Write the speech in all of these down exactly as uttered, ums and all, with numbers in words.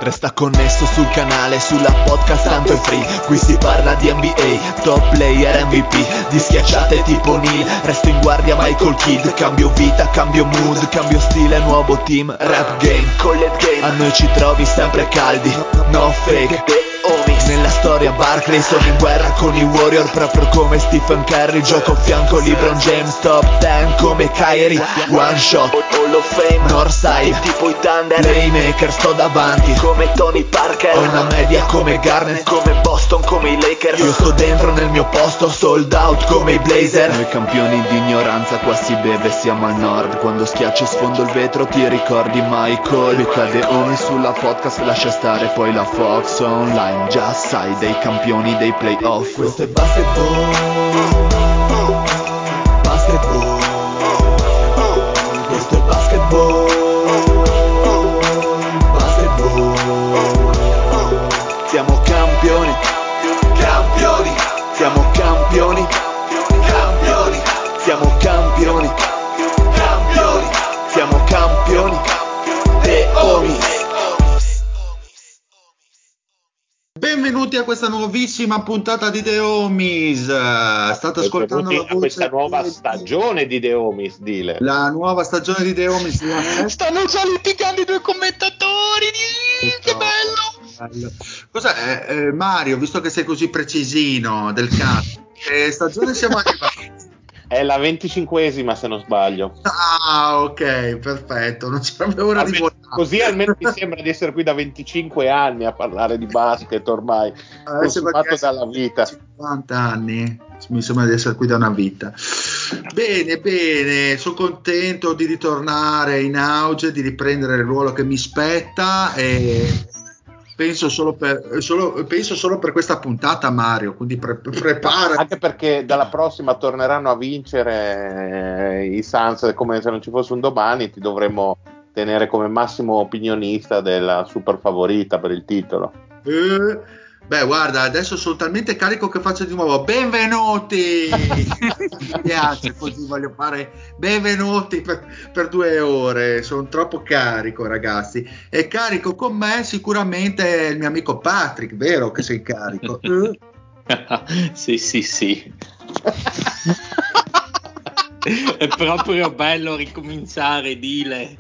Resta connesso sul canale, sulla podcast tanto è free. Qui si parla di N B A, top player M V P, di schiacciate tipo Neil. Resto in guardia Michael Kidd. Cambio vita, cambio mood, cambio stile, nuovo team. Rap game, collet game, a noi ci trovi sempre caldi. No fake, homies. Nella storia Barkley, sono in guerra con i Warrior, proprio come Stephen Curry. Gioco a fianco LeBron James, top dieci come Kyrie. One shot, Hall of Fame, Northside, tipo i Thunder. Playmaker, sto davanti come Tony Parker. Ho una media come Garnett, come Boston, come i Lakers. Io sto dentro nel mio posto, sold out come i Blazer. Noi campioni di ignoranza, qua si beve, siamo al nord. Quando schiaccio e sfondo il vetro ti ricordi Michael. Mi cade ogni sulla podcast, lascia stare poi la Fox online. Già sai, dei campioni dei playoff. Questo è basketball, basketball. Questo è basketball, basketball. Siamo campioni, campioni. Siamo campioni, campioni. Siamo campioni, campioni. Siamo campioni, The Homies. Benvenuti a questa nuovissima puntata di The Homies. State ascoltando la voce a questa nuova di... stagione di The Homies, dile. La nuova stagione di The Homies. La... Stanno già litigando i due commentatori. Di... Che no, bello. bello. Cos'è, eh, Mario, visto che sei così precisino del cazzo, che stagione siamo arrivati? È la venticinquesima se non sbaglio. Ah, ok, perfetto. Non c'avevo ora di votare. Così almeno mi sembra di essere qui da venticinque anni a parlare di basket ormai, consumato dalla vita. cinquanta anni, mi sembra di essere qui da una vita. Bene, bene, sono contento di ritornare in auge, di riprendere il ruolo che mi spetta e penso solo per, solo, penso solo per questa puntata, Mario, quindi pre- prepara. Anche perché dalla prossima torneranno a vincere i Suns come se non ci fosse un domani, ti dovremmo tenere come massimo opinionista della super favorita per il titolo. Eh, beh, guarda, adesso sono talmente carico che faccio di nuovo benvenuti. Mi piace così, voglio fare benvenuti per, per due ore. Sono troppo carico, ragazzi. E carico con me sicuramente il mio amico Patrick, vero che sei carico? Eh? Sì, sì, sì. È proprio bello ricominciare, dile.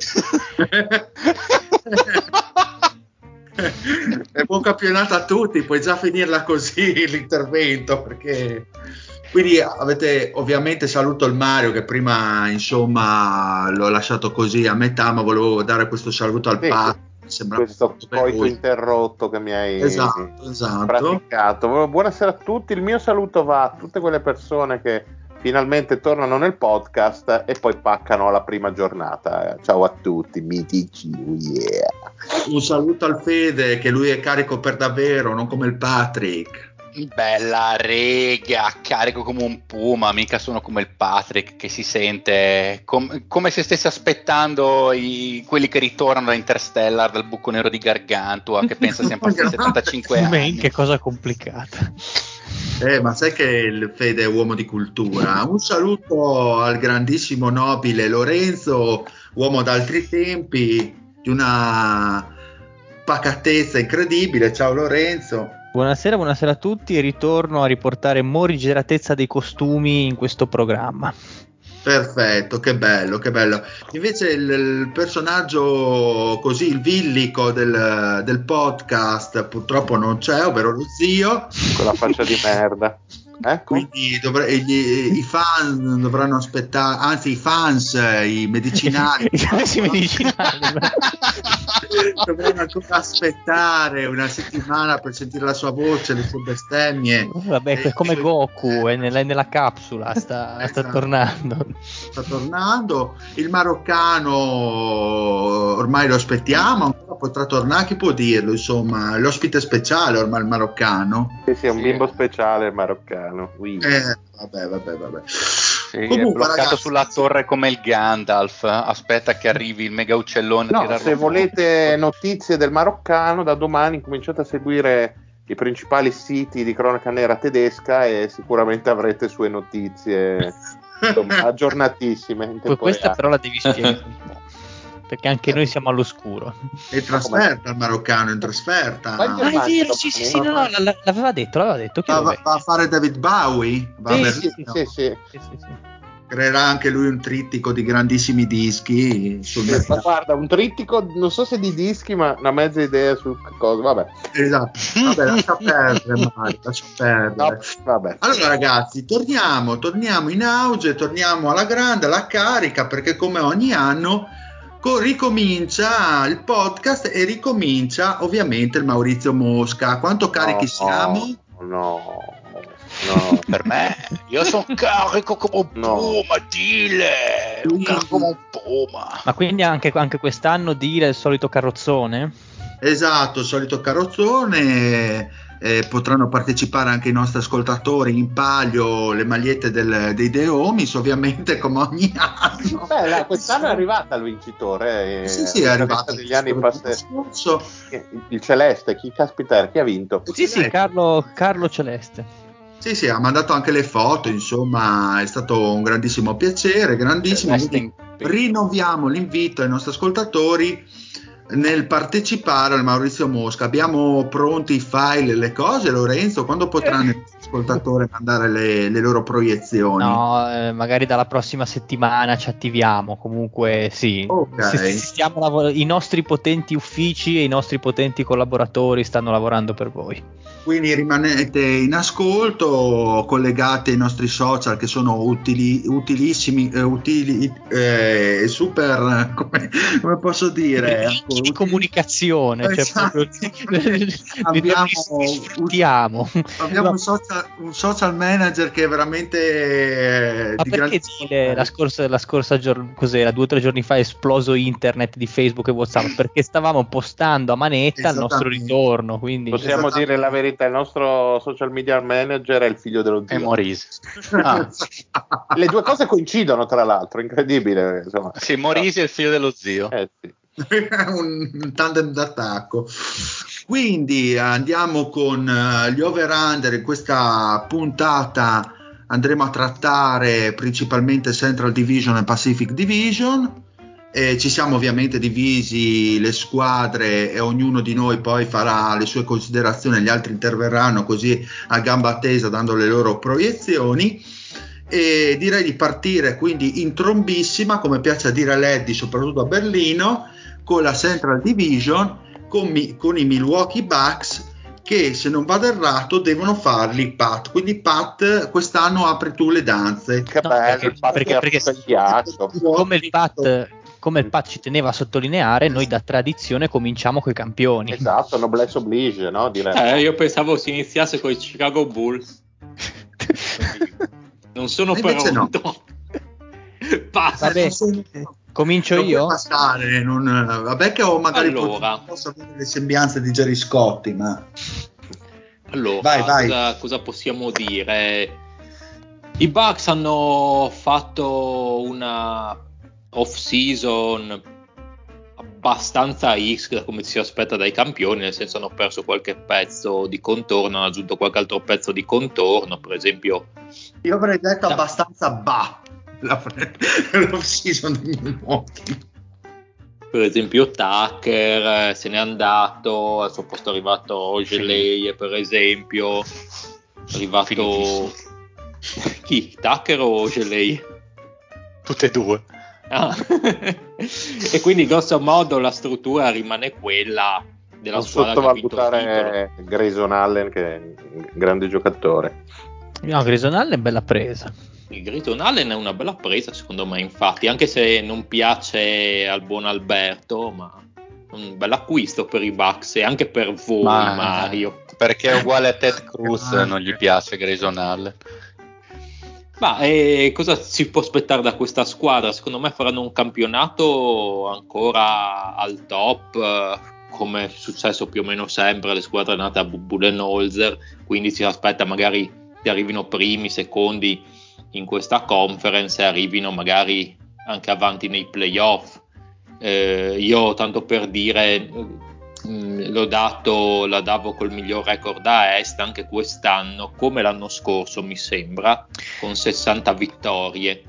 E buon campionato a tutti, puoi già finirla così l'intervento, perché quindi avete, ovviamente saluto il Mario che prima insomma l'ho lasciato così a metà, ma volevo dare questo saluto al sì, Patrick. Questo coito interrotto che mi hai esatto, esatto. praticato. Buonasera a tutti, il mio saluto va a tutte quelle persone che finalmente tornano nel podcast e poi paccano la prima giornata. Ciao a tutti, mitici, yeah. Un saluto al Fede, che lui è carico per davvero, non come il Patrick. Bella rega, carico come un puma, mica sono come il Patrick che si sente com- come se stesse aspettando i- quelli che ritornano da Interstellar, dal buco nero di Gargantua, che pensa siano passati settantacinque anni. Men, che cosa complicata. Eh, ma sai che il Fede è uomo di cultura. Un saluto al grandissimo nobile Lorenzo, uomo d'altri tempi, di una pacatezza incredibile. Ciao Lorenzo. Buonasera, buonasera a tutti e ritorno a riportare morigeratezza dei costumi in questo programma. Perfetto, che bello, che bello. Invece il, il personaggio così, il villico del, del podcast purtroppo non c'è, ovvero lo zio. Con la faccia di merda. Ecco. Quindi dovre- gli, i fan dovranno aspettare, anzi i fans, i medicinali, I fans medicinali dovranno ancora aspettare una settimana per sentire la sua voce, le sue bestemmie. Vabbè, è come Goku, è nella, nella capsula, sta, Esatto. sta tornando. Sta tornando. Il maroccano ormai lo aspettiamo, ancora potrà tornare, chi può dirlo, insomma, l'ospite speciale ormai il maroccano. Sì, sì, è un bimbo speciale maroccano. Oui. Eh, vabbè, vabbè, vabbè. Sì, Comunque, è bloccato ragazzi, sulla torre come il Gandalf, aspetta che arrivi il mega uccellone a No, tirarlo se fuori. volete notizie del maroccano, da domani cominciate a seguire i principali siti di cronaca nera tedesca e sicuramente avrete sue notizie, insomma, aggiornatissime in tempo Questa reale. però la devi spiegare un po'. perché anche noi siamo all'oscuro. È in trasferta il maroccano, in trasferta. Ma in Ah, è Germania vero, sì, sì, sì, no, no, va- l- l'aveva detto, l'aveva detto. Chi Va, lo va- vede? va a fare David Bowie, va a Sì, Berlino. Sì, sì, sì. Sì, sì, sì. Creerà anche lui un trittico di grandissimi dischi sul Sì, ma mercato. guarda, un trittico, non so se di dischi, ma una mezza idea su che cosa, vabbè. Esatto. Vabbè, lascia perdere, Mario, lascia perdere. No, vabbè. Allora ragazzi, torniamo, torniamo in auge, torniamo alla grande, alla carica, perché come ogni anno co- ricomincia il podcast e ricomincia ovviamente il Maurizio Mosca. Quanto carichi No, siamo? no, no. Per me, io sono carico come un No. puma, dile, sono carico come un puma. Ma quindi anche, anche quest'anno dire il solito carrozzone? Esatto, il solito carrozzone, eh, potranno partecipare anche i nostri ascoltatori in palio, le magliette del- dei The Homies, ovviamente come ogni anno. Beh, là, quest'anno è arrivata il vincitore. eh, Sì, sì, è a arrivato differenza degli anni passati. scorso. Il, il Celeste, chi caspita era? Chi ha vinto? Sì, sì, Carlo, Carlo Celeste. Sì, sì, ha mandato anche le foto, insomma, è stato un grandissimo piacere, grandissimo. Celeste Quindi in pelo. rinnoviamo l'invito ai nostri ascoltatori nel partecipare al Maurizio Mosca. Abbiamo pronti i file, le cose, Lorenzo, quando potranno i nostri ascoltatori mandare le, le loro proiezioni? No, eh, magari dalla prossima settimana ci attiviamo. Comunque, sì, Ok. si- si- stiamo lavor- i nostri potenti uffici e i nostri potenti collaboratori stanno lavorando per voi. Quindi rimanete in ascolto, collegate ai nostri social che sono utili, utilissimi, eh, utili, eh, super, come, come posso dire? Di, di comunicazione, cioè Esatto. proprio li, abbiamo, li sfruttiamo. abbiamo No, un, social, un social manager che è veramente eh, ma di perché grandissimo dire la livello. scorsa, la scorsa giornata, cos'era, due o tre giorni fa è esploso internet di Facebook e WhatsApp? Perché stavamo postando a manetta il nostro Esattamente. ritorno, quindi Possiamo dire la verità, il nostro social media manager è il figlio dello E zio. Morisi. Ah, Le due cose coincidono, tra l'altro, incredibile. Insomma. sì, Morisi è il figlio dello zio. Eh, sì. un, un tandem d'attacco. Quindi andiamo con uh, gli over-under. In questa puntata andremo a trattare principalmente Central Division e Pacific Division. E ci siamo ovviamente divisi le squadre e ognuno di noi poi farà le sue considerazioni, gli altri interverranno così a gamba tesa dando le loro proiezioni. E direi di partire quindi in trombissima, come piace a dire a Leddy, soprattutto a Berlino, con la Central Division, con, mi, con i Milwaukee Bucks, che se non vado errato devono farli Pat. Quindi Pat, quest'anno apri tu le danze. Che No, bello, perché- il Pat perché- che ha perché- fatto il ghiaccio. come il Pat, come il Pat ci teneva a sottolineare, noi da tradizione cominciamo coi campioni. Esatto, noblesse oblige, no? Direi. Eh, io pensavo si iniziasse con i Chicago Bulls. Non sono E invece no. pronto. Passa. Vabbè, comincio Non puoi io? passare, non, vabbè che ho magari Allora. pot- posso avere le sembianze di Gerry Scotti, ma Allora, Vai, vai. Cosa, cosa possiamo dire? I Bucks hanno fatto una off-season abbastanza X da come ci si aspetta dai campioni, nel senso hanno perso qualche pezzo di contorno, hanno aggiunto qualche altro pezzo di contorno, per esempio io avrei detto No. abbastanza bah la l'off-season di Milwaukee. per esempio Tucker eh, se n'è andato, al suo posto è arrivato Ojeleye, per esempio è arrivato Finitissimo. chi? Tucker o Ojeleye? Tutte e due. Ah. E quindi grosso modo la struttura rimane quella della Non squadra che ha vinto il titolo. sottovalutare Grayson Allen, che è un grande giocatore. No, Grayson Allen è bella presa. Il Grayson Allen è una bella presa secondo me, infatti, anche se non piace al buon Alberto, ma un bel acquisto per i Bucks e anche per voi, Ma- Mario. Perché è uguale a Ted Cruz, non gli piace Grayson Allen. Ma eh, cosa si può aspettare da questa squadra? Secondo me faranno un campionato ancora al top, eh, come è successo più o meno sempre alle squadre nate a Budenholzer, quindi si aspetta magari che arrivino primi, secondi in questa conference e arrivino magari anche avanti nei playoff. Eh, io tanto per dire mh, l'ho dato, la davo col miglior record a Est anche quest'anno, come l'anno scorso mi sembra, con sessanta vittorie.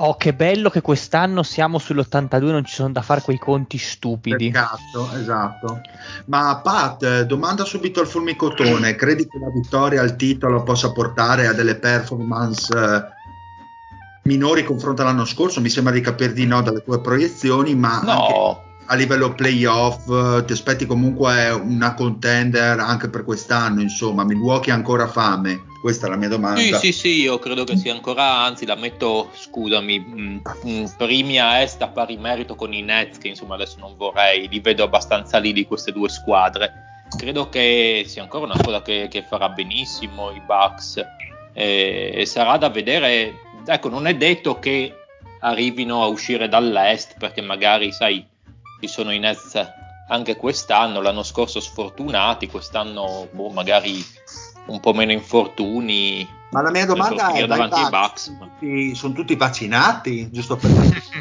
Oh, che bello che quest'anno siamo sull'ottantadue, non ci sono da fare quei conti stupidi. Peccato, esatto. Ma Pat, domanda subito al fulmicotone, credi che la vittoria al titolo possa portare a delle performance eh, minori confronto all'anno scorso? Mi sembra di capire di no dalle tue proiezioni, ma No, anche a livello playoff eh, ti aspetti comunque una contender anche per quest'anno, insomma, Milwaukee ha ancora fame? Questa è la mia sì, domanda. sì, sì, io credo che sia ancora, anzi la metto, scusami, mh, mh, primi a est a pari merito con i Nets, che insomma adesso non vorrei, li vedo abbastanza lì di queste due squadre. Credo che sia ancora una squadra che, che farà benissimo i Bucks, e, e sarà da vedere. Ecco, non è detto che arrivino a uscire dall'est, perché magari, sai, ci sono i Nets anche quest'anno, l'anno scorso sfortunati, quest'anno boh, magari un po' meno infortuni. Ma la mia domanda è, dai davanti ai Bucks, Bucks. sono tutti, sono tutti vaccinati? Giusto per...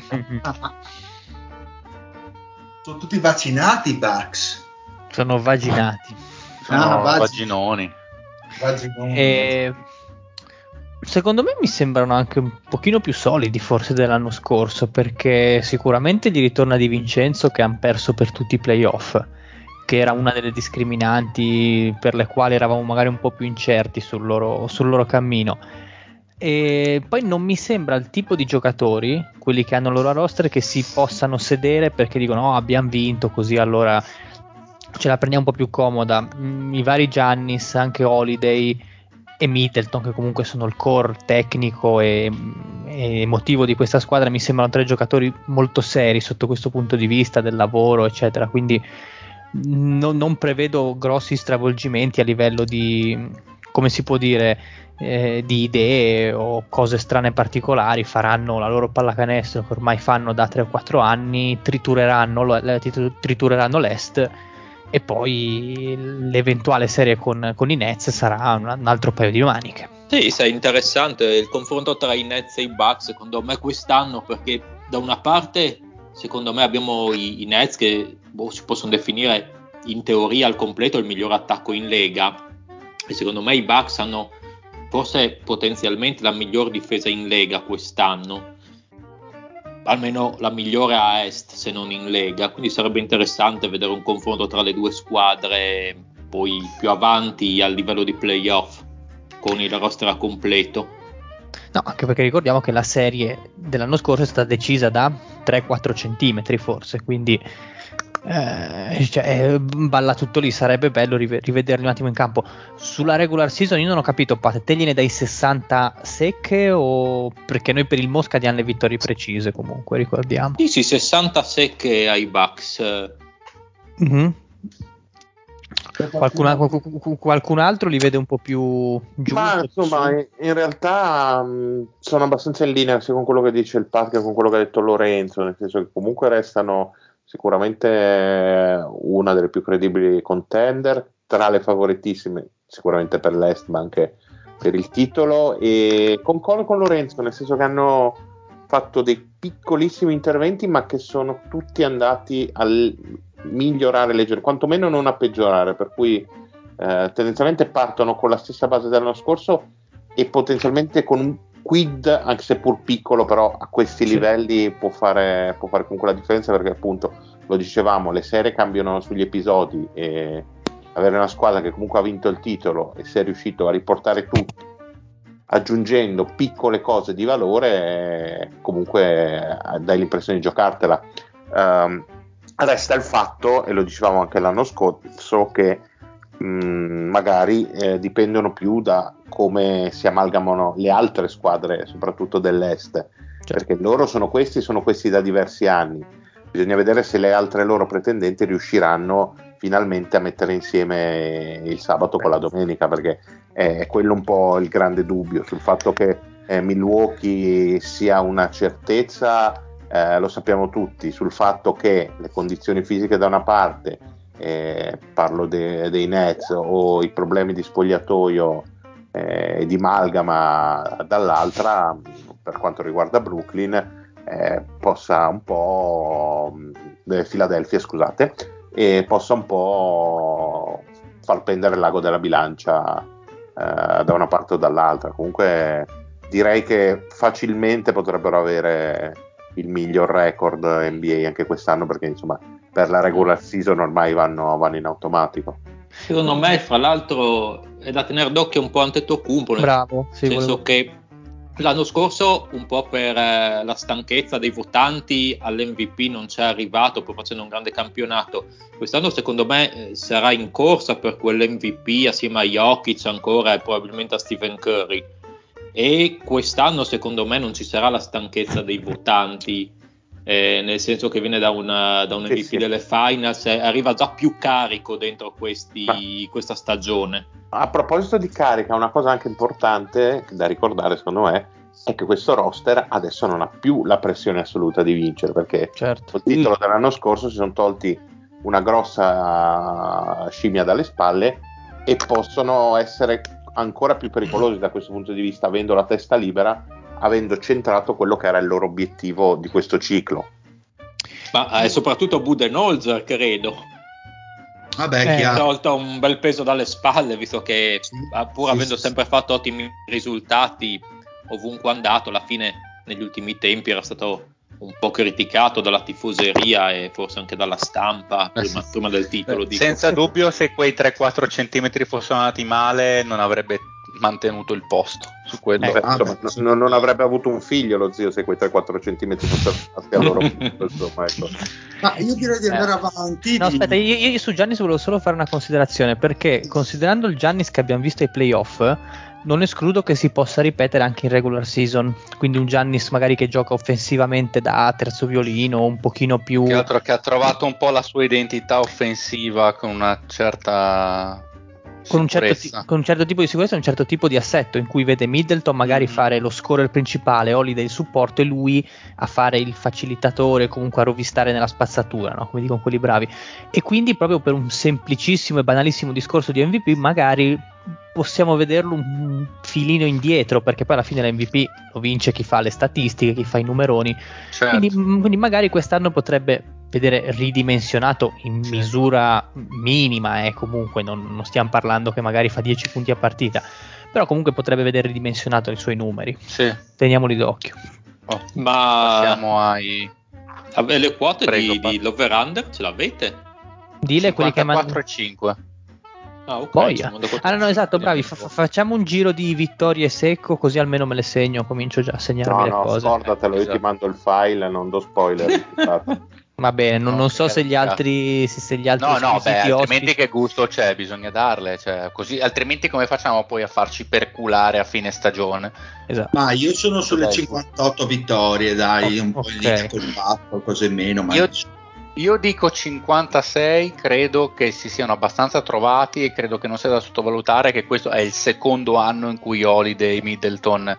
sono tutti vaccinati i Bucks? Sono vaginati. Sono Ah, vag- vaginoni. vaginoni. E secondo me mi sembrano anche un pochino più solidi forse dell'anno scorso, perché sicuramente gli ritorna Di Vincenzo, che hanno perso per tutti i playoff, che era una delle discriminanti per le quali eravamo magari un po' più incerti sul loro, sul loro cammino. E poi non mi sembra il tipo di giocatori, quelli che hanno il loro roster, che si possano sedere perché dicono oh, abbiamo vinto, così allora ce la prendiamo un po' più comoda. Mm, i vari Giannis, anche Holiday e Middleton, che comunque sono il core tecnico e, e emotivo di questa squadra, mi sembrano tre giocatori molto seri sotto questo punto di vista del lavoro, eccetera. Quindi non, non prevedo grossi stravolgimenti a livello di, come si può dire, eh, di idee o cose strane particolari. Faranno la loro pallacanestro che ormai fanno da tre o quattro anni, tritureranno, lo- tritureranno l'Est, e poi l'eventuale serie con, con i Nets sarà un, un altro paio di maniche. Sì, sai, interessante il confronto tra i Nets e i Bucks secondo me quest'anno, perché da una parte secondo me abbiamo i, i Nets che boh, si possono definire in teoria al completo il miglior attacco in lega, e secondo me i Bucks hanno forse potenzialmente la miglior difesa in lega quest'anno, almeno la migliore a est se non in lega, quindi sarebbe interessante vedere un confronto tra le due squadre poi più avanti a livello di playoff con il roster a completo. No, anche perché ricordiamo che la serie dell'anno scorso è stata decisa da tre quattro centimetri forse, quindi eh, cioè, balla tutto lì. Sarebbe bello rive- rivederli un attimo in campo. Sulla regular season io non ho capito, Pat, te gliene dai sessanta secche, o perché noi per il Mosca diamo le vittorie precise comunque, ricordiamo. Sì, sì, sessanta secche ai Bucks. Mm-hmm. Qualcun, qualcun altro li vede un po' più giù? Ma insomma, in, in realtà mh, sono abbastanza in linea sia con quello che dice il Pat che con quello che ha detto Lorenzo, nel senso che comunque restano sicuramente una delle più credibili contender, tra le favoritissime sicuramente per l'Est, ma anche per il titolo. E concordo con Lorenzo, nel senso che hanno fatto dei piccolissimi interventi, ma che sono tutti andati a migliorare leggermente, quantomeno non a peggiorare, per cui Eh, tendenzialmente partono con la stessa base dell'anno scorso e potenzialmente con un quid, anche se pur piccolo, però a questi sì. livelli può fare, può fare comunque la differenza, perché appunto lo dicevamo, le serie cambiano sugli episodi e avere una squadra che comunque ha vinto il titolo e si è riuscito a riportare tutto aggiungendo piccole cose di valore, eh, comunque eh, dai l'impressione di giocartela. Um, resta il fatto, e lo dicevamo anche l'anno scorso, che magari eh, dipendono più da come si amalgamano le altre squadre, soprattutto dell'est, certo. Perché loro sono questi, sono questi da diversi anni. Bisogna vedere se le altre loro pretendenti riusciranno finalmente a mettere insieme il sabato con la domenica, perché è quello un po' il grande dubbio sul fatto che eh, Milwaukee sia una certezza, eh, lo sappiamo tutti, sul fatto che le condizioni fisiche da una parte, Eh, parlo de, dei Nets, o i problemi di spogliatoio e eh, di amalgama dall'altra, per quanto riguarda Brooklyn, eh, possa un po' eh, Philadelphia, scusate, e possa un po' far pendere l'ago della bilancia eh, da una parte o dall'altra. Comunque direi che facilmente potrebbero avere il miglior record N B A anche quest'anno, perché insomma per la regular season ormai vanno, vanno in automatico. Secondo me, fra l'altro, è da tenere d'occhio un po' Antetokounmpo, nel Bravo, sì, senso volevo... che l'anno scorso, un po' per eh, la stanchezza dei votanti, all'M V P non c'è arrivato, pur facendo un grande campionato. Quest'anno secondo me eh, sarà in corsa per quell'M V P assieme a Jokic ancora e probabilmente a Stephen Curry, e quest'anno secondo me non ci sarà la stanchezza dei votanti, eh, nel senso che viene da, una, da un Sì, M V P sì. delle finals e arriva già più carico dentro questi, Ma- questa stagione. A proposito di carica, una cosa anche importante da ricordare secondo me è che questo roster adesso non ha più la pressione assoluta di vincere, perché Certo. col titolo dell'anno scorso si sono tolti una grossa scimmia dalle spalle e possono essere ancora più pericolosi da questo punto di vista, avendo la testa libera, avendo centrato quello che era il loro obiettivo di questo ciclo. Ma è soprattutto Budenholzer, credo, Vabbè, Eh, chiaro. tolto un bel peso dalle spalle, visto che Sì, pur sì, avendo sì, sempre fatto ottimi risultati ovunque è andato, alla fine negli ultimi tempi era stato un po' criticato dalla tifoseria e forse anche dalla stampa Eh prima, sì. prima del titolo. Eh, dico. senza dubbio, se quei tre quattro centimetri fossero andati male, non avrebbe mantenuto il posto su quello. Eh, Beh, ah, insomma, beh, no- non avrebbe avuto un figlio lo zio se quei tre quattro centimetri fossero stati a loro punto, insomma, ecco. Ma io direi di andare Eh. avanti. No, di- aspetta, io, io su Giannis volevo solo fare una considerazione, perché considerando il Giannis che abbiamo visto ai playoff, non escludo che si possa ripetere anche in regular season, quindi un Giannis magari che gioca offensivamente da terzo violino, un pochino più... Che altro che ha trovato un po' la sua identità offensiva con una certa Con un, certo ti- sicurezza. con un certo tipo di sicurezza e un certo tipo di assetto, in cui vede Middleton magari Mm. fare lo scorer principale, Holiday il supporto e lui a fare il facilitatore, comunque a rovistare nella spazzatura, no? Come dicono quelli bravi. E quindi proprio per un semplicissimo e banalissimo discorso di M V P magari possiamo vederlo un filino indietro, perché poi alla fine l'M V P lo vince chi fa le statistiche, chi fa i numeroni. Certo. Quindi, quindi magari quest'anno potrebbe vedere ridimensionato in Sì. misura minima, eh, comunque non, non stiamo parlando che magari fa dieci punti a partita, però comunque potrebbe vedere ridimensionato i suoi numeri. Sì. Teniamoli d'occhio. Oh, Ma passiamo ai ave- le quote Prego, di, pa- di l'over-under ce l'avete? Dile quelli che cinquantaquattro mandano. e cinque. Ah, ok. Boia. sono da Ah, no, no, esatto, quindi bravi. un fa- po'. fa- facciamo un giro di vittorie secco, così almeno me le segno. Comincio già a segnarmi No, le no, cose. scordatelo, io ti Esatto. mando il file, non do spoiler. Va bene, non, No, non so se gli cazzo. altri, se, se gli altri No, no, beh, squisiti altrimenti ospiti. che gusto c'è? Bisogna darle, cioè, così, altrimenti come facciamo poi a farci perculare a fine stagione? Esatto. Ma io sono sulle Dai, cinquantotto vittorie, dai, Oh, un po' ok. in linea col fatto, cose meno, ma Io, io dico cinquantasei, credo che si siano abbastanza trovati e credo che non sia da sottovalutare che questo è il secondo anno in cui Holiday, Middleton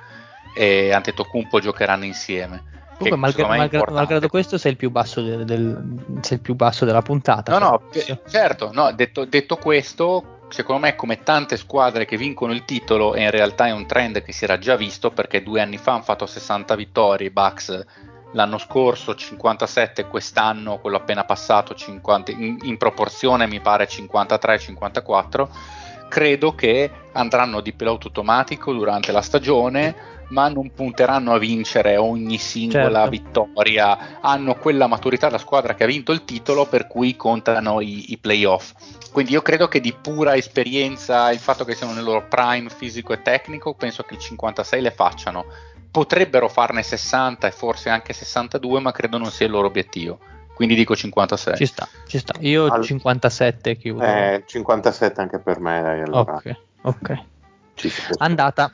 e Antetokounmpo giocheranno insieme. Comunque, Che malgra- secondo me è malgra- importante. malgrado questo, sei il più basso del, del- sei il più basso della puntata. No, però. no, pe- certo, no, detto, detto questo, secondo me come tante squadre che vincono il titolo, e in realtà è un trend che si era già visto, perché due anni fa hanno fatto sessanta vittorie, i Bucks l'anno scorso cinquantasette, quest'anno quello appena passato cinquanta, in, in proporzione mi pare cinquantatré cinquantaquattro, credo che andranno di pilota automatico durante la stagione, ma non punteranno a vincere ogni singola Certo. vittoria, hanno quella maturità da squadra che ha vinto il titolo, per cui contano i, i playoff. Quindi io credo che di pura esperienza, il fatto che siano nel loro prime fisico e tecnico, penso che il cinquantasei le facciano. Potrebbero farne sessanta e forse anche sessantadue, ma credo non sia il loro obiettivo. Quindi dico cinquantasei. Ci sta, ci sta. Io Al- cinquantasette chiudo. Eh, cinquantasette anche per me, dai, allora. Ok, ok. Ci si può Andata.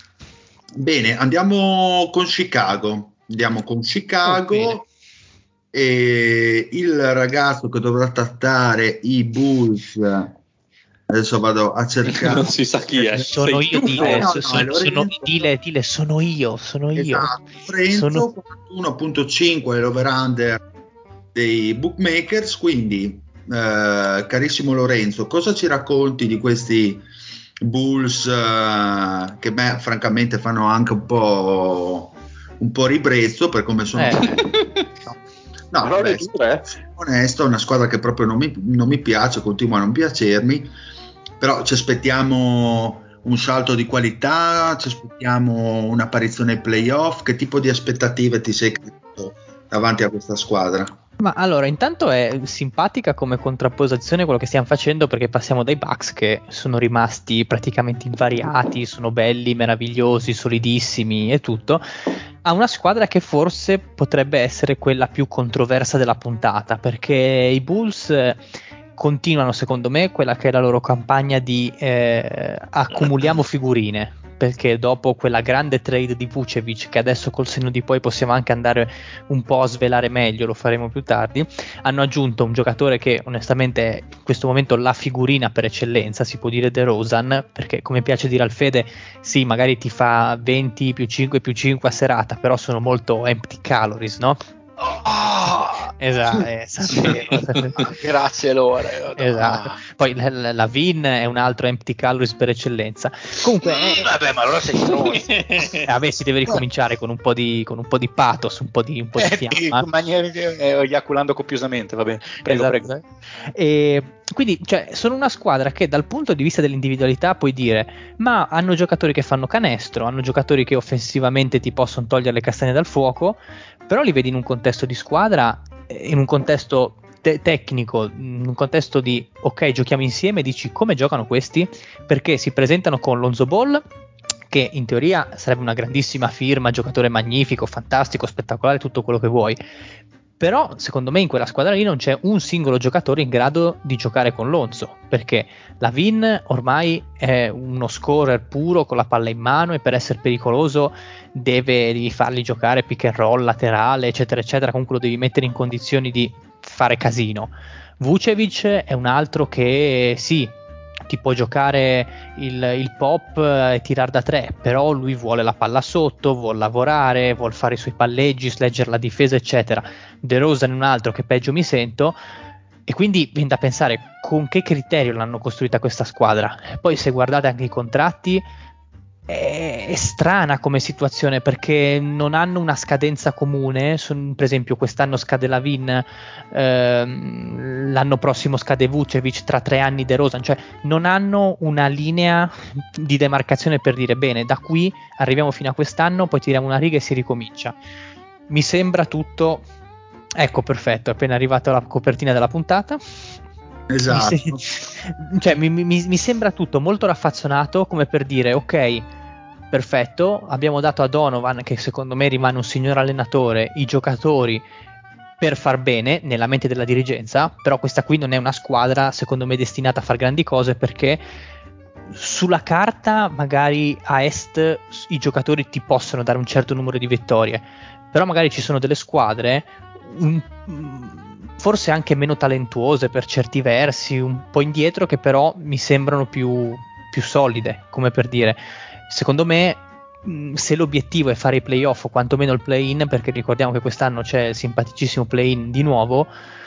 bene, andiamo con Chicago. Andiamo con Oh, bene. Chicago e il ragazzo che dovrà trattare i Bulls. Adesso vado a cercare. Non si sa chi è. Sono Sei io, tu, dile, no, so- no, so- è Lorenzo. sono, dile, dile, sono io, sono io. Esatto, Lorenzo, Sono- quarantuno virgola cinque è l'over-under dei bookmakers. Quindi, eh, carissimo Lorenzo, cosa ci racconti di questi Bulls eh, che me, francamente fanno anche un po', un po' ribrezzo per come sono. Eh. No, Parole vabbè, dure? onesto, è una squadra che proprio non mi, non mi piace, continua a non piacermi, però ci aspettiamo un salto di qualità? Ci aspettiamo un'apparizione ai playoff? Che tipo di aspettative ti sei creato davanti a questa squadra? Ma allora, intanto è simpatica come contrapposizione quello che stiamo facendo, perché passiamo dai Bucks che sono rimasti praticamente invariati, sono belli, meravigliosi, solidissimi e tutto, a una squadra che forse potrebbe essere quella più controversa della puntata, perché i Bulls eh, continuano secondo me quella che è la loro campagna di eh, accumuliamo figurine, perché dopo quella grande trade di Vucevic, che adesso col senno di poi possiamo anche andare un po' a svelare meglio, lo faremo più tardi, hanno aggiunto un giocatore che onestamente è in questo momento la figurina per eccellenza, si può dire DeRozan, perché come piace dire al Fede, sì, magari ti fa venti più cinque più cinque a serata, però sono molto empty calories, no? Oh, esatto, eh, sapevo, sapevo. Grazie Lore. Esatto. Poi la, la, la Vin è un altro empty calories per eccellenza. Comunque, eh, vabbè, ma allora sei stronzo. eh, vabbè, si deve ricominciare con un po' di, con un po' di pathos, un po' di, un po' di fiamma. In maniera, eh, eiaculando copiosamente, va bene. Prego, esatto. prego. E quindi, cioè, sono una squadra che dal punto di vista dell'individualità puoi dire, ma hanno giocatori che fanno canestro, hanno giocatori che offensivamente ti possono togliere le castagne dal fuoco, però li vedi in un contesto di squadra, in un contesto te- tecnico, in un contesto di ok, giochiamo insieme, dici come giocano questi? Perché si presentano con Lonzo Ball, che in teoria sarebbe una grandissima firma, giocatore magnifico, fantastico, spettacolare, tutto quello che vuoi. Però secondo me in quella squadra lì non c'è un singolo giocatore in grado di giocare con Lonzo, perché Lavin ormai è uno scorer puro con la palla in mano e per essere pericoloso deve, devi fargli giocare pick and roll, laterale, eccetera eccetera, comunque lo devi mettere in condizioni di fare casino. Vucevic è un altro che sì, ti può giocare il, il pop e tirare da tre, però lui vuole la palla sotto, vuole lavorare, vuole fare i suoi palleggi, slegger la difesa eccetera. DeRozan è un altro che peggio mi sento, e quindi viene da pensare con che criterio l'hanno costruita questa squadra. Poi se guardate anche i contratti è, è strana come situazione, perché non hanno una scadenza comune. Son, per esempio quest'anno scade Lavin, ehm, l'anno prossimo scade Vucevic, tra tre anni DeRozan, cioè non hanno una linea di demarcazione per dire bene, da qui arriviamo fino a quest'anno, poi tiriamo una riga e si ricomincia. Mi sembra tutto, ecco, perfetto, è appena arrivata la copertina della puntata. Esatto. Mi, se- cioè, mi, mi, mi sembra tutto molto raffazzonato, come per dire ok, perfetto, abbiamo dato a Donovan, che secondo me rimane un signor allenatore, i giocatori per far bene nella mente della dirigenza, però questa qui non è una squadra secondo me destinata a far grandi cose, perché sulla carta magari a est i giocatori ti possono dare un certo numero di vittorie, però magari ci sono delle squadre un, forse anche meno talentuose per certi versi, un po' indietro, che però mi sembrano più, più solide, come per dire, secondo me se l'obiettivo è fare i playoff o quantomeno il play-in, perché ricordiamo che quest'anno c'è il simpaticissimo play-in di nuovo,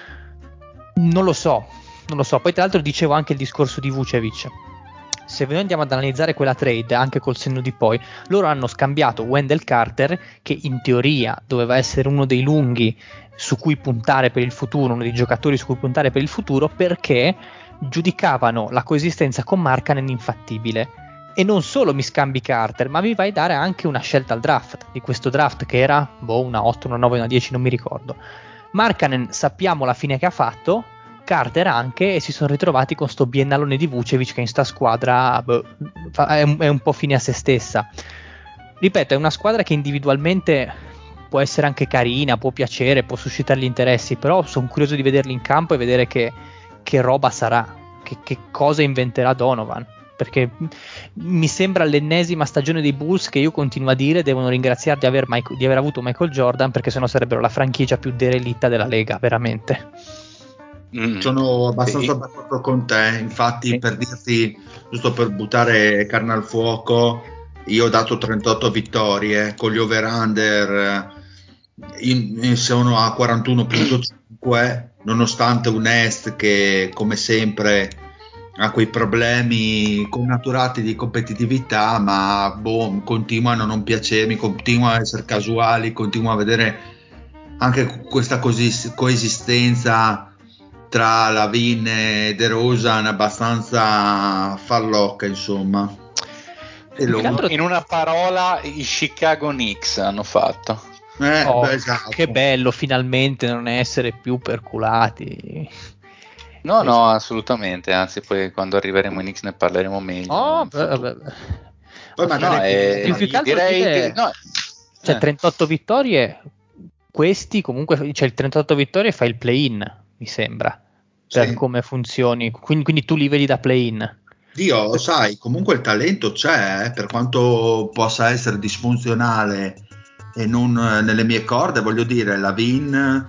non lo so, non lo so. Poi tra l'altro dicevo anche il discorso di Vucevic, se noi andiamo ad analizzare quella trade anche col senno di poi, loro hanno scambiato Wendell Carter, che in teoria doveva essere uno dei lunghi su cui puntare per il futuro, uno dei giocatori su cui puntare per il futuro, perché giudicavano la coesistenza con Markkanen infattibile. E non solo mi scambi Carter, ma mi vai a dare anche una scelta al draft, di questo draft che era boh, una otto, una nove, una dieci, non mi ricordo. Markkanen sappiamo la fine che ha fatto, Carter anche, e si sono ritrovati con sto biennalone di Vucevic che in sta squadra boh, è, un, è un po' fine a se stessa. Ripeto, è una squadra che individualmente può essere anche carina, può piacere, può suscitare gli interessi, però sono curioso di vederli in campo e vedere che, che roba sarà, che, che cosa inventerà Donovan, perché mi sembra l'ennesima stagione dei Bulls che io continuo a dire devono ringraziare di aver, Michael, di aver avuto Michael Jordan, perché sennò sarebbero la franchigia più derelitta della Lega, veramente. Mm. Sono abbastanza sì. d'accordo con te, infatti sì. Per dirti, giusto per buttare carne al fuoco, io ho dato trentotto vittorie con gli over-under, in, in, sono a quarantuno virgola cinque, nonostante un Est che come sempre ha quei problemi connaturati di competitività, ma boh, continuano a non piacermi, continuano a essere casuali, continuo a vedere anche questa così, coesistenza tra Lavin e DeRozan abbastanza farlocca, insomma. E loro... In una parola, i Chicago Knicks hanno fatto. Eh, Oh, beh, esatto. Che bello finalmente non essere più perculati. No, no, assolutamente, anzi poi quando arriveremo ai Knicks ne parleremo meglio. Oh, in beh, futuro. beh, beh. Poi Ok, magari No, eh, più, più che altro direi dire- che no, cioè eh. trentotto vittorie, questi comunque, cioè il trentotto vittorie fa il play-in, mi sembra, per Sì. come funzioni, quindi, quindi tu li vedi da play-in. Dio, sai, comunque il talento c'è, eh, per quanto possa essere disfunzionale e non eh, nelle mie corde, voglio dire, Lavin,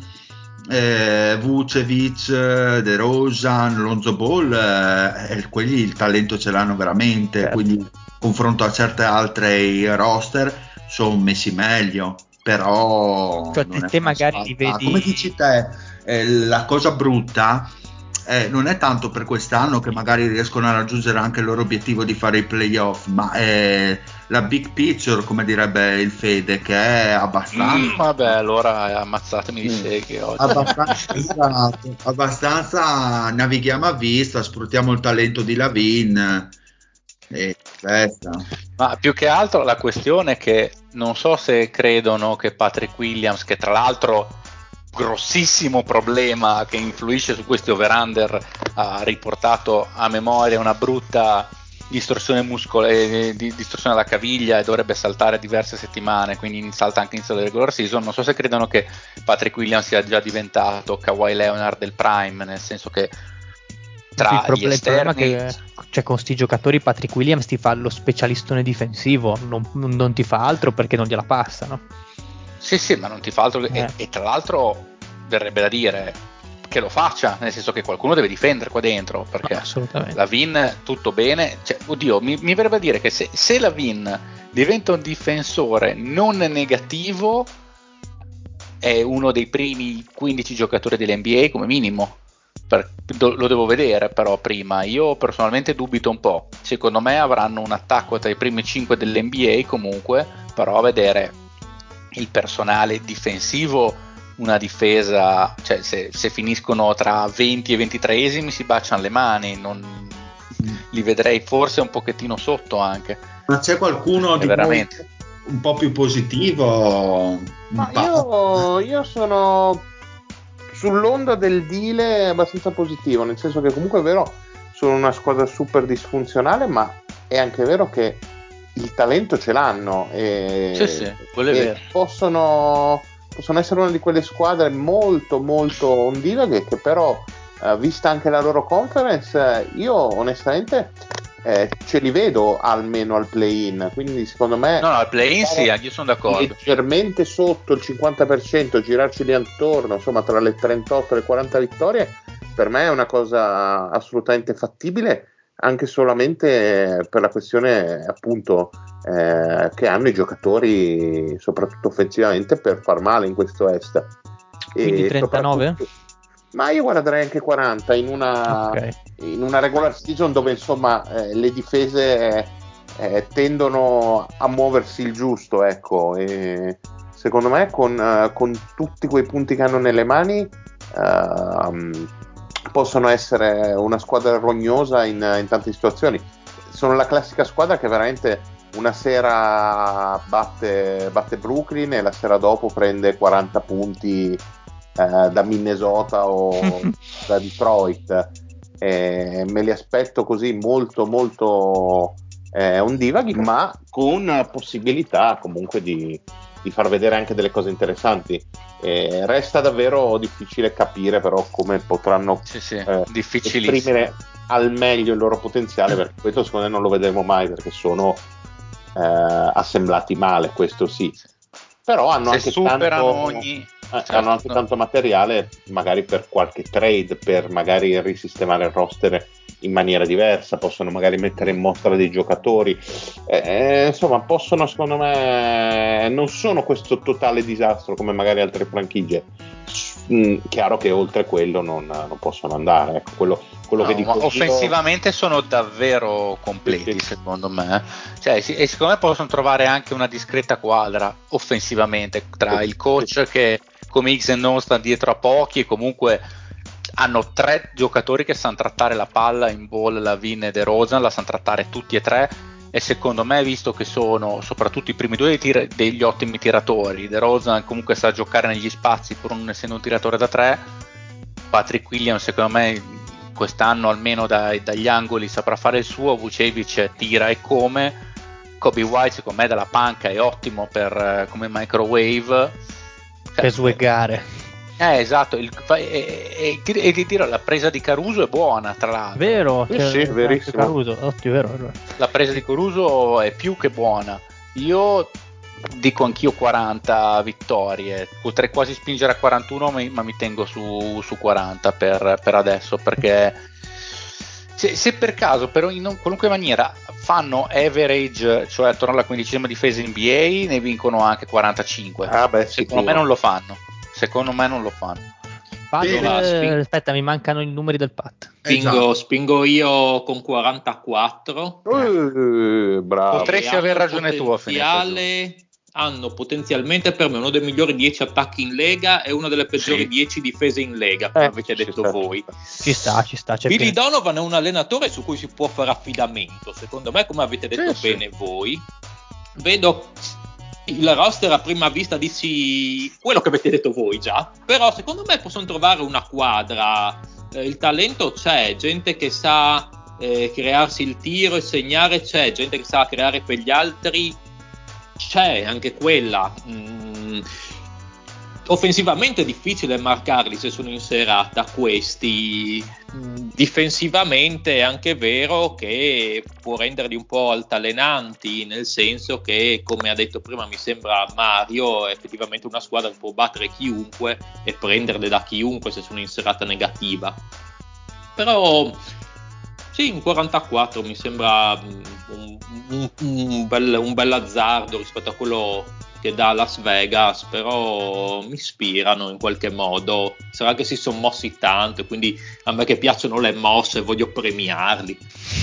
eh, Vucevic, eh, De Rozan, Lonzo Ball, eh, eh, quelli il talento ce l'hanno veramente, Certo. quindi confronto a certe altre roster sono messi meglio, però Cioè, non te, è te una magari squadra- li vedi... come dici te, eh, la cosa brutta eh, non è tanto per quest'anno che magari riescono a raggiungere anche il loro obiettivo di fare i playoff, ma è la big picture, come direbbe il Fede, che è abbastanza... Mm, vabbè, allora ammazzatemi di Mm. seghe oggi. Abbastanza, esatto, abbastanza navighiamo a vista, sfruttiamo il talento di Lavin e questa. Ma più che altro la questione è che non so se credono che Patrick Williams, che tra l'altro grossissimo problema che influisce su questi over-under, ha riportato a memoria una brutta distorsione muscolare, di distorsione alla caviglia e dovrebbe saltare diverse settimane, quindi salta anche inizio della regular season. Non so se credono che Patrick Williams sia già diventato Kawhi Leonard del prime, nel senso che tra il, prob- gli il problema esterni è che cioè, con sti giocatori Patrick Williams ti fa lo specialistone difensivo, non, non ti fa altro perché non gliela passano. sì sì, ma non ti fa altro che, Eh. e, e tra l'altro verrebbe da dire che lo faccia, nel senso che qualcuno deve difendere qua dentro, perché Assolutamente. Lavin tutto bene, cioè, oddio, mi, mi verrebbe a dire che se, se Lavin diventa un difensore non negativo è uno dei primi quindici giocatori dell'N B A come minimo. Per, do, lo devo vedere però prima. Io personalmente dubito un po'. Secondo me avranno un attacco tra i primi cinque dell'N B A comunque, però a vedere il personale difensivo, una difesa, cioè se, se finiscono tra venti e ventitreesimi si baciano le mani, non, li vedrei forse un pochettino sotto anche. Ma c'è qualcuno E di veramente voi un po' più positivo? Ma io, io sono sull'onda del deal abbastanza positivo, nel senso che comunque è vero, sono una squadra super disfunzionale, ma è anche vero che il talento ce l'hanno e, sì, sì, quello è e vero. possono, possono essere una di quelle squadre molto molto ondivaghe che però, eh, vista anche la loro conference, io onestamente eh, ce li vedo almeno al play-in, quindi secondo me no no al play-in sì, io sono d'accordo, leggermente sotto il cinquanta per cento, girarci lì attorno, insomma tra le trentotto e le quaranta vittorie, per me è una cosa assolutamente fattibile, anche solamente per la questione appunto eh, che hanno i giocatori soprattutto offensivamente per far male in questo est. Quindi E trentanove? Ma io guarderei anche quaranta in una, Ok. in una regular season dove insomma eh, le difese eh, tendono a muoversi il giusto, ecco, e secondo me con, uh, con tutti quei punti che hanno nelle mani uh, possono essere una squadra rognosa in, in tante situazioni. Sono la classica squadra che veramente una sera batte, batte Brooklyn e la sera dopo prende quaranta punti eh, da Minnesota o da Detroit. Eh, me li aspetto così molto molto eh, ondivaghi, ma con possibilità comunque di, di far vedere anche delle cose interessanti. Eh, resta davvero difficile capire però come potranno sì, sì, eh, difficilissimo, esprimere al meglio il loro potenziale, perché questo secondo me non lo vedremo mai perché sono eh, assemblati male, questo sì, però hanno se anche superano tanto ogni eh, certo, hanno anche no. tanto materiale magari per qualche trade, per magari risistemare il roster in maniera diversa, possono magari mettere in mostra dei giocatori, eh, insomma possono, secondo me non sono questo totale disastro come magari altre franchigie. Mm, chiaro che oltre quello non, non possono andare, ecco, quello, quello No, che dico ma io... offensivamente sono davvero completi, Sì, sì. secondo me, cioè, sì, e secondo me possono trovare anche una discreta quadra offensivamente tra Sì, il coach sì. che come X e non sta dietro a pochi e comunque hanno tre giocatori che sanno trattare la palla in ball, Lavin e De Rozan, la sanno trattare tutti e tre e secondo me, visto che sono soprattutto i primi due tir- degli ottimi tiratori, DeRozan comunque sa giocare negli spazi pur non essendo un tiratore da tre, Patrick Williams secondo me quest'anno almeno dai, dagli angoli saprà fare il suo, Vucevic tira e come, Kobe White secondo me dalla panca è ottimo per, come microwave, per sweggare. Eh esatto, il, e, e, e ti dirò, la presa di Caruso è buona tra l'altro. Vero, sì, sì, verissimo. Caruso, ottimo, vero, vero. La presa di Caruso è più che buona. Io dico anch'io quaranta vittorie, potrei quasi spingere a quarantuno, ma mi tengo su, su quaranta per, per adesso, perché se, se per caso però in qualunque maniera fanno average, cioè attorno alla quindicesima difesa N B A, ne vincono anche quarantacinque. Ah, beh, secondo sicuro. me non lo fanno. Secondo me non lo fanno. Pat, Allora, eh, sping- aspetta, mi mancano i numeri del Pat. Spingo, spingo io con quarantaquattro. Uh, bravo. Potresti E aver hanno ragione tu a fine potenziale- hanno potenzialmente per me uno dei migliori dieci attacchi in Lega e una delle peggiori Sì. dieci difese in Lega, come Eh, avete ci detto sta, voi. Ci sta, ci sta. C'è Billy pieno. Donovan è un allenatore su cui si può fare affidamento, secondo me, come avete detto Sì, bene voi. Vedo il roster a prima vista, dici quello che avete detto voi già, però secondo me possono trovare una quadra, eh, il talento c'è, gente che sa eh, crearsi il tiro e segnare c'è, gente che sa creare per gli altri c'è, anche quella. Mm. Offensivamente è difficile marcarli se sono in serata questi. Difensivamente è anche vero che può renderli un po' altalenanti, nel senso che, come ha detto prima, mi sembra Mario, è effettivamente una squadra che può battere chiunque e prenderle da chiunque se sono in serata negativa. Però sì, un quarantaquattro mi sembra un, un, un, bel, un bel azzardo rispetto a quello che dà Las Vegas, però mi ispirano in qualche modo. Sarà che si sono mossi tanto, quindi a me che piacciono le mosse voglio premiarli.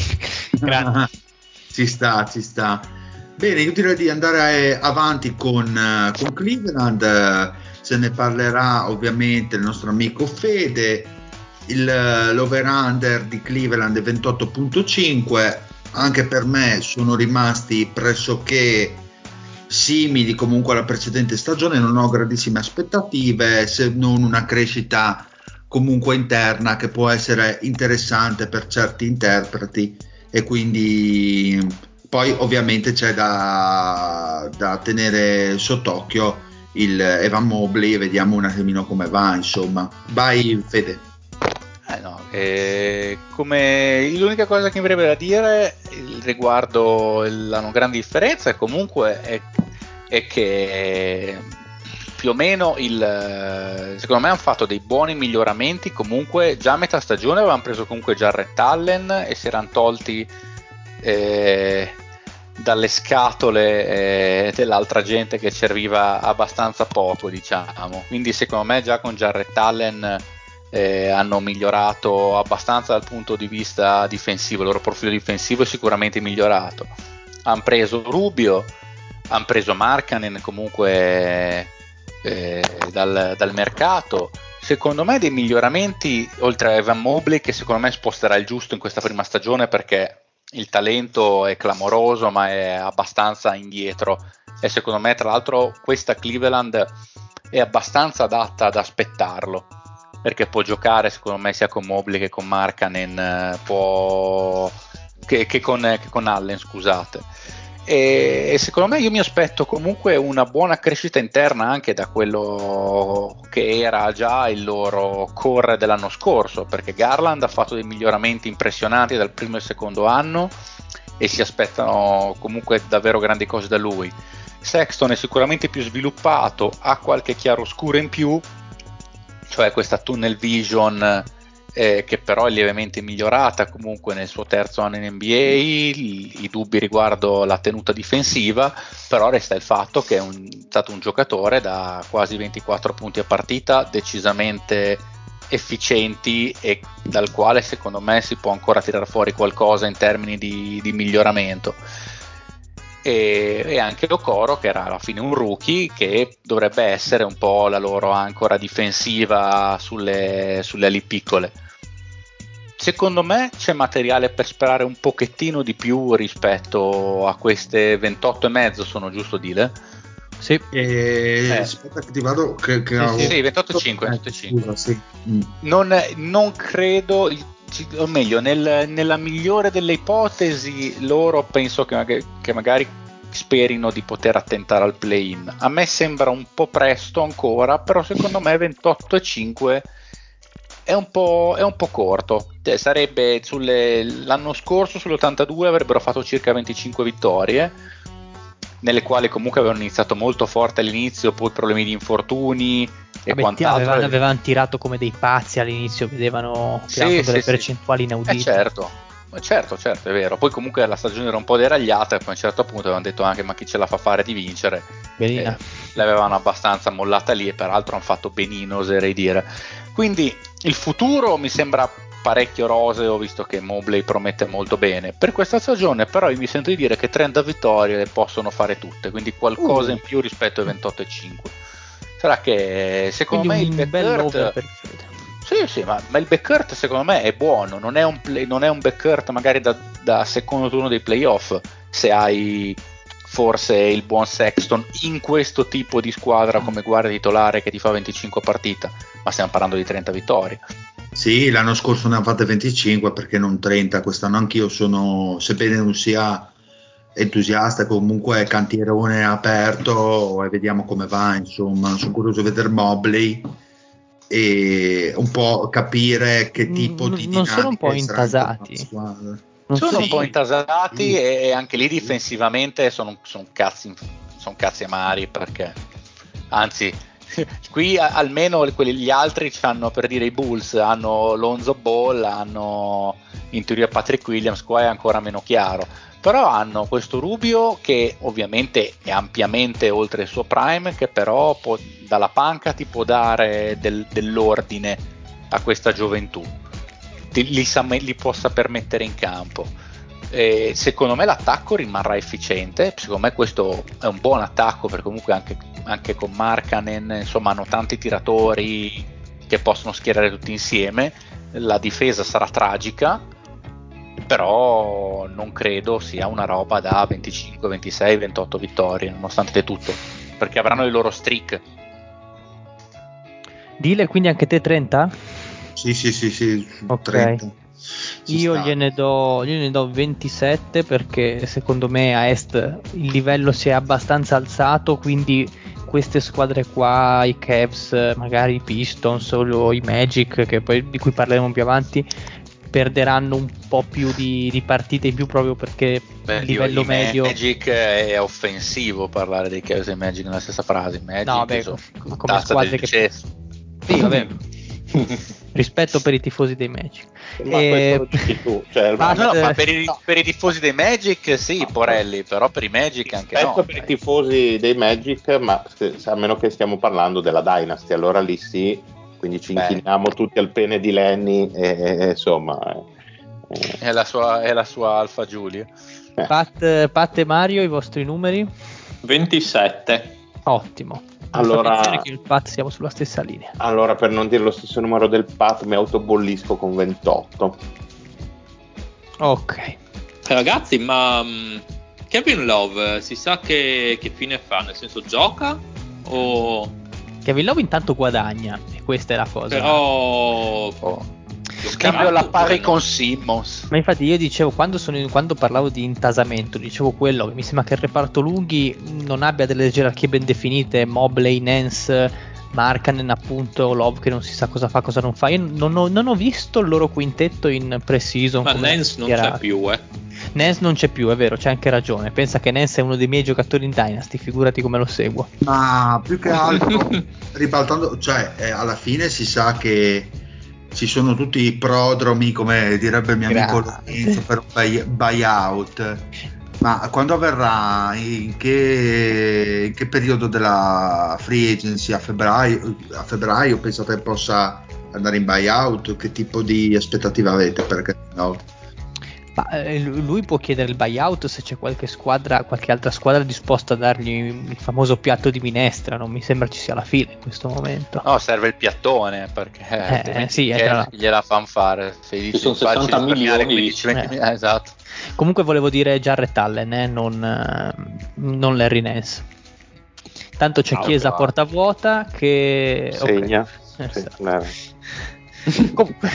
Ci sta, ci sta. Bene, io direi di andare avanti con, uh, con Cleveland, se ne parlerà ovviamente il nostro amico Fede. Il, l'over-under di Cleveland è ventotto virgola cinque, anche per me sono rimasti pressoché simili comunque alla precedente stagione, non ho grandissime aspettative, se non una crescita comunque interna che può essere interessante per certi interpreti, e quindi poi ovviamente c'è da, da tenere sott'occhio il Evan Mobley, vediamo un attimino come va, insomma. Vai Fede. Eh no, eh, come l'unica cosa che mi avrebbe da dire riguardo la non grande differenza è comunque è, è che più o meno il secondo me hanno fatto dei buoni miglioramenti. Comunque già a metà stagione avevano preso comunque Jarrett Allen e si erano tolti eh, dalle scatole eh, dell'altra gente che serviva abbastanza poco, diciamo. Quindi secondo me già con Jarrett Allen Eh, hanno migliorato abbastanza dal punto di vista difensivo, il loro profilo difensivo è sicuramente migliorato. Hanno preso Rubio, hanno preso Markkanen comunque eh, dal, dal mercato. Secondo me dei miglioramenti, oltre a Evan Mobley, che secondo me sposterà il giusto in questa prima stagione perché il talento è clamoroso ma è abbastanza indietro, e secondo me tra l'altro questa Cleveland è abbastanza adatta ad aspettarlo, perché può giocare secondo me sia con Mobley che con Markkanen, può... che, che, con, che con Allen, scusate. E, e secondo me io mi aspetto comunque una buona crescita interna anche da quello che era già il loro core dell'anno scorso, perché Garland ha fatto dei miglioramenti impressionanti dal primo e secondo anno e si aspettano comunque davvero grandi cose da lui. Sexton è sicuramente più sviluppato, ha qualche chiaroscuro in più, cioè questa tunnel vision eh, che però è lievemente migliorata comunque nel suo terzo anno in N B A, i, i dubbi riguardo la tenuta difensiva, però resta il fatto che è un, stato un giocatore da quasi ventiquattro punti a partita, decisamente efficienti e dal quale secondo me si può ancora tirare fuori qualcosa in termini di, di miglioramento. E, e anche Okoro, che era alla fine un rookie, che dovrebbe essere un po' la loro ancora difensiva sulle, sulle ali piccole. secondo me c'è materiale per sperare un pochettino di più rispetto a queste ventotto e mezzo, sono giusto Dile? Sì. E Eh. aspetta che ti vado che, che Sì, ho... sì, sì, ventotto e cinque, ventotto e cinque. Scusa, sì. Mm. Non, non credo, o meglio, nel, nella migliore delle ipotesi, loro penso che, che magari sperino di poter attentare al play-in. A me sembra un po' presto ancora, però secondo me ventotto e cinque è un po', è un po' corto. Cioè, sarebbe sulle, l'anno scorso sull'ottantadue avrebbero fatto circa venticinque vittorie, nelle quali comunque avevano iniziato molto forte all'inizio, poi problemi di infortuni e Vabbè, quant'altro. avevano, avevano tirato come dei pazzi all'inizio, vedevano Sì, tirato delle sì, percentuali sì. inaudite. Eh certo, certo, certo, è vero. Poi comunque la stagione era un po' deragliata e poi a un certo punto avevano detto anche ma chi ce la fa fare di vincere. Benina. Eh, l'avevano abbastanza mollata lì e peraltro hanno fatto benino, oserei dire. Quindi il futuro mi sembra parecchio roseo, visto che Mobley promette molto bene per questa stagione, però io mi sento di dire che trenta vittorie le possono fare tutte, quindi qualcosa Uh. in più rispetto ai ventotto e cinque. Sarà che secondo Quindi me un il bel backcourt over per Fede. sì, sì, ma, ma il backcourt secondo me è buono, non è un, play, non è un backcourt magari da, da secondo turno dei playoff, se hai forse il buon Sexton in questo tipo di squadra come guardia titolare che ti fa venticinque partite, ma stiamo parlando di trenta vittorie. Sì, l'anno scorso ne hanno fatte venticinque, perché non trenta? Quest'anno anch'io sono, sebbene non sia entusiasta, comunque cantierone aperto e vediamo come va, insomma. Sono curioso di vedere Mobley e un po' capire che tipo N- di non sono un po' dinamica sarà intorno alla intasati? squadra. Non Sono sono un po' Sì, intasati sì, e, e anche lì sì. difensivamente sono, sono cazzi, sono cazzi amari, perché anzi qui a- almeno quelli, gli altri hanno, per dire i Bulls hanno Lonzo Ball, hanno in teoria Patrick Williams, qua è ancora meno chiaro, però hanno questo Rubio che ovviamente è ampiamente oltre il suo prime, che però può, dalla panca ti può dare del, dell'ordine a questa gioventù, ti, li, sa, li possa permettere in campo. E secondo me l'attacco rimarrà efficiente, secondo me questo è un buon attacco, perché comunque anche, anche con Markkanen insomma hanno tanti tiratori che possono schierare tutti insieme. La difesa sarà tragica, però non credo sia una roba da venticinque, ventisei, ventotto vittorie nonostante tutto, perché avranno i loro streak. Dile, quindi anche te trenta? Sì, sì, sì, sì, Ok. trenta. Ci Io sta. gliene do, io gliene do ventisette, perché secondo me a Est il livello si è abbastanza alzato, quindi queste squadre qua, i Cavs, magari i Pistons o i Magic, che poi, di cui parleremo più avanti, perderanno un po' più di, di partite in più, proprio perché Beh, il livello io, medio... Magic è offensivo parlare dei Cavs e Magic nella stessa frase. Magic No, beh, sono come tazza squadre del che... cesso. Sì, vabbè. Rispetto per i tifosi dei Magic. Ma E... questo lo dici tu, cioè, Pat- No, no, ma per i, no. per i tifosi dei Magic sì, No, Porelli, però per i Magic anche rispetto no. per i dai. tifosi dei Magic, ma se, a meno che stiamo parlando della Dynasty, allora lì sì, quindi ci Beh. inchiniamo tutti al pene di Lenny e, e insomma eh, È la sua, è la sua Alfa Giulia. eh. Pat, Pat e Mario, i vostri numeri? ventisette. Ottimo. Mi Allora- fa piacere che io e il Pat siamo sulla stessa linea. Allora, per non dire lo stesso numero del Pat, mi autobollisco con ventotto. Ok. Eh, Ragazzi, ma mh, Kevin Love si sa che, che fine fa? Nel senso, gioca? O Kevin Love intanto guadagna, e questa è la cosa. però Oh. lo Scambio cambio alla pari oppure no? con Simmons. Ma infatti io dicevo, quando, sono, quando parlavo di intasamento, dicevo quello, che mi sembra che il reparto lunghi non abbia delle gerarchie ben definite, Mobley, Nance, Markkanen appunto, Love che non si sa cosa fa, cosa non fa. Io non ho, non ho visto il loro quintetto in pre-season. Ma come Nance non schierati. c'è più, eh. Nance non c'è più, è vero, c'è anche ragione. Pensa che Nance è uno dei miei giocatori in Dynasty, figurati come lo seguo. Ma più che altro, ribaltando, cioè eh, alla fine si sa che ci sono tutti i prodromi, come direbbe il mio amico Grazie. Lorenzo, per un buy- buyout. Ma quando avverrà? In che, in che periodo della free agency? A febbraio? A febbraio pensate possa andare in buyout? Che tipo di aspettativa avete? Perché no? Ma eh, lui può chiedere il buyout se c'è qualche squadra, qualche altra squadra disposta a dargli il famoso piatto di minestra. Non mi sembra ci sia la fila in questo momento. No, serve il piattone perché Eh, sì, che tra... gliela fanno fare. Ci sono sessanta milioni. quindici, venti, eh. Esatto. Comunque volevo dire Jarrett Allen, eh, non, eh, non Larry Nance. Tanto c'è Ah, Chiesa a okay. porta vuota che segna. okay. Sì, Comunque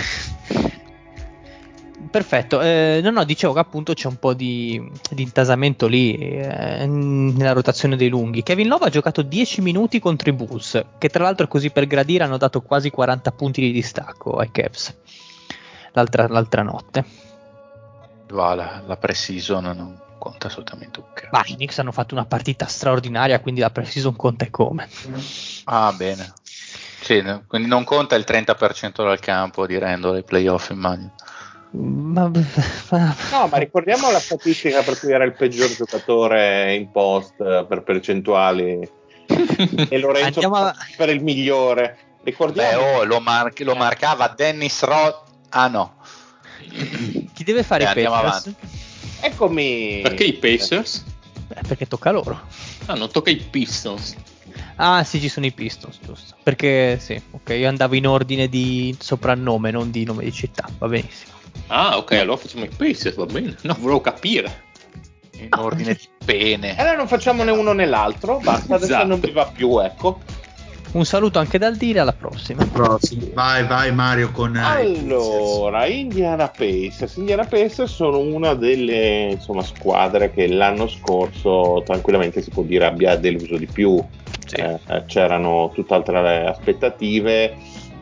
perfetto, eh, no no dicevo che appunto c'è un po' di, di intasamento lì eh, nella rotazione dei lunghi. Kevin Love ha giocato dieci minuti contro i Bulls, che tra l'altro così per gradire hanno dato quasi quaranta punti di distacco ai Cavs l'altra, l'altra notte. Va, la, la pre-season non conta assolutamente un cazzo. Ma i Knicks hanno fatto una partita straordinaria, quindi la pre-season conta e come. Ah, bene. Sì, no, quindi non conta il trenta per cento dal campo di Randall ai playoff, immagino. Ma, ma... No, ma ricordiamo la statistica per cui era il peggior giocatore in post per percentuali e Lorenzo Andiamo a... per il migliore. Ricordiamo. Beh, oh, lo, mar- lo marcava Dennis Roth. Ah no. Chi deve fare Eh, i andiamo Pacers? avanti. Eccomi. Perché i Pacers? Beh, perché tocca loro. Ah, non tocca i Pistons. Ah sì, ci sono i Pistons, giusto. Perché sì, ok, io andavo in ordine di soprannome, non di nome di città, va benissimo. Ah, ok, allora facciamo i Pacers, va bene. No, volevo capire. In ordine di pene. E allora non facciamo né uno né l'altro, basta, adesso Esatto. non mi va più, ecco. Un saluto anche dal dire, alla prossima. Vai, vai Mario con eh, Allora, Indiana Pacers. Indiana Pacers sono una delle insomma, squadre che l'anno scorso tranquillamente si può dire abbia deluso di più. Sì. Eh, c'erano tutt'altre aspettative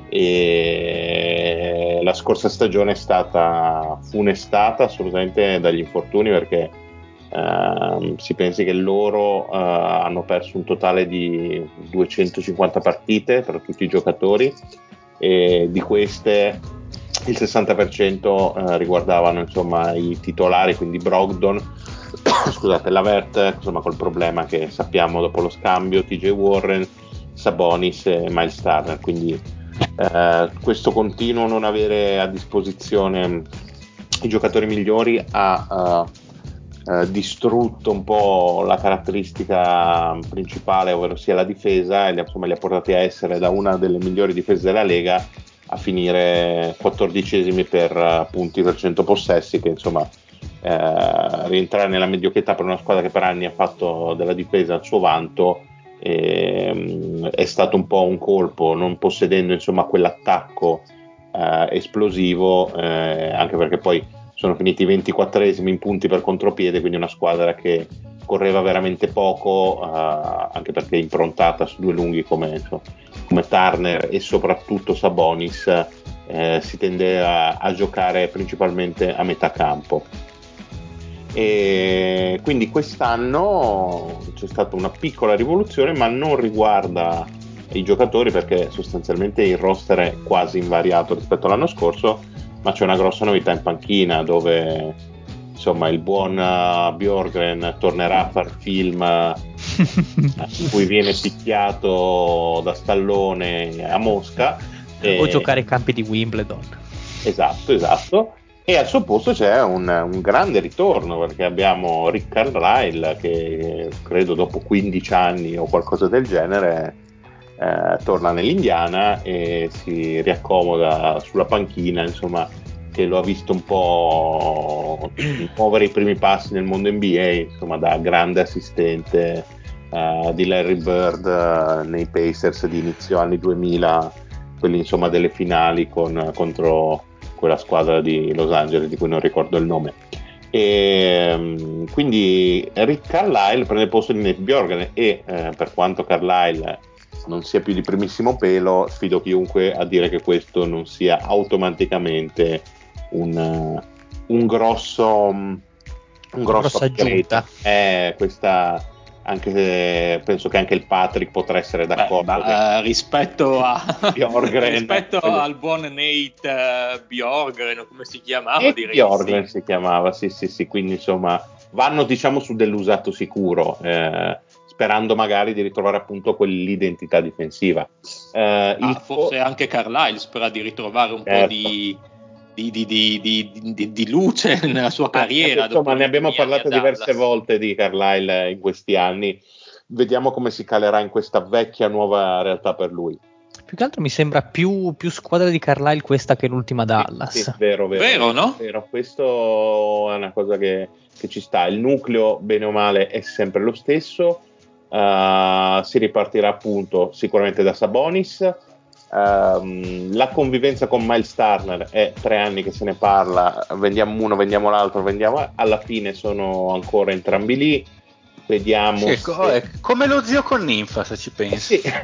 e la scorsa stagione è stata funestata assolutamente dagli infortuni perché Uh, si pensi che loro uh, hanno perso un totale di duecentocinquanta partite tra tutti i giocatori e di queste il sessanta per cento uh, riguardavano insomma i titolari, quindi Brogdon, scusate, Lavert, insomma col problema che sappiamo dopo lo scambio, T J Warren, Sabonis e Miles Turner, quindi uh, questo continuo non avere a disposizione i giocatori migliori ha uh, Uh, distrutto un po' la caratteristica principale, ovvero sia la difesa, e li, insomma, li ha portati a essere da una delle migliori difese della Lega a finire quattordicesimi per uh, punti per cento possessi, che insomma uh, rientrare nella mediocrità per una squadra che per anni ha fatto della difesa il suo vanto e, um, è stato un po' un colpo, non possedendo insomma quell'attacco uh, esplosivo, eh, anche perché poi sono finiti ventiquattresimi in punti per contropiede, quindi una squadra che correva veramente poco, uh, anche perché improntata su due lunghi come, insomma, come Turner e soprattutto Sabonis, eh, si tendeva a giocare principalmente a metà campo. E quindi quest'anno c'è stata una piccola rivoluzione, ma non riguarda i giocatori perché sostanzialmente il roster è quasi invariato rispetto all'anno scorso, ma c'è una grossa novità in panchina dove insomma il buon uh, Bjorgren tornerà a far film uh, in cui viene picchiato da Stallone a Mosca e... o giocare ai campi di Wimbledon. Esatto, esatto. E al suo posto c'è un, un grande ritorno perché abbiamo Rick Carlisle che credo dopo quindici anni o qualcosa del genere Eh, torna nell'Indiana e si riaccomoda sulla panchina, insomma, che lo ha visto un po' muovere i primi passi nel mondo N B A, insomma, da grande assistente uh, di Larry Bird uh, nei Pacers di inizio anni duemila, quelli insomma delle finali con, contro quella squadra di Los Angeles di cui non ricordo il nome. E um, quindi Rick Carlisle prende il posto di Nate Bjorkgren e eh, per quanto Carlisle non sia più di primissimo pelo, sfido chiunque a dire che questo non sia automaticamente un, uh, un grosso un grosso aggiunta. Eh, questa anche se penso che anche il Patrick potrà essere d'accordo. Beh, ma, uh, rispetto a Bjorkgren, rispetto al buon Nate uh, Bjorkgren, come si chiamava? E direi Bjorkgren sì. si chiamava, sì, sì, sì. Quindi insomma vanno diciamo su dell'usato sicuro. Eh, sperando magari di ritrovare appunto quell'identità difensiva. Eh, Ah, il forse co- anche Carlisle spera di ritrovare un certo. po' di di, di, di, di, di, di luce nella sua carriera. Eh, insomma, ne abbiamo parlato diverse Dallas. volte di Carlisle in questi anni. Vediamo come si calerà in questa vecchia nuova realtà per lui. Più che altro mi sembra più, più squadra di Carlisle questa che l'ultima Dallas. Sì, sì, vero, vero, vero, no? Vero. Questo è una cosa che, che ci sta. Il nucleo, bene o male, è sempre lo stesso. Uh, si ripartirà appunto sicuramente da Sabonis. Uh, la convivenza con Miles Turner è tre anni che se ne parla. Vendiamo uno, vendiamo l'altro, vendiamo. Alla fine sono ancora entrambi lì. Vediamo sì, se... è come lo zio con ninfa, se ci pensi. Sì.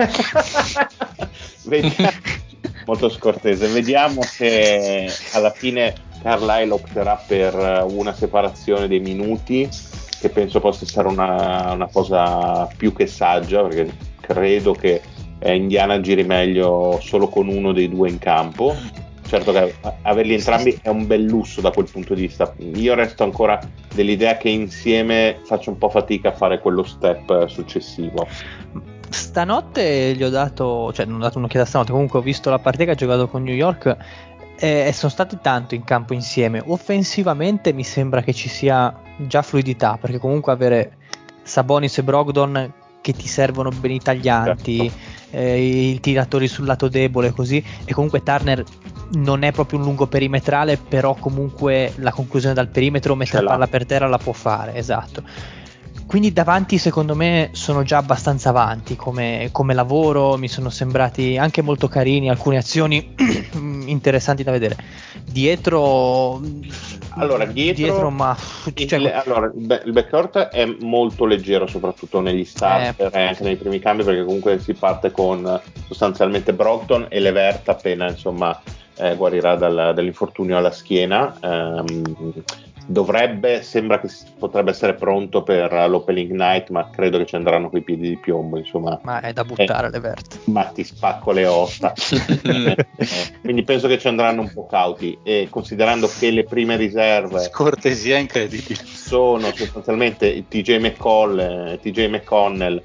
Vediamo... molto scortese. Vediamo se alla fine Carlisle opterà per una separazione dei minuti, che penso possa essere una, una cosa più che saggia, perché credo che Indiana giri meglio solo con uno dei due in campo. Certo che averli entrambi è un bel lusso da quel punto di vista. Io resto ancora dell'idea che insieme faccio un po' fatica a fare quello step successivo. Stanotte gli ho dato, cioè non ho dato un'occhiata stanotte, comunque ho visto la partita che ha giocato con New York e, e sono stati tanto in campo insieme. Offensivamente mi sembra che ci sia già fluidità, perché comunque avere Sabonis e Brogdon che ti servono ben i taglianti, eh, i tiratori sul lato debole così, e comunque Turner non è proprio un lungo perimetrale, però comunque la conclusione dal perimetro, mettere palla per terra la può fare, esatto. Quindi davanti secondo me sono già abbastanza avanti come, come lavoro, mi sono sembrati anche molto carini, alcune azioni interessanti da vedere. Dietro, allora, dietro, dietro ma cioè, il, allora, il backcourt è molto leggero, soprattutto negli starter eh. e anche nei primi cambi, perché comunque si parte con sostanzialmente Brogdon e Levert appena insomma eh, guarirà dal, dall'infortunio alla schiena. Um, dovrebbe, sembra che potrebbe essere pronto per l'opening night, ma credo che ci andranno coi piedi di piombo, insomma. Ma è da buttare eh, Levert. Ma ti spacco le ossa. Quindi penso che ci andranno un po' cauti, e considerando che le prime riserve scortesia incredibile sono sostanzialmente T J McCall, T J McConnell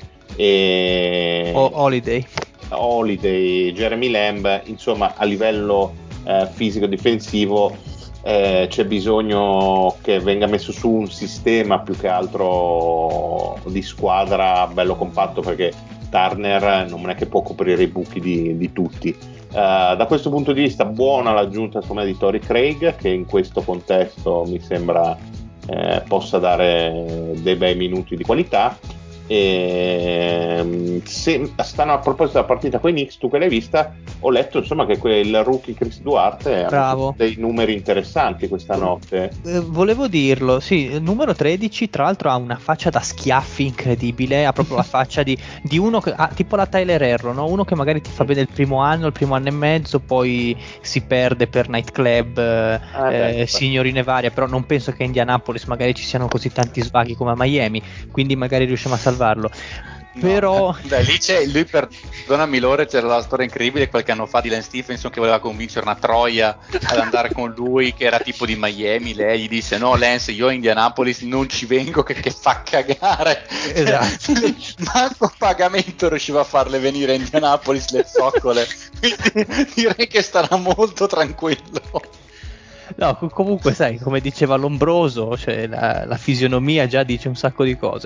e o Holiday Holiday, Jeremy Lamb, insomma a livello eh, fisico difensivo Eh, c'è bisogno che venga messo su un sistema più che altro di squadra bello compatto, perché Turner non è che può coprire i buchi di, di tutti. Uh, da questo punto di vista buona l'aggiunta insomma, di Torrey Craig, che in questo contesto mi sembra eh, possa dare dei bei minuti di qualità. E se stanno, a proposito della partita con i Knicks, tu che l'hai vista, ho letto insomma che quel rookie Chris Duarte ha dei numeri interessanti questa notte. Eh, volevo dirlo, sì, numero tredici, tra l'altro ha una faccia da schiaffi incredibile, ha proprio la faccia di, di uno che ha tipo la Tyler Herro, no? Uno che magari ti fa bene il primo anno, il primo anno e mezzo, poi si perde per nightclub, eh, ah, beh, eh, signorine varie, però non penso che a Indianapolis magari ci siano così tanti svaghi come a Miami, quindi magari riusciamo a salvarlo. No, però beh, lì c'è lui, perdonami Lore, c'era la storia incredibile qualche anno fa di Lance Stephenson che voleva convincere una troia ad andare con lui, che era tipo di Miami. Lei gli disse: no Lance, io a Indianapolis non ci vengo, che, che fa cagare. Esatto. Manco pagamento riusciva a farle venire a Indianapolis le zoccole, quindi direi che starà molto tranquillo. No, comunque sai, come diceva Lombroso, cioè la, la fisionomia già dice un sacco di cose.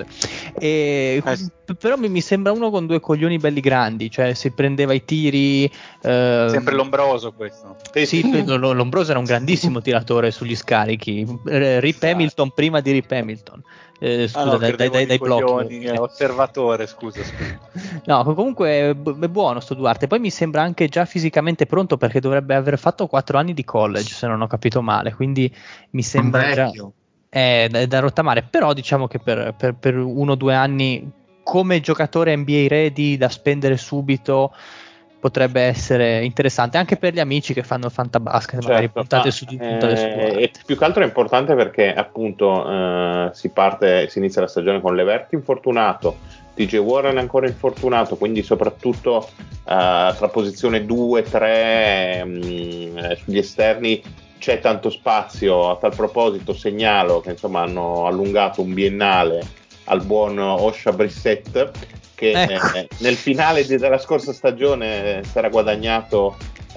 E, eh. Però mi, mi sembra uno con due coglioni belli grandi, cioè si prendeva i tiri. Eh, Sempre Lombroso questo. Sì, Lombroso era un grandissimo tiratore sugli scarichi. Rip Hamilton prima di Rip Hamilton. Eh, scusa, ah, no, dai, dai, dai, dai blocchi. Eh, osservatore, scusa, scusa. No, comunque è buono sto Duarte. Poi mi sembra anche già fisicamente pronto, perché dovrebbe aver fatto quattro anni di college, se non ho capito male. Quindi mi sembra già è da, da rottamare. Però diciamo che per, per, per uno o due anni come giocatore N B A ready da spendere subito potrebbe essere interessante anche per gli amici che fanno fantabasket, certo, magari puntate su, puntate su Duarte. E più che altro è importante perché appunto eh, si parte, si inizia la stagione con Levert infortunato, T J Warren ancora infortunato, quindi soprattutto eh, tra posizione due tre mh, sugli esterni c'è tanto spazio. A tal proposito segnalo che insomma hanno allungato un biennale al buon Osha Brissett, che ecco. eh, nel finale della scorsa stagione si era guadagnato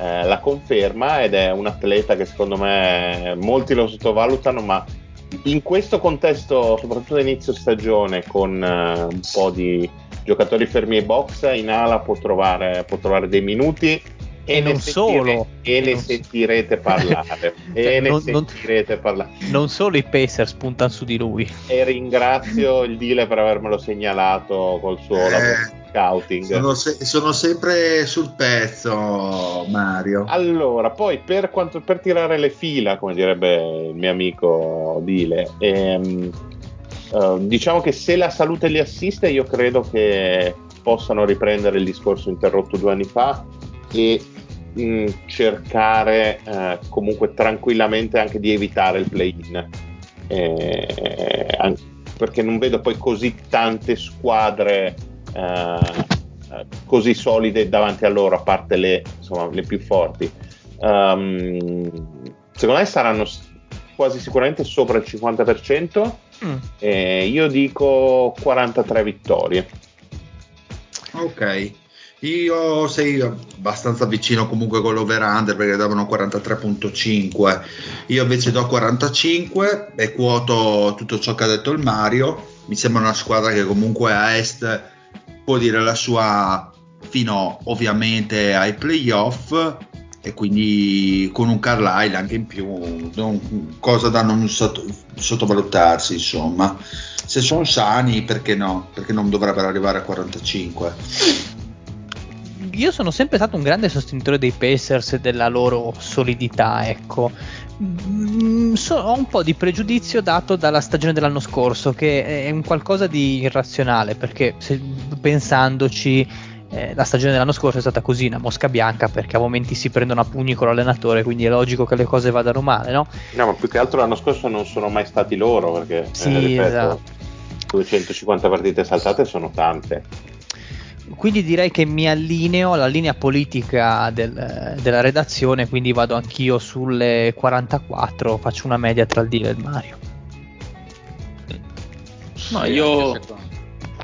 eh, la conferma, ed è un atleta che secondo me molti lo sottovalutano, ma in questo contesto, soprattutto all'inizio stagione, con eh, un po' di giocatori fermi ai box, in ala può trovare, può trovare dei minuti. E, E ne non sentire- solo. e E ne non- sentirete parlare e Cioè, ne non- non- sentirete parlare Non solo i Pacers puntano su di lui. e ringrazio il Dile per avermelo segnalato col suo Eh, lavoro di scouting. Sono, se- sono sempre sul pezzo, Mario. Allora, poi per quanto per tirare le fila, come direbbe il mio amico Dile, ehm, eh, diciamo che se la salute li assiste, io credo che possano riprendere il discorso interrotto due anni fa e mh, cercare eh, comunque tranquillamente anche di evitare il play-in, eh, an- perché non vedo poi così tante squadre eh, eh, così solide davanti a loro, a parte le, insomma, le più forti. Um, secondo me saranno s- quasi sicuramente sopra il cinquanta per cento. Mm. Eh, io dico quarantatré vittorie. Ok, io sei abbastanza vicino comunque con l'over-under perché davano quarantatré virgola cinque, io invece do quarantacinque e quoto tutto ciò che ha detto il Mario. Mi sembra una squadra che comunque a est può dire la sua fino ovviamente ai playoff, e quindi con un Carlisle anche in più, non- cosa da non sotto- sottovalutarsi, insomma. Se sono sani, perché no? Perché non dovrebbero arrivare a quarantacinque. Io sono sempre stato un grande sostenitore dei Pacers e della loro solidità, ecco. Mm, so- ho un po' di pregiudizio dato dalla stagione dell'anno scorso, che è un qualcosa di irrazionale, perché se, pensandoci, eh, la stagione dell'anno scorso è stata così, una mosca bianca, perché a momenti si prendono a pugni con l'allenatore, quindi è logico che le cose vadano male, no? No, ma più che altro l'anno scorso non sono mai stati loro, perché Sì, eh, ripeto, esatto. duecentocinquanta partite saltate sono tante. Quindi direi che mi allineo alla linea politica del- della redazione, quindi vado anch'io sulle quarantaquattro, faccio una media tra il Dile e il Mario. Ma Sì, io- anche secondo-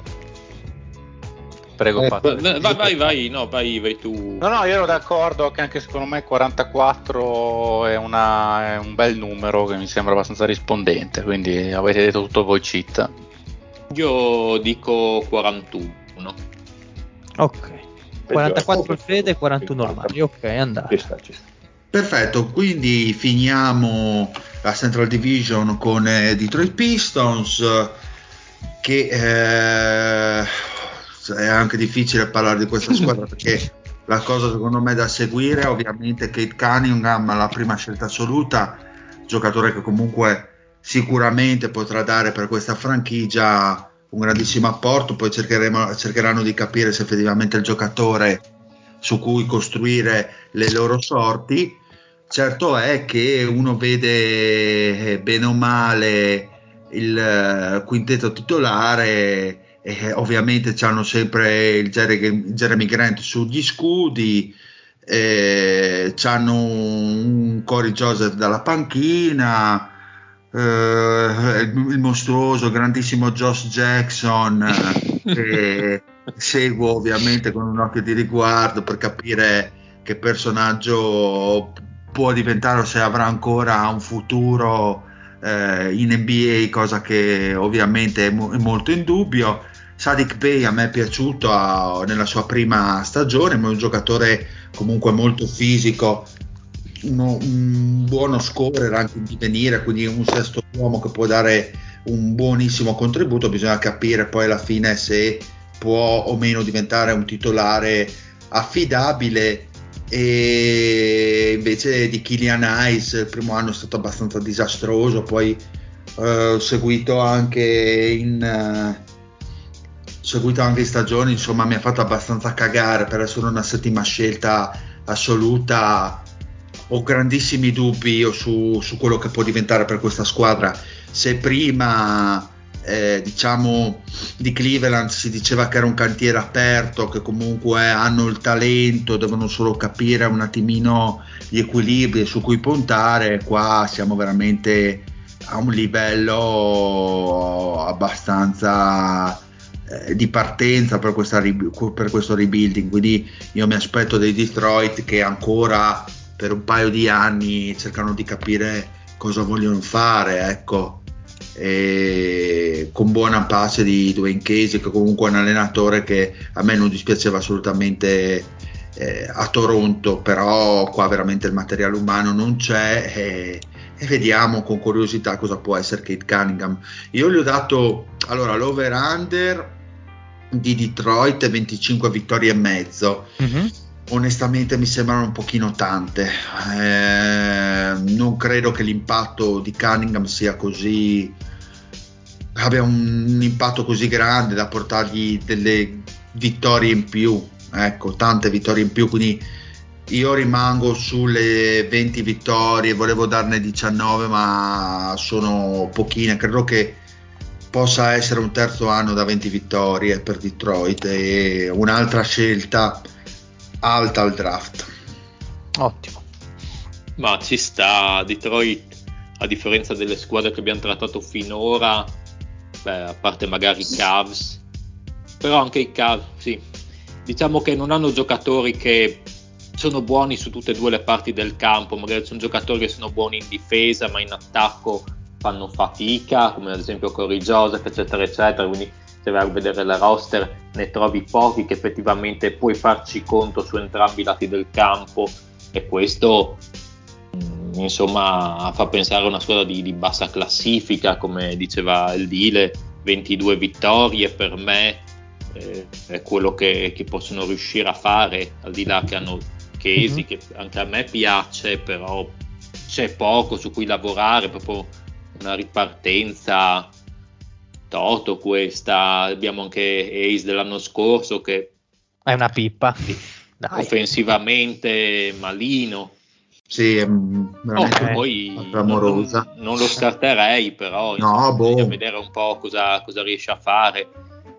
Prego, Eh, Pato. vai, vai, vai, vai, no, vai, vai tu. No, no, io ero d'accordo che anche secondo me quarantaquattro è, una, è un bel numero che mi sembra abbastanza rispondente, quindi avete detto tutto voi, cheat. Io dico quarantuno. Ok, quarantaquattro il Fede e quarantuno il cinquanta. Mario. Ok, è andato. Ci sta, ci sta. Perfetto, quindi finiamo la Central Division con eh, Detroit Pistons, eh, che eh, è anche difficile parlare di questa squadra perché la cosa secondo me da seguire è ovviamente Kate Cunningham, la prima scelta assoluta, giocatore che comunque sicuramente potrà dare per questa franchigia un grandissimo apporto. Poi cercheremo, cercheranno di capire se effettivamente è il giocatore su cui costruire le loro sorti. Certo è che uno vede eh, bene o male il eh, quintetto titolare, e ovviamente hanno sempre il Jeremy, Jeremy Grant sugli scudi, eh, hanno un Corey Joseph dalla panchina, eh, il, il mostruoso grandissimo Josh Jackson, eh, che seguo ovviamente con un occhio di riguardo per capire che personaggio può diventare o se avrà ancora un futuro eh, in N B A, cosa che ovviamente è, mo- è molto in dubbio. Saddiq Bey a me è piaciuto a, nella sua prima stagione, ma è un giocatore comunque molto fisico, uno, un buono scorer anche in divenire, quindi un sesto uomo che può dare un buonissimo contributo. Bisogna capire poi alla fine se può o meno diventare un titolare affidabile. E invece di Killian Hayes il primo anno è stato abbastanza disastroso, poi eh, ho seguito anche in eh, seguito anche in stagioni, insomma mi ha fatto abbastanza cagare per essere una settima scelta assoluta. Ho grandissimi dubbi io su, su quello che può diventare per questa squadra. Se prima eh, diciamo di Cleveland si diceva che era un cantiere aperto, che comunque hanno il talento, devono solo capire un attimino gli equilibri su cui puntare, qua siamo veramente a un livello abbastanza eh, di partenza per, questa, per questo rebuilding, quindi io mi aspetto dei Detroit che ancora per un paio di anni cercano di capire cosa vogliono fare, ecco, e con buona pace di Dwayne Casey, che comunque è un allenatore che a me non dispiaceva assolutamente eh, a Toronto, però qua veramente il materiale umano non c'è, e, e vediamo con curiosità cosa può essere Cade Cunningham. Io gli ho dato allora l'over under di Detroit venticinque vittorie e mezzo. Mm-hmm. Onestamente mi sembrano un pochino tante, eh, non credo che l'impatto di Cunningham sia così, abbia un, un impatto così grande da portargli delle vittorie in più, ecco, tante vittorie in più, quindi io rimango sulle venti vittorie, volevo darne diciannove ma sono pochine, credo che possa essere un terzo anno da venti vittorie per Detroit e un'altra scelta alta al draft. Ottimo. Ma ci sta. Detroit, a differenza delle squadre che abbiamo trattato finora, beh, a parte magari i Cavs, però anche i Cavs, sì, diciamo che non hanno giocatori che sono buoni su tutte e due le parti del campo. Magari sono giocatori che sono buoni in difesa ma in attacco fanno fatica, come ad esempio Corey Joseph, eccetera eccetera, quindi se vai a vedere la roster ne trovi pochi che effettivamente puoi farci conto su entrambi i lati del campo, e questo mh, insomma fa pensare a una squadra di, di bassa classifica, come diceva il Dile. Ventidue vittorie per me eh, è quello che, che possono riuscire a fare, al di là che hanno Casey, mm-hmm. che anche a me piace, però c'è poco su cui lavorare, proprio una ripartenza toto questa. Abbiamo anche Ace dell'anno scorso che è una pippa. Dai. Offensivamente malino. Sì, è veramente oh, poi amorosa. Non, non lo starterei, però no, insomma, boh. bisogna vedere un po' cosa, cosa riesce a fare.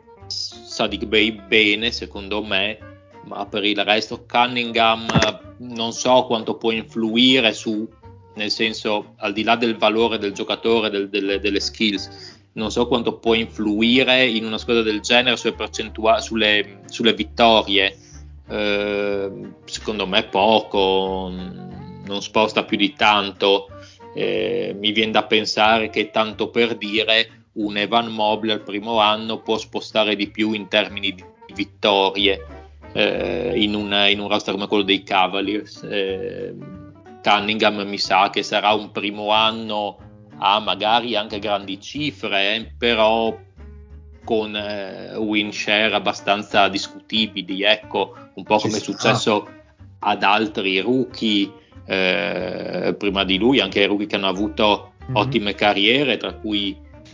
Sadiq Bey bene secondo me, ma per il resto Cunningham non so quanto può influire su, nel senso, al di là del valore del giocatore, del, delle, delle skills, non so quanto può influire in una squadra del genere sulle percentuali, sulle, sulle vittorie. Eh, secondo me poco, non sposta più di tanto. Eh, mi viene da pensare che, tanto per dire, un Evan Mobley al primo anno può spostare di più in termini di vittorie eh, in, una, in un roster come quello dei Cavaliers. eh, Cunningham mi sa che sarà un primo anno a magari anche grandi cifre, eh, però con eh, win share abbastanza discutibili, ecco, un po' come è successo ad altri rookie eh, prima di lui, anche rookie che hanno avuto mm-hmm. ottime carriere, tra cui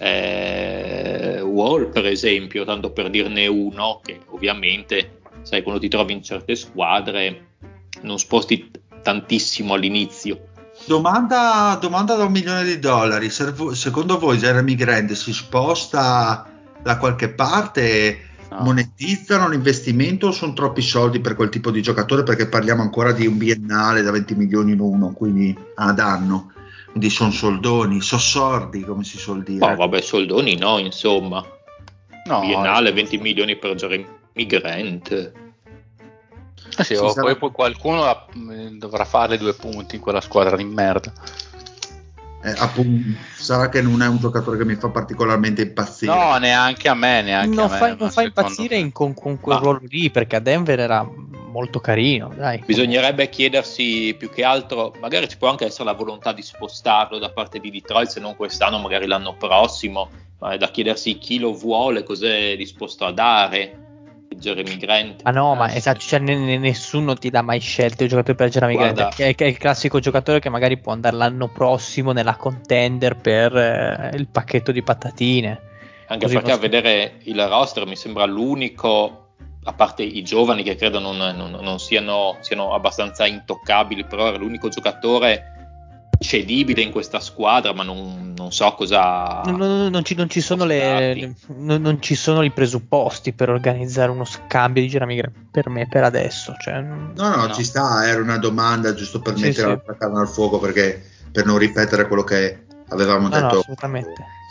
eh, Wall per esempio, tanto per dirne uno, che ovviamente sai, quando ti trovi in certe squadre non sposti tantissimo all'inizio. Domanda, domanda da un milione di dollari: secondo voi Jeremy Grant si sposta da qualche parte? No. Monetizzano l'investimento o sono troppi soldi per quel tipo di giocatore? Perché parliamo ancora di un biennale da venti milioni in uno, quindi ad anno, quindi sono soldoni, sono sordi, come si suol dire. No, vabbè, soldoni no, insomma, no, biennale venti milioni per Jeremy Grant. Eh sì, oh, poi, poi qualcuno dovrà fare due punti in quella squadra di merda. Eh, appunto, sarà che non è un giocatore che mi fa particolarmente impazzire. No, neanche a me, neanche non a me. Fa, non fa impazzire in, con, con quel ma... ruolo lì, perché a Denver era molto carino. Dai. Bisognerebbe chiedersi più che altro, magari ci può anche essere la volontà di spostarlo da parte di Detroit, se non quest'anno, magari l'anno prossimo. Ma è da chiedersi chi lo vuole, cos'è disposto a dare. Jeremy Grant. Ma no, eh, ma esatto, cioè, n- n- nessuno ti dà mai scelte un giocatore per Jeremy Guarda, Grant, che è, che è il classico giocatore che magari può andare l'anno prossimo nella contender per eh, il pacchetto di patatine. Anche Così perché a vedere il roster mi sembra l'unico, a parte i giovani che credo non, non, non siano, siano abbastanza intoccabili, però era l'unico giocatore cedibile in questa squadra, ma non, non so cosa. Non, non, non, ci, non, ci sono le, le, non, non ci sono i presupposti per organizzare uno scambio di Jeremy Grant per me per adesso. Cioè, no, no, no, ci sta, era una domanda giusto per sì, mettere sì. la carne al fuoco, perché per non ripetere quello che avevamo no, detto. No, assolutamente.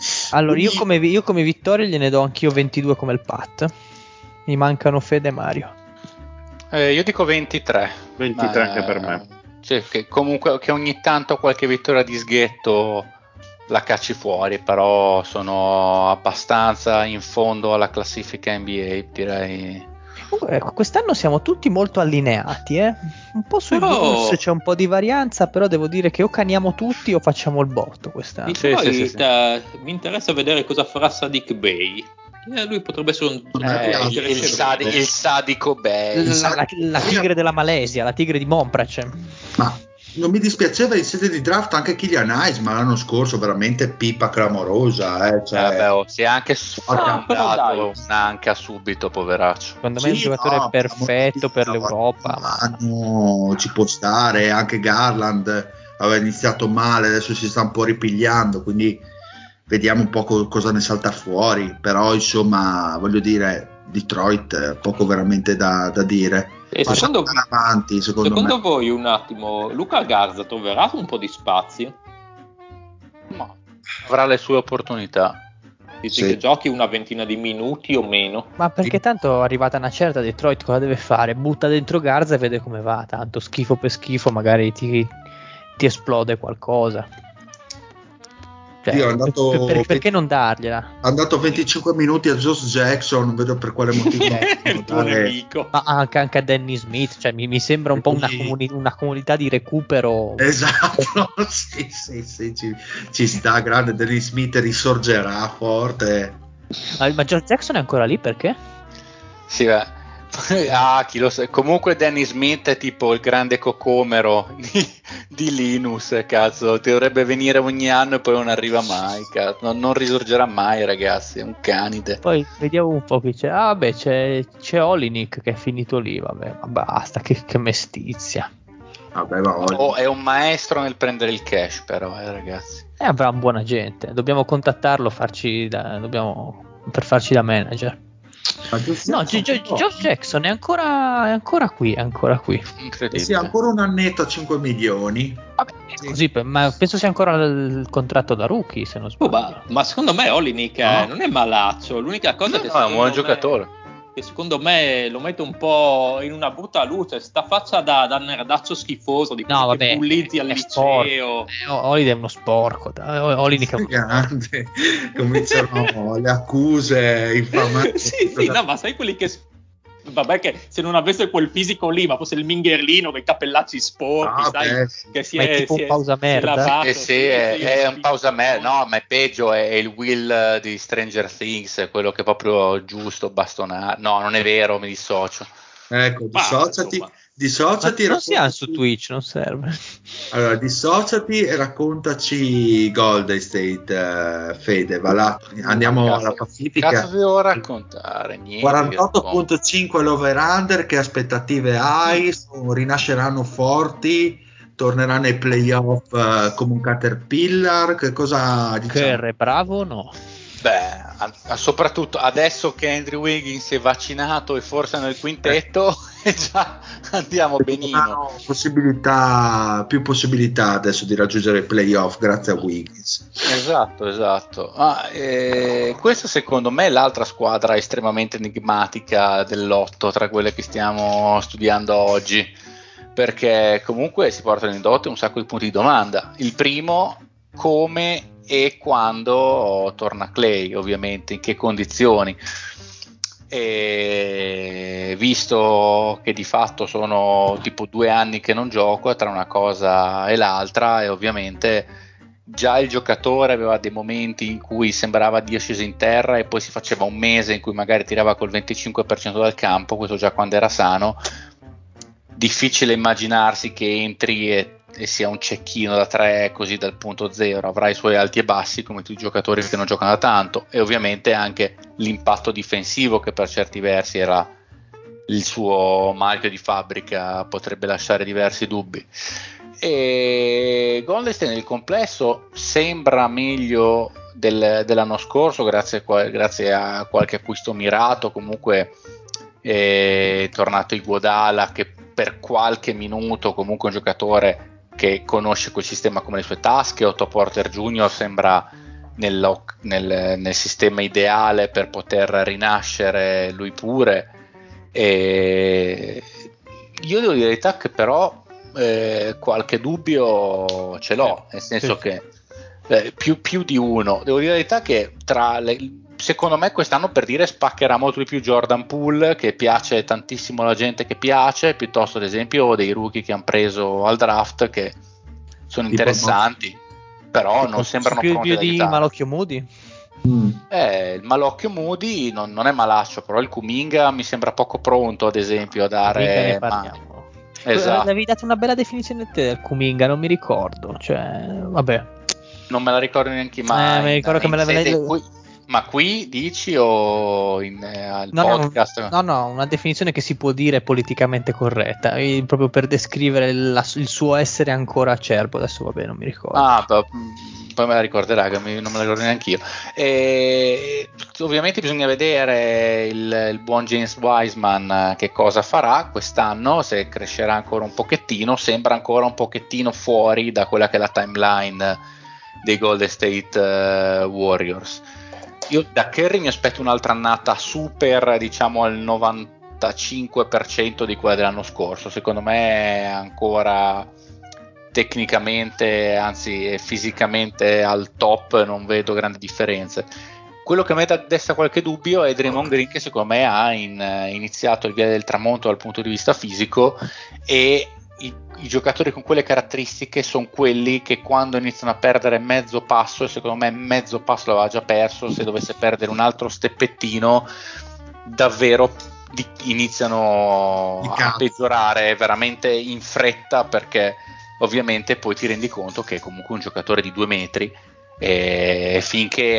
Allora, io come, io come vittoria gliene do anch'io ventidue come il Pat. Mi mancano Fede e Mario. Eh, io dico ventitré. ventitré Ma, anche per me. Cioè, che comunque che ogni tanto qualche vittoria di sghetto la cacci fuori, però sono abbastanza in fondo alla classifica N B A, direi. Comunque, ecco, quest'anno siamo tutti molto allineati, eh? Un po' sui Però- Bulls c'è un po' di varianza, però devo dire che o caniamo tutti o facciamo il botto E quest'anno. Sì, poi sì, sì, sì. eh, mi interessa vedere cosa farà Sadiq Bey. Eh, lui potrebbe essere un Eh, giocatore il, il, sadi- il sadico Bay. La, la- la tigre della Malesia, la tigre di Monprace. Ma non mi dispiaceva in sede di draft anche Kylian Hayes, ma l'anno scorso veramente pipa clamorosa. Eh, Eh, cioè, vabbè, oh, si è anche Ah, però dai. sfondato un'anca subito, poveraccio. Secondo me è un sì, giocatore no, perfetto per no, l'Europa, ma no, ci può stare. Anche Garland aveva iniziato male, adesso si sta un po' ripigliando, quindi vediamo un po' co- cosa ne salta fuori. Però insomma, voglio dire, Detroit eh, poco veramente da, da dire. E Ma secondo, andare avanti, secondo, secondo me. voi un attimo, Luca Garza troverà un po' di spazio? Ma avrà le sue opportunità. Dici Sì. che giochi una ventina di minuti o meno? Ma perché tanto arrivata una certa Detroit cosa deve fare? Butta dentro Garza e vede come va, tanto schifo per schifo magari ti, ti esplode qualcosa. Cioè, Io è andato per- per- perché non dargliela? Ha dato venticinque minuti a Josh Jackson, non vedo per quale motivo. Il tuo dare- nemico. Ma anche, anche a Danny Smith, cioè mi, mi sembra un po' una, Sì. comuni- una comunità di recupero. Esatto, sì, sì, sì, ci, ci sta, grande Dennis Smith risorgerà forte. Ma, ma George Jackson è ancora lì perché? Sì, beh. Ah, chi lo sa. Comunque Danny Smith è tipo il grande cocomero di, di Linus, cazzo, ti dovrebbe venire ogni anno e poi non arriva mai, cazzo. Non, non risorgerà mai, ragazzi, è un canide. Poi vediamo un po' chi c'è. Ah, vabbè, c'è, c'è Olinik che è finito lì, vabbè, ma basta, che, che mestizia. Vabbè, ma oggi- Oh, è un maestro nel prendere il cash, però, eh, ragazzi. E avrà buona gente, dobbiamo contattarlo, farci da, dobbiamo, per farci da manager. ma Josh No, Jackson, G- G- no. Josh Jackson è ancora, è ancora qui, è ancora qui. Eh sì, Incredibile. ancora un annetto a cinque milioni. Vabbè, è Sì. così, per- ma penso sia ancora il contratto da rookie, se non Oh, sbaglio. ma, ma secondo me Olinik eh, No. non è malaccio. L'unica cosa No, che no, è un secondo buon me- giocatore. che secondo me lo mette un po' in una brutta luce, sta faccia da, da nerdaccio schifoso di No, quelli che vabbè, bullizzi al è sporco. liceo. Eh, Holiday è uno sporco, dai, Olinik è uno sporco. Grande. Cominciano le accuse infamanti. sì, sì, no, ma sai quelli che vabbè che se non avesse quel fisico lì, ma fosse il mingherlino con i cappellacci sporchi, Ah, sai, beh, sì. che si Ma è è, tipo si un è- pausa si è merda? lavato, Eh sì, è, sì, è un sì. pausa me, no, ma è peggio, è, è il Will eh, di Stranger Things, quello che è proprio giusto, bastonare. No, non è vero, mi dissocio. Ecco, Ma, dissociati, insomma. Ma dissociati, non siamo raccontaci- su Twitch, non serve. Allora, dissociati e raccontaci Golden State, eh, Fede, va là. Andiamo Cazzo- alla Pacifica. Cazzo ti devo raccontare? Niente. quarantotto virgola cinque l'over-under, che aspettative hai? Sono- rinasceranno forti? Torneranno ai playoff eh, come un caterpillar? Che cosa diciamo? Kerr è bravo o no? Beh, a- a- soprattutto adesso che Andrew Wiggins è vaccinato e forse nel quintetto, già andiamo benino. Hanno possibilità, più possibilità adesso di raggiungere i playoff grazie a Wiggins. Esatto, esatto. Ah, eh, questa secondo me è l'altra squadra estremamente enigmatica dell'otto tra quelle che stiamo studiando oggi, perché comunque si portano in dote un sacco di punti di domanda. Il primo, come e quando torna Clay, ovviamente, in che condizioni. E visto che di fatto sono tipo due anni che non gioco tra una cosa e l'altra, e ovviamente già il giocatore aveva dei momenti in cui sembrava Dio sceso in terra e poi si faceva un mese in cui magari tirava col venticinque per cento dal campo, questo già quando era sano. Difficile immaginarsi che entri e, e sia un cecchino da tre così dal punto zero, avrà i suoi alti e bassi come tutti i giocatori che non giocano da tanto, e ovviamente anche l'impatto difensivo che per certi versi era il suo marchio di fabbrica potrebbe lasciare diversi dubbi. E Golden State nel complesso sembra meglio del, dell'anno scorso grazie a, grazie a qualche acquisto mirato. Comunque è tornato Iguodala, che per qualche minuto comunque un giocatore che conosce quel sistema come le sue tasche. Otto Porter Junior sembra nel, nel, nel sistema ideale per poter rinascere lui pure. E io devo dire la verità che però eh, qualche dubbio ce l'ho, nel senso sì. che eh, più, più di uno. Devo dire la verità che tra le, secondo me quest'anno, per dire, spaccherà molto di più Jordan Poole, che piace tantissimo alla gente che piace, piuttosto ad esempio dei rookie che hanno preso al draft che sono Tipo interessanti, però tipo non sembrano più, pronti più ad di aiutare. Malocchio Moody. Mm. Eh, il Malocchio Moody non, non è malaccio, però il Kuminga mi sembra poco pronto, ad esempio, a Kuminga ne dare parliamo. mano. Esatto. Avevi dato una bella definizione te del Kuminga, non mi ricordo, cioè, vabbè. Non me la ricordo neanche mai. Eh, mi ricordo che me la- me la- qui, ma qui dici o in, eh, al No, no, podcast? no, no, una definizione che si può dire politicamente corretta, eh, proprio per descrivere la- il suo essere ancora acerbo. Adesso vabbè, non mi ricordo. Ah, beh, mh, poi me la ricorderà, che mi- non me la ricordo neanche io. E, ovviamente bisogna vedere il, il buon James Wiseman eh, che cosa farà quest'anno, se crescerà ancora un pochettino. Sembra ancora un pochettino fuori da quella che è la timeline dei Golden State eh, Warriors. Io da Curry mi aspetto un'altra annata super, diciamo al novantacinque per cento di quella dell'anno scorso. Secondo me è ancora tecnicamente, anzi fisicamente al top, non vedo grandi differenze. Quello che a me desta qualche dubbio è Draymond Green, che secondo me ha in, iniziato il via del tramonto dal punto di vista fisico, e i, i giocatori con quelle caratteristiche sono quelli che quando iniziano a perdere mezzo passo, e secondo me mezzo passo l'aveva già perso, se dovesse perdere un altro steppettino davvero di, iniziano Di a cazzo. peggiorare veramente in fretta, perché ovviamente poi ti rendi conto che è comunque un giocatore di due metri, e finché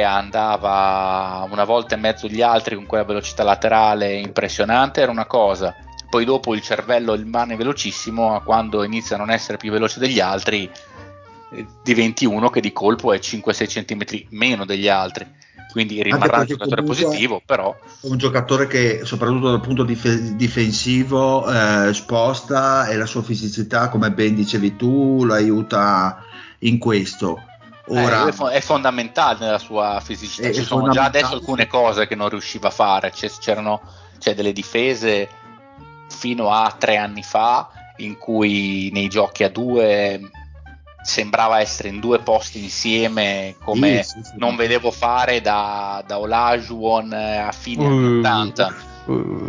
andava una volta e mezzo gli altri con quella velocità laterale impressionante era una cosa, poi dopo il cervello rimane velocissimo, a quando inizia a non essere più veloce degli altri eh, diventi uno che di colpo è cinque sei centimetri meno degli altri, quindi rimarrà un giocatore positivo, però è un giocatore che soprattutto dal punto dif- difensivo eh, sposta, e la sua fisicità, come ben dicevi tu, lo aiuta in questo. Ora Eh, è, fo- è fondamentale nella sua fisicità. È- Ci è sono già adesso fondamentale. alcune cose che non riusciva a fare. C'è, c'erano c'è delle difese fino a tre anni fa in cui nei giochi a due sembrava essere in due posti insieme, come Sì, sì, sì. non vedevo fare da, da Olajuwon a fine anni Uh, ottanta. uh,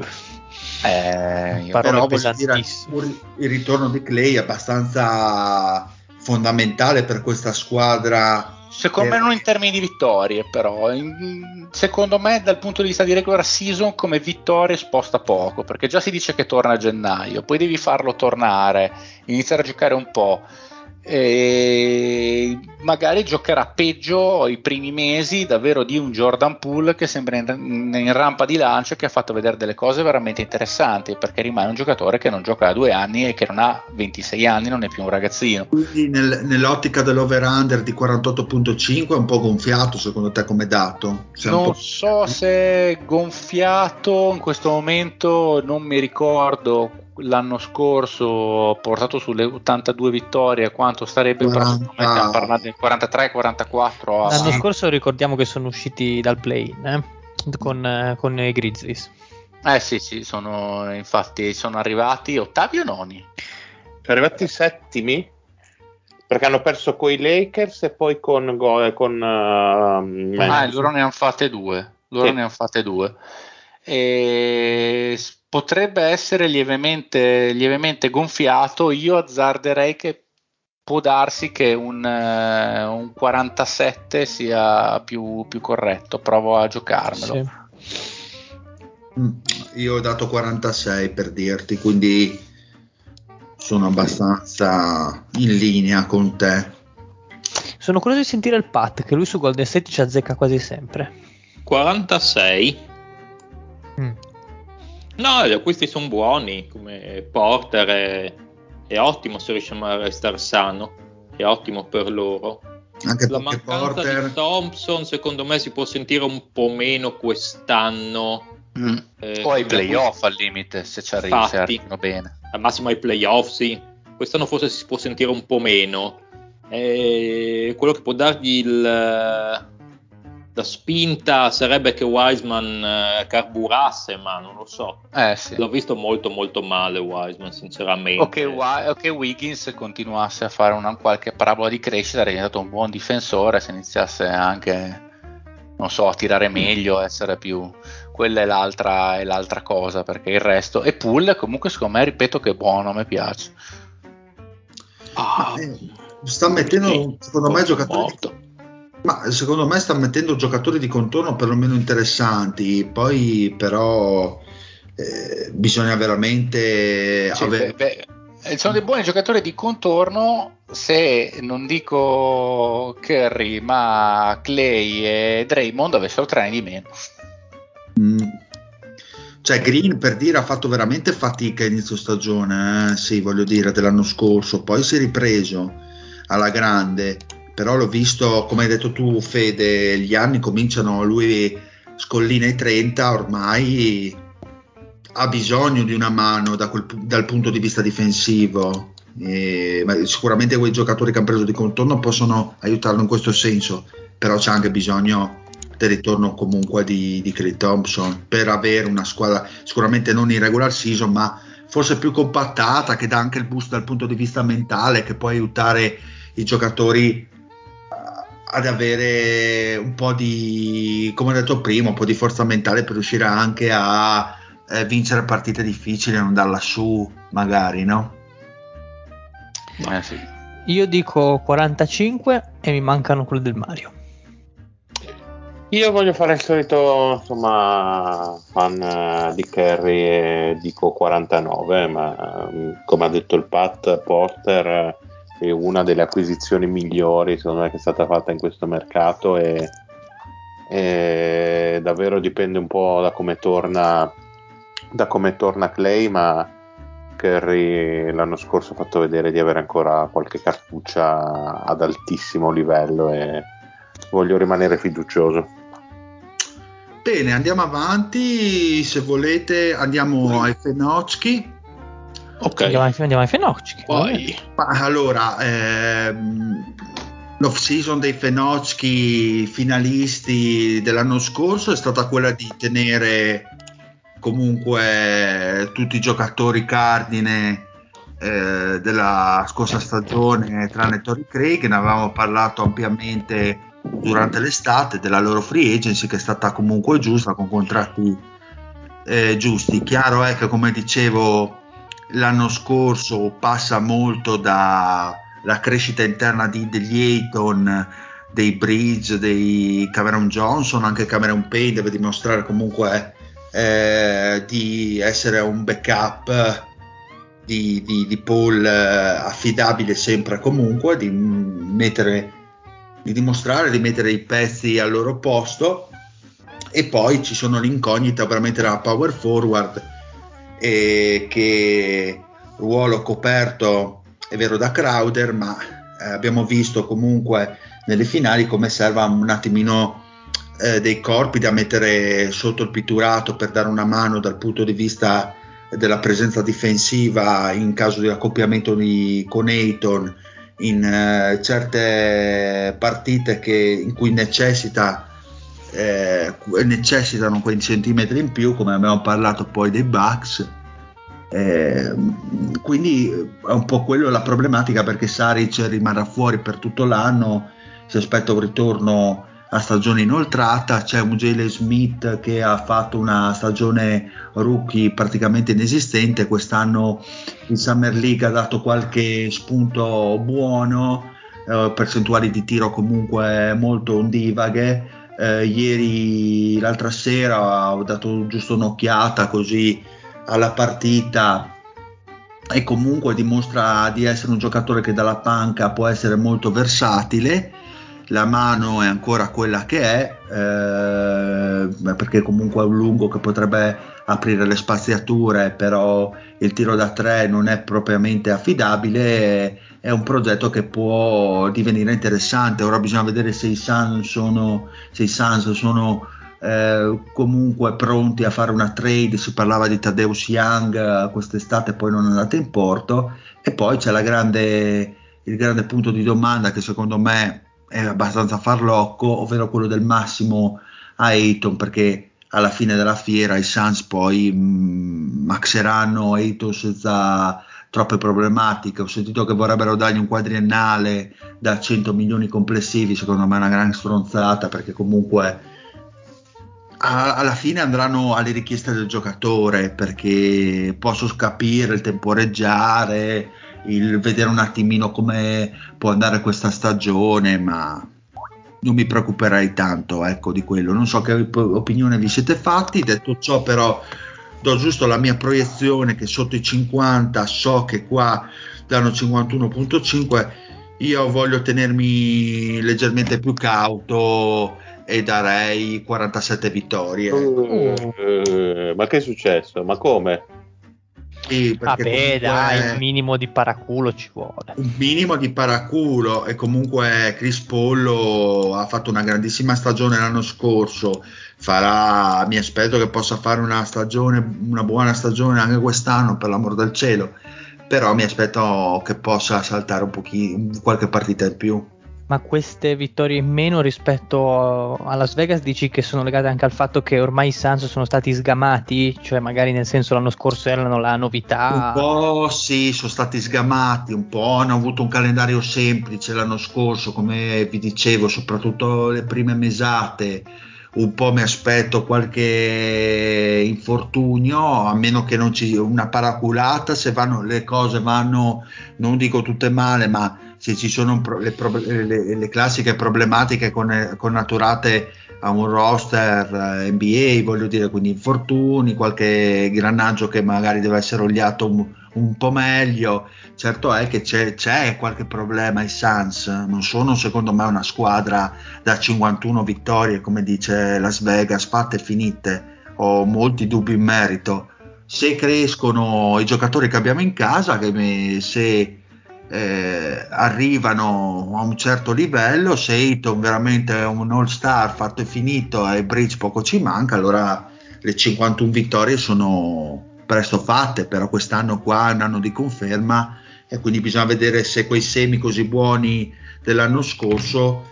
Eh, io- Parole Però voglio dire, pesantissime. un- il ritorno di Clay è abbastanza fondamentale per questa squadra. Secondo per- me non in termini di vittorie, però in- secondo me dal punto di vista di regular season come vittorie sposta poco, perché già si dice che torna a gennaio, poi devi farlo tornare, iniziare a giocare un po', e magari giocherà peggio i primi mesi davvero di un Jordan Poole che sembra in, in, in rampa di lancio e che ha fatto vedere delle cose veramente interessanti, perché rimane un giocatore che non gioca da due anni e che non ha ventisei anni, non è più un ragazzino. Quindi nel- nell'ottica dell'over-under di quarantotto virgola cinque è un po' gonfiato secondo te come dato? Sei un Non po'- so se è gonfiato in questo momento, non mi ricordo l'anno scorso ho portato sulle ottantadue vittorie quanto starebbe, però secondo me stiamo quaranta parlando di quarantatré quarantaquattro. L'anno sì. scorso ricordiamo che sono usciti dal play-in eh? con, eh, con i Grizzlies. Eh sì sì, sono infatti sono arrivati ottavi o noni? Sono arrivati settimi perché hanno perso con i Lakers e poi con, Go- con uh, Ah, Memphis. loro ne hanno fatte due. Loro Sì. ne hanno fatte due. E s- potrebbe essere lievemente, lievemente gonfiato. Io azzarderei che può darsi che un, eh, un quarantasette sia più, più corretto. Provo a giocarmelo. Sì. Mm, Io ho dato quarantasei per dirti, quindi sono abbastanza in linea con te. Sono curioso di sentire il Pat, che lui su Golden State ci azzecca quasi sempre. quarantasei. Mm. No, gli acquisti sono buoni, come Porter è, è ottimo se riusciamo a restare sano, è ottimo per loro. Anche La perché mancanza Porter di Thompson secondo me si può sentire un po' meno quest'anno. Mm. Eh, o ai con gli playoff acquisti- al limite, se ci arrivi, se Infatti. arrivano bene. Al massimo ai playoff, sì. Quest'anno forse si può sentire un po' meno. Eh, quello che può dargli il, la spinta sarebbe che Wiseman eh, carburasse, ma non lo so. Eh, sì. L'ho visto molto molto male Wiseman, sinceramente. O che, Wa- o che Wiggins continuasse a fare una qualche parabola di crescita, è diventato un buon difensore, se iniziasse anche, non so, a tirare meglio, a essere più... Quella è l'altra, è l'altra cosa, perché il resto... E Poole comunque secondo me, ripeto, che è buono, mi piace. Ah, Ma, eh, sta mettendo, sì, secondo me, giocatori... morto. Ma secondo me sta mettendo giocatori di contorno perlomeno interessanti, poi però eh, bisogna veramente Sì, avere... beh, beh, sono dei buoni giocatori di contorno, se non dico Curry, ma Clay e Draymond avessero tre anni di meno. Mm. Cioè Green, per dire, ha fatto veramente fatica a inizio stagione, eh? Sì, voglio dire, dell'anno scorso, poi si è ripreso alla grande, però l'ho visto, come hai detto tu Fede, gli anni cominciano, lui scollina i trenta, ormai ha bisogno di una mano da quel, dal punto di vista difensivo. E, ma sicuramente quei giocatori che hanno preso di contorno possono aiutarlo in questo senso, però c'è anche bisogno del ritorno comunque di, di Klay Thompson per avere una squadra sicuramente non in regular season, ma forse più compattata, che dà anche il boost dal punto di vista mentale, che può aiutare i giocatori ad avere un po' di, come ho detto prima, un po' di forza mentale per riuscire anche a eh, vincere partite difficili e non darla su, magari, no? Eh, sì. Io dico quarantacinque e mi mancano quelli del Mario. Io voglio fare il solito, insomma, fan eh, di Curry e dico quarantanove, ma um, come ha detto il Pat, Porter eh, è una delle acquisizioni migliori secondo me che è stata fatta in questo mercato, e, e davvero dipende un po' da come torna da come torna Clay, ma Curry l'anno scorso ha fatto vedere di avere ancora qualche cartuccia ad altissimo livello e voglio rimanere fiducioso. Bene, andiamo avanti, se volete andiamo ai Fenocchi. Ok, Andiamo ai, andiamo ai Fenocchi. poi Ma allora, ehm, l'off season dei Fenocchi finalisti dell'anno scorso è stata quella di tenere comunque tutti i giocatori cardine eh, della scorsa stagione, tranne Torrey Craig. Ne avevamo parlato ampiamente durante l'estate della loro free agency, che è stata comunque giusta, con contratti eh, giusti. Chiaro è che, come dicevo, l'anno scorso passa molto dalla crescita interna di, degli Ayton, dei Bridge, dei Cameron Johnson. Anche Cameron Payne deve dimostrare comunque eh, di essere un backup di, di, di Paul, eh, affidabile sempre comunque, di mettere, di dimostrare di mettere i pezzi al loro posto. E poi ci sono l'incognita veramente della power forward, e che ruolo coperto è vero da Crowder, ma eh, abbiamo visto comunque nelle finali come serva un attimino eh, dei corpi da mettere sotto il pitturato per dare una mano dal punto di vista della presenza difensiva in caso di accoppiamento di, con Ayton in eh, certe partite che, in cui necessita eh, necessitano quei centimetri in più, come abbiamo parlato poi dei Bucks. Eh, quindi è un po' quello la problematica, perché Saric rimarrà fuori per tutto l'anno, si aspetta un ritorno a stagione inoltrata. C'è un Jalen Smith che ha fatto una stagione rookie praticamente inesistente, quest'anno in Summer League ha dato qualche spunto buono, eh, percentuali di tiro comunque molto ondivaghe. Eh, ieri, l'altra sera, ho dato giusto un'occhiata così alla partita, e comunque dimostra di essere un giocatore che dalla panca può essere molto versatile. La mano è ancora quella che è, eh, perché comunque è un lungo che potrebbe aprire le spaziature, però il tiro da tre non è propriamente affidabile. È un progetto che può divenire interessante. Ora bisogna vedere se i Suns sono, se i Suns sono eh, comunque pronti a fare una trade. Si parlava di Tadeusz Young eh, quest'estate, poi non è andato in porto. E poi c'è la grande, il grande punto di domanda, che secondo me è abbastanza farlocco, ovvero quello del massimo a Ayton, perché alla fine della fiera i Suns poi mh, maxeranno Ayton senza troppe problematiche. Ho sentito che vorrebbero dargli un quadriennale da cento milioni complessivi, secondo me è una gran stronzata, perché comunque a, alla fine andranno alle richieste del giocatore, perché posso capire il temporeggiare, il vedere un attimino come può andare questa stagione, ma non mi preoccuperei tanto, ecco, di quello. Non so che opinione vi siete fatti. Detto ciò, però, do giusto la mia proiezione che sotto i cinquanta, so che qua danno cinquantuno virgola cinque, io voglio tenermi leggermente più cauto e darei quarantasette vittorie. Uh, ma che è successo? Ma come? Sì, perché Vabbè, comunque dai, un minimo di paraculo ci vuole. un minimo di paraculo, e comunque Chris Paul ha fatto una grandissima stagione l'anno scorso, farà, mi aspetto che possa fare una stagione, una buona stagione anche quest'anno, per l'amor del cielo, però mi aspetto che possa saltare un pochino, qualche partita in più. Ma queste vittorie in meno rispetto a Las Vegas dici che sono legate anche al fatto che ormai i Suns sono stati sgamati? Cioè magari nel senso l'anno scorso erano la novità? Un po' sì, sono stati sgamati, un po' hanno avuto un calendario semplice l'anno scorso, come vi dicevo, soprattutto le prime mesate. Un po' mi aspetto qualche infortunio, a meno che non ci una paraculata, se vanno, le cose vanno, non dico tutte male, ma se ci sono pro, le, le, le classiche problematiche con, connaturate a un roster N B A, voglio dire, quindi infortuni, qualche ingranaggio che magari deve essere oliato un, un po' meglio. Certo è che c'è, c'è qualche problema. I Suns non sono, secondo me, una squadra da cinquantuno vittorie, come dice Las Vegas, fatte e finite. Ho molti dubbi in merito. Se crescono i giocatori che abbiamo in casa, che se eh, arrivano a un certo livello, se Ayton veramente è un all star fatto e finito e Bridge poco ci manca, allora le cinquantuno vittorie sono presto fatte. Però quest'anno qua è un anno di conferma, e quindi bisogna vedere se quei semi così buoni dell'anno scorso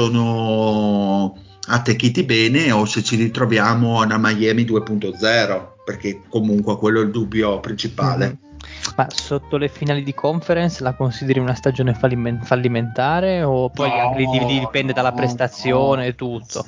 sono attecchiti bene o se ci ritroviamo a una Miami due punto zero, perché comunque quello è il dubbio principale. Mm-hmm. Ma sotto le finali di conference la consideri una stagione fallim- fallimentare o poi No, lì dipende no, dalla prestazione no. e tutto?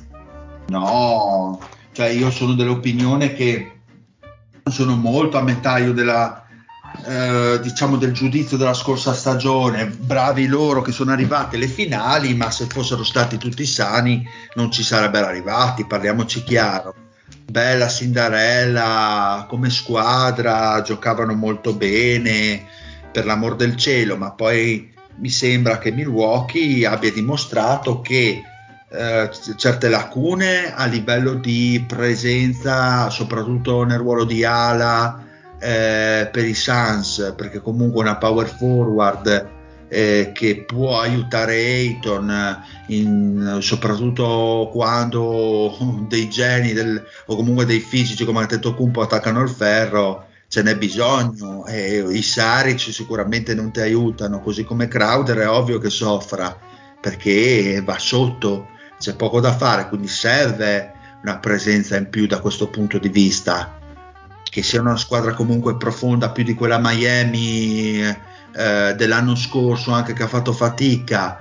No, cioè io sono dell'opinione che sono molto a metà io della eh, diciamo del giudizio della scorsa stagione. Bravi loro che sono arrivati alle finali, ma se fossero stati tutti sani non ci sarebbero arrivati, parliamoci chiaro. Bella Cinderella come squadra, giocavano molto bene, per l'amor del cielo, ma poi mi sembra che Milwaukee abbia dimostrato che eh, certe lacune a livello di presenza, soprattutto nel ruolo di ala, eh, per i Suns, perché comunque una power forward eh, che può aiutare Ayton, in, soprattutto quando dei geni del, o comunque dei fisici come Antetokounmpo attaccano il ferro, ce n'è bisogno, e i Saric sicuramente non ti aiutano, così come Crowder è ovvio che soffra perché va sotto, c'è poco da fare, quindi serve una presenza in più da questo punto di vista, che sia una squadra comunque profonda più di quella Miami eh, dell'anno scorso, anche che ha fatto fatica,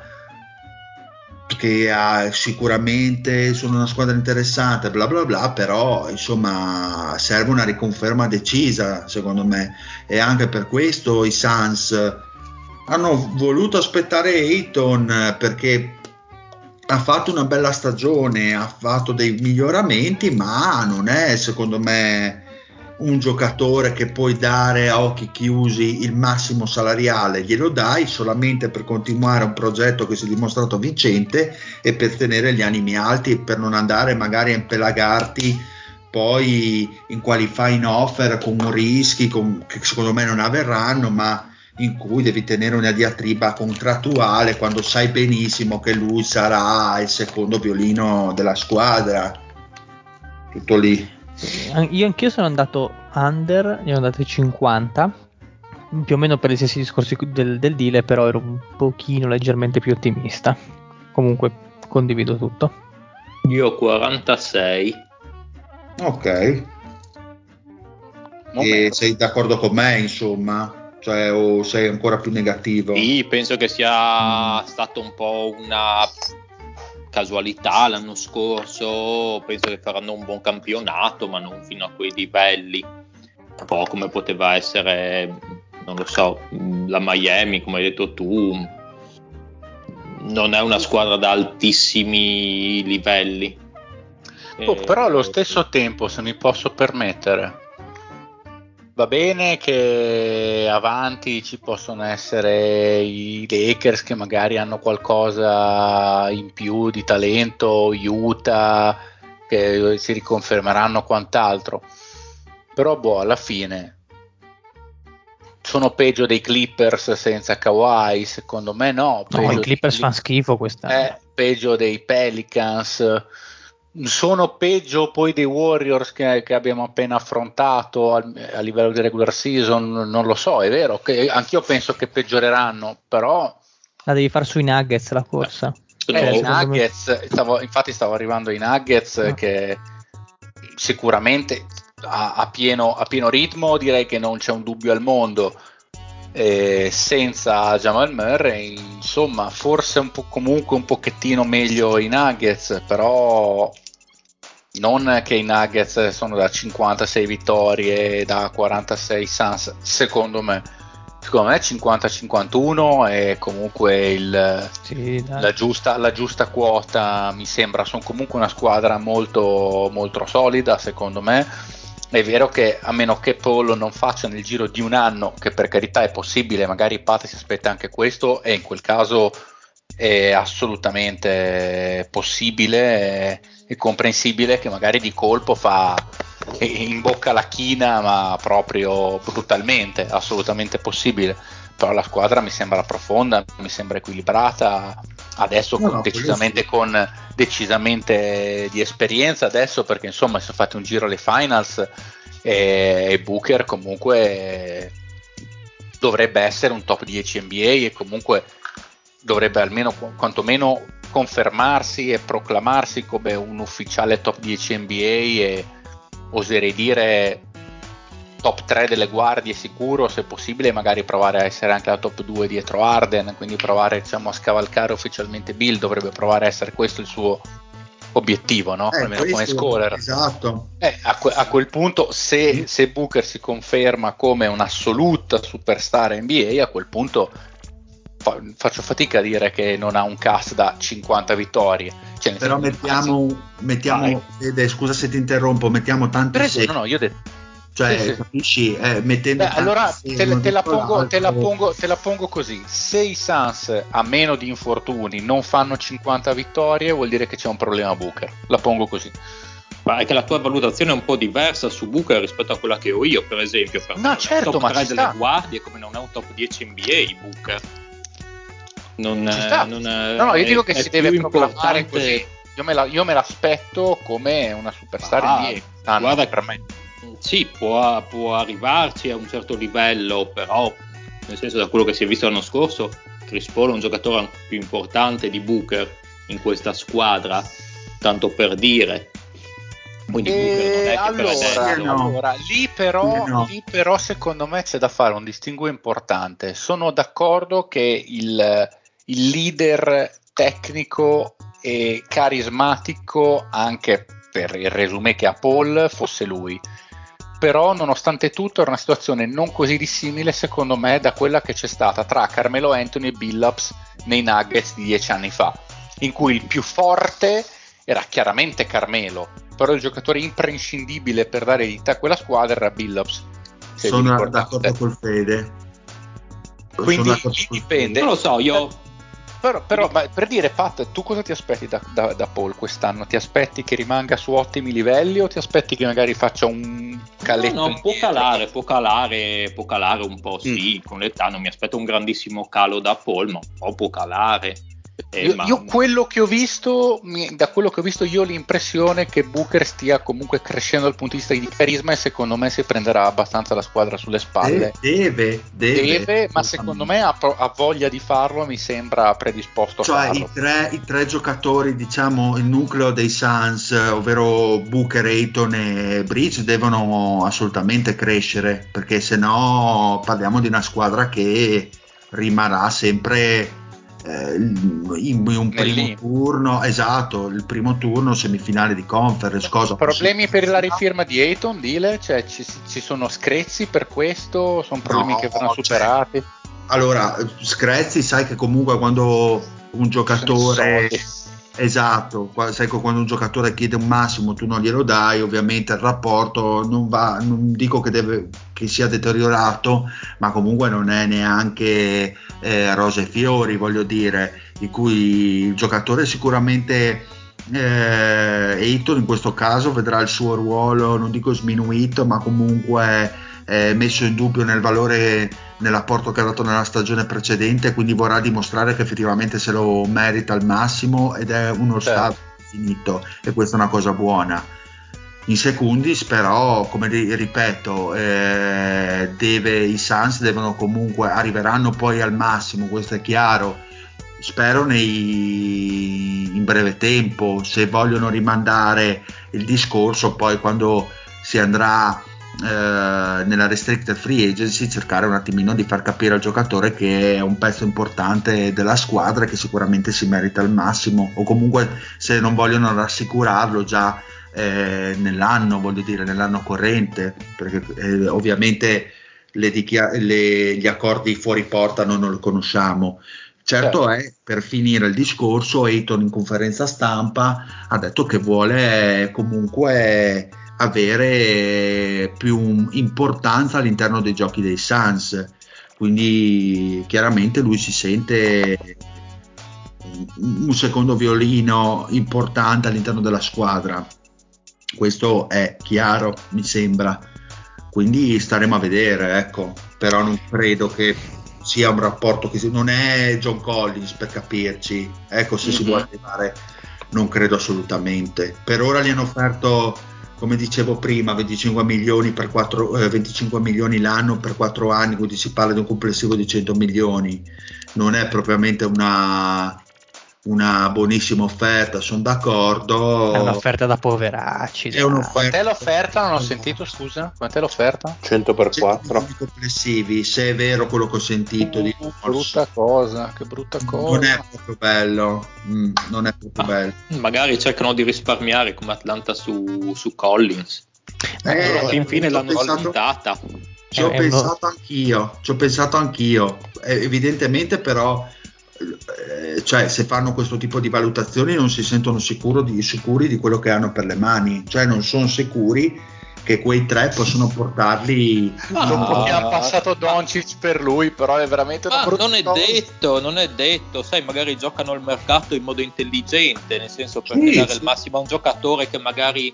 che ha, sicuramente sono una squadra interessante, bla bla bla, però insomma serve una riconferma decisa secondo me, e anche per questo i Suns hanno voluto aspettare Ayton, perché ha fatto una bella stagione, ha fatto dei miglioramenti, ma non è secondo me un giocatore che puoi dare a occhi chiusi il massimo salariale, glielo dai solamente per continuare un progetto che si è dimostrato vincente e per tenere gli animi alti e per non andare magari a impelagarti poi in qualifying offer con rischi con, che secondo me non avverranno, ma in cui devi tenere una diatriba contrattuale quando sai benissimo che lui sarà il secondo violino della squadra. Tutto lì. Io anch'io sono andato under, io ho andato ai cinquanta, più o meno per gli stessi discorsi del, del deal, però ero un pochino leggermente più ottimista. comunque condivido tutto. Io quarantasei. Ok. Non E merda. sei d'accordo con me, insomma? Cioè, o sei ancora più negativo? Sì, penso che sia stato un po' una casualità l'anno scorso. Penso che faranno un buon campionato, ma non fino a quei livelli. Un po' come poteva essere, non lo so, la Miami, come hai detto tu. Non è una squadra da altissimi livelli. Oh, però allo stesso tempo, se mi posso permettere, va bene che avanti ci possono essere i Lakers che magari hanno qualcosa in più di talento, Utah che si riconfermeranno quant'altro, però boh, alla fine sono peggio dei Clippers senza Kawhi, secondo me no, No, peggio i Clippers dei, fanno schifo quest'anno. eh, peggio dei Pelicans, sono peggio poi dei Warriors che, che abbiamo appena affrontato a, a livello di regular season, non lo so, è vero che anch'io penso che peggioreranno, però La devi fare sui Nuggets la corsa. Sono- eh, i secondo me- Nuggets, stavo, infatti stavo arrivando ai Nuggets Ah. che sicuramente a, a, pieno, a pieno ritmo direi che non c'è un dubbio al mondo. Eh, senza Jamal Murray, insomma, forse un po', comunque un pochettino meglio i Nuggets, però non che i Nuggets sono da cinquantasei vittorie, da quarantasei Suns, secondo me. Secondo me cinquanta cinquantuno è comunque il, Sì, dai. la, giusta, la giusta quota, mi sembra. Sono comunque una squadra molto, molto solida, secondo me. È vero che a meno che Paul non faccia nel giro di un anno, che per carità è possibile, magari Pat si aspetta anche questo, e in quel caso è assolutamente possibile e comprensibile che magari di colpo fa in bocca la china, ma proprio brutalmente, assolutamente possibile. Però la squadra mi sembra profonda, mi sembra equilibrata adesso, No, con, no, decisamente sì. con decisamente di esperienza adesso, perché insomma si sono fatti un giro alle finals e, e Booker comunque dovrebbe essere un top dieci N B A e comunque dovrebbe almeno quantomeno confermarsi e proclamarsi come un ufficiale top dieci N B A e oserei dire top tre delle guardie sicuro, se possibile magari provare a essere anche la top due dietro Harden, quindi provare, diciamo, a scavalcare ufficialmente Bill. Dovrebbe provare a essere questo il suo obiettivo, no? Eh, Almeno come questo, scorer. esatto. Eh, a, que- a quel punto, se, se Booker si conferma come un'assoluta superstar N B A, a quel punto fa- faccio fatica a dire che non ha un cast da cinquanta vittorie. Cioè, nel Però senso, mettiamo, anzi, mettiamo vai. Ede, scusa se ti interrompo, mettiamo tanti Preso, se, no, no, io ho detto. cioè, Sì, sì. capisci? Eh, mettendo Beh, tanti allora se te, uno te la dietro pongo, te, la l'altro. pongo, te la pongo così: se i Suns a meno di infortuni non fanno cinquanta vittorie, vuol dire che c'è un problema Booker. La pongo così. Ma è che la tua valutazione è un po' diversa su Booker rispetto a quella che ho io, per esempio. Per No, me certo, top ma tre ci delle sta. guardie, come non è un top dieci N B A Booker. Non, Ci è, sta. non è, No, no, io dico è, che è si deve più proclamare importante. così. Io me, la, io me l'aspetto come una superstar Ah, N B A. Ah, no, guarda, per me. sì, può, può arrivarci a un certo livello, però nel senso, da quello che si è visto l'anno scorso, Chris Paul è un giocatore anche più importante di Booker in questa squadra, tanto per dire. Quindi Booker non E è che per allora, adesso no. allora lì, però, Sì, no. lì però secondo me c'è da fare un distinguo importante. Sono d'accordo che il, il leader tecnico e carismatico, anche per il resume che ha Paul, fosse lui. Però nonostante tutto era una situazione non così dissimile secondo me da quella che c'è stata tra Carmelo Anthony e Billups nei Nuggets di dieci anni fa, in cui il più forte era chiaramente Carmelo, però il giocatore imprescindibile per dare vita a quella squadra era Billups, se vi Sono ricordate. d'accordo col Fede. Quindi Sono d'accordo lì col dipende. non lo so, io Però, però ma per dire, Pat, tu cosa ti aspetti da, da, da Paul quest'anno? Ti aspetti che rimanga su ottimi livelli o ti aspetti che magari faccia un caletto no, no, può indietro? calare, può calare, può calare un po', Mm. sì, con l'età non mi aspetto un grandissimo calo da Paul, ma un po' può calare. Eh, io, ma... io quello che ho visto, mi, da quello che ho visto io ho l'impressione che Booker stia comunque crescendo dal punto di vista di carisma, e secondo me si prenderà abbastanza la squadra sulle spalle. Deve, deve, deve ma secondo me ha, ha voglia di farlo, mi sembra predisposto cioè, a farlo. I tre, i tre giocatori, diciamo, il nucleo dei Suns, ovvero Booker, Ayton e Bridge, devono assolutamente crescere, perché se no parliamo di una squadra che rimarrà sempre eh, in un primo Lì. turno, esatto, il primo turno semifinale di conference. Cosa problemi possibile. per la rifirma di Ayton, Dile? Cioè ci, ci sono screzi per questo? Sono problemi No, che vanno cioè, superati? allora, screzi, sai che comunque quando un giocatore, esatto, sai che quando un giocatore chiede un massimo tu non glielo dai, ovviamente il rapporto non va, non dico che deve che sia deteriorato, ma comunque non è neanche eh, rose e fiori, voglio dire, di cui il giocatore sicuramente eh, Ayton in questo caso vedrà il suo ruolo, non dico sminuito, ma comunque eh, messo in dubbio nel valore, nell'apporto che ha dato nella stagione precedente, quindi vorrà dimostrare che effettivamente se lo merita al massimo ed è uno star finito, e questa è una cosa buona. In secundis però, come ripeto, eh, deve, i Suns devono comunque, arriveranno poi al massimo, questo è chiaro, spero nei, in breve tempo. Se vogliono rimandare il discorso, poi quando si andrà eh, nella restricted free agency, cercare un attimino di far capire al giocatore che è un pezzo importante della squadra e che sicuramente si merita il massimo, o comunque se non vogliono rassicurarlo già eh, nell'anno, voglio dire nell'anno corrente, perché eh, ovviamente le dichia- le, gli accordi fuori porta non, non lo conosciamo. Certo è, per finire il discorso, Ayton in conferenza stampa ha detto che vuole comunque avere più importanza all'interno dei giochi dei Suns, quindi chiaramente lui si sente un secondo violino importante all'interno della squadra, questo è chiaro, mi sembra, quindi staremo a vedere, ecco, però non credo che sia un rapporto che non è John Collins, per capirci, ecco, se mm-hmm. si vuole arrivare, non credo assolutamente. Per ora gli hanno offerto, come dicevo prima, venticinque milioni per quattro, eh, venticinque milioni l'anno per quattro anni, quindi si parla di un complessivo di cento milioni. Non è propriamente una una buonissima offerta, sono d'accordo. È un'offerta da poveracci. È un'offerta. Quant'è l'offerta? Non ho sentito, scusa. Quant'è l'offerta? cento per quattro complessivi, se è vero quello che ho sentito. Di che brutta cosa, che brutta cosa. Non è proprio bello, mm, non è proprio ah, bello. Magari cercano di risparmiare come Atlanta su, su Collins. Eh, alla fine l'hanno svalutata. Ci ho pensato anch'io, ci ho pensato anch'io. Eh, evidentemente però Eh, cioè se fanno questo tipo di valutazioni non si sentono sicuro di, sicuri di quello che hanno per le mani, cioè non sono sicuri che quei tre possono portarli ah, dopo che ha passato Doncic per lui, però è veramente ah, non è cosa. detto non è detto, sai, magari giocano il mercato in modo intelligente, nel senso per sì, dare sì. il massimo a un giocatore che magari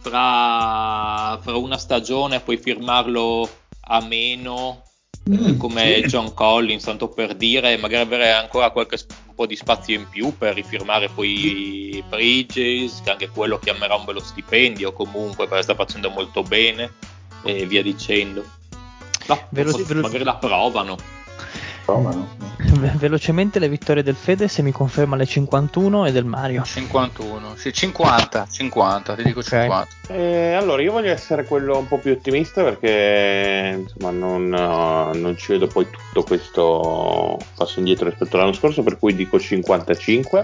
fra, fra una stagione puoi firmarlo a meno Mm, come sì. John Collins, tanto per dire, magari avere ancora qualche un po' di spazio in più per rifirmare poi Bridges, che anche quello chiamerà un bello stipendio comunque, perché sta facendo molto bene e via dicendo. No, Velo- velo- magari la provano. provano. Velocemente le vittorie del Fede, se mi conferma le cinquantuno, e del Mario cinquantuno, sì, cinquanta, cinquanta, ti dico okay. cinquanta. Eh, allora io voglio essere quello un po' più ottimista, perché insomma non, non ci vedo poi tutto questo passo indietro rispetto all'anno scorso, per cui dico cinquantacinque,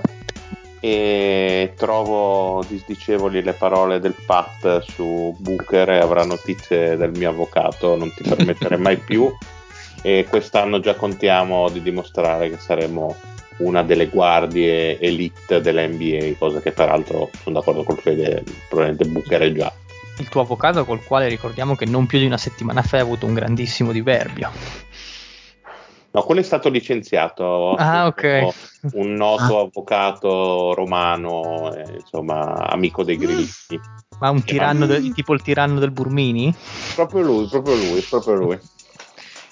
e trovo disdicevoli le parole del Pat su Booker e avrà notizie del mio avvocato, non ti permettere mai più. E quest'anno già contiamo di dimostrare che saremo una delle guardie elite dell'N B A, cosa che peraltro sono d'accordo col Fede, probabilmente Booker è già. Il tuo avvocato, col quale ricordiamo che non più di una settimana fa hai avuto un grandissimo diverbio. No, quello è stato licenziato. Ah, ok. Un noto ah. avvocato romano, eh, insomma, amico dei grillini. Ma un tiranno, del, tipo il tiranno del Burmini? Proprio lui, proprio lui, proprio lui.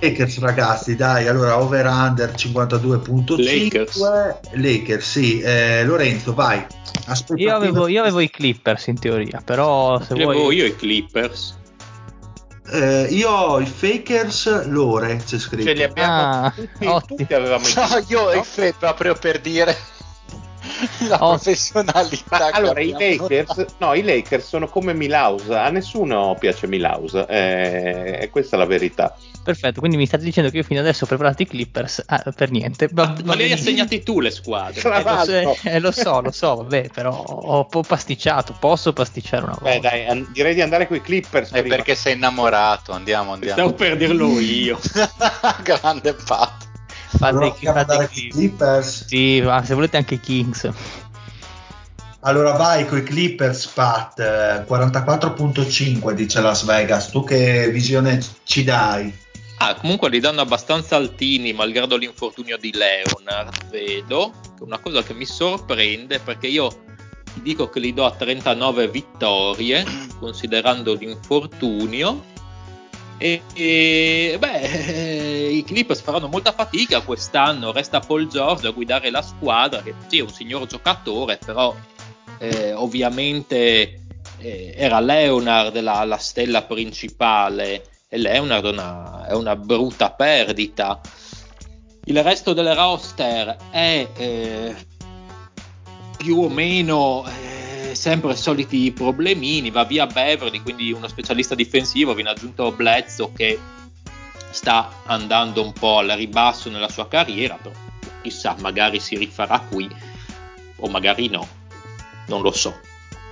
Lakers, ragazzi, dai, allora over under cinquantadue virgola cinque. Lakers. Lakers, sì. Eh, Lorenzo, vai. Io avevo, io avevo i Clippers in teoria, però se Ce vuoi... l'avevo io i Clippers. Eh, io ho i Fakers, Lore, c'è scritto. Ce li abbiamo Ah, tutti, ottimo. tutti avevamo i No, io no? il fe proprio per dire la Oh. professionalità. Ma che allora i abbiamo. Lakers, no, i Lakers sono come Milhouse, a nessuno piace Milhouse, eh, e questa è la verità. Perfetto, quindi mi state dicendo che io fino adesso ho preparato i Clippers? Ah, per niente. Va- Ma, va ma li hai benissimo. assegnati tu le squadre. Tra Eh, lo, so, l'altro. eh, lo so, lo so, vabbè, però ho, ho pasticciato, posso pasticciare una volta. Beh dai, an- direi di andare con i Clippers È prima. perché sei innamorato, andiamo, andiamo. Stavo per dirlo io. Grande Pat. Fate Allora, i- possiamo fate i andare con i Clippers. Clippers. Sì, ma se volete anche i Kings. Allora vai con i Clippers, Pat. eh, quarantaquattro virgola cinque dice Las Vegas. Tu che visione ci dai? Ah, comunque li danno abbastanza altini, malgrado l'infortunio di Leonard, vedo. Che è una cosa che mi sorprende, perché io ti dico che li do a trentanove vittorie, considerando l'infortunio. E, e beh, i Clippers faranno molta fatica quest'anno. Resta Paul George a guidare la squadra, che sì, è un signor giocatore, però eh, ovviamente eh, era Leonard la, la stella principale, e Leonard è una, è una brutta perdita. Il resto del roster è eh, più o meno eh, sempre soliti problemini. Va via Beverly, quindi uno specialista difensivo, viene aggiunto Bledsoe che sta andando un po' al ribasso nella sua carriera, però chissà, magari si rifarà qui o magari no, non lo so.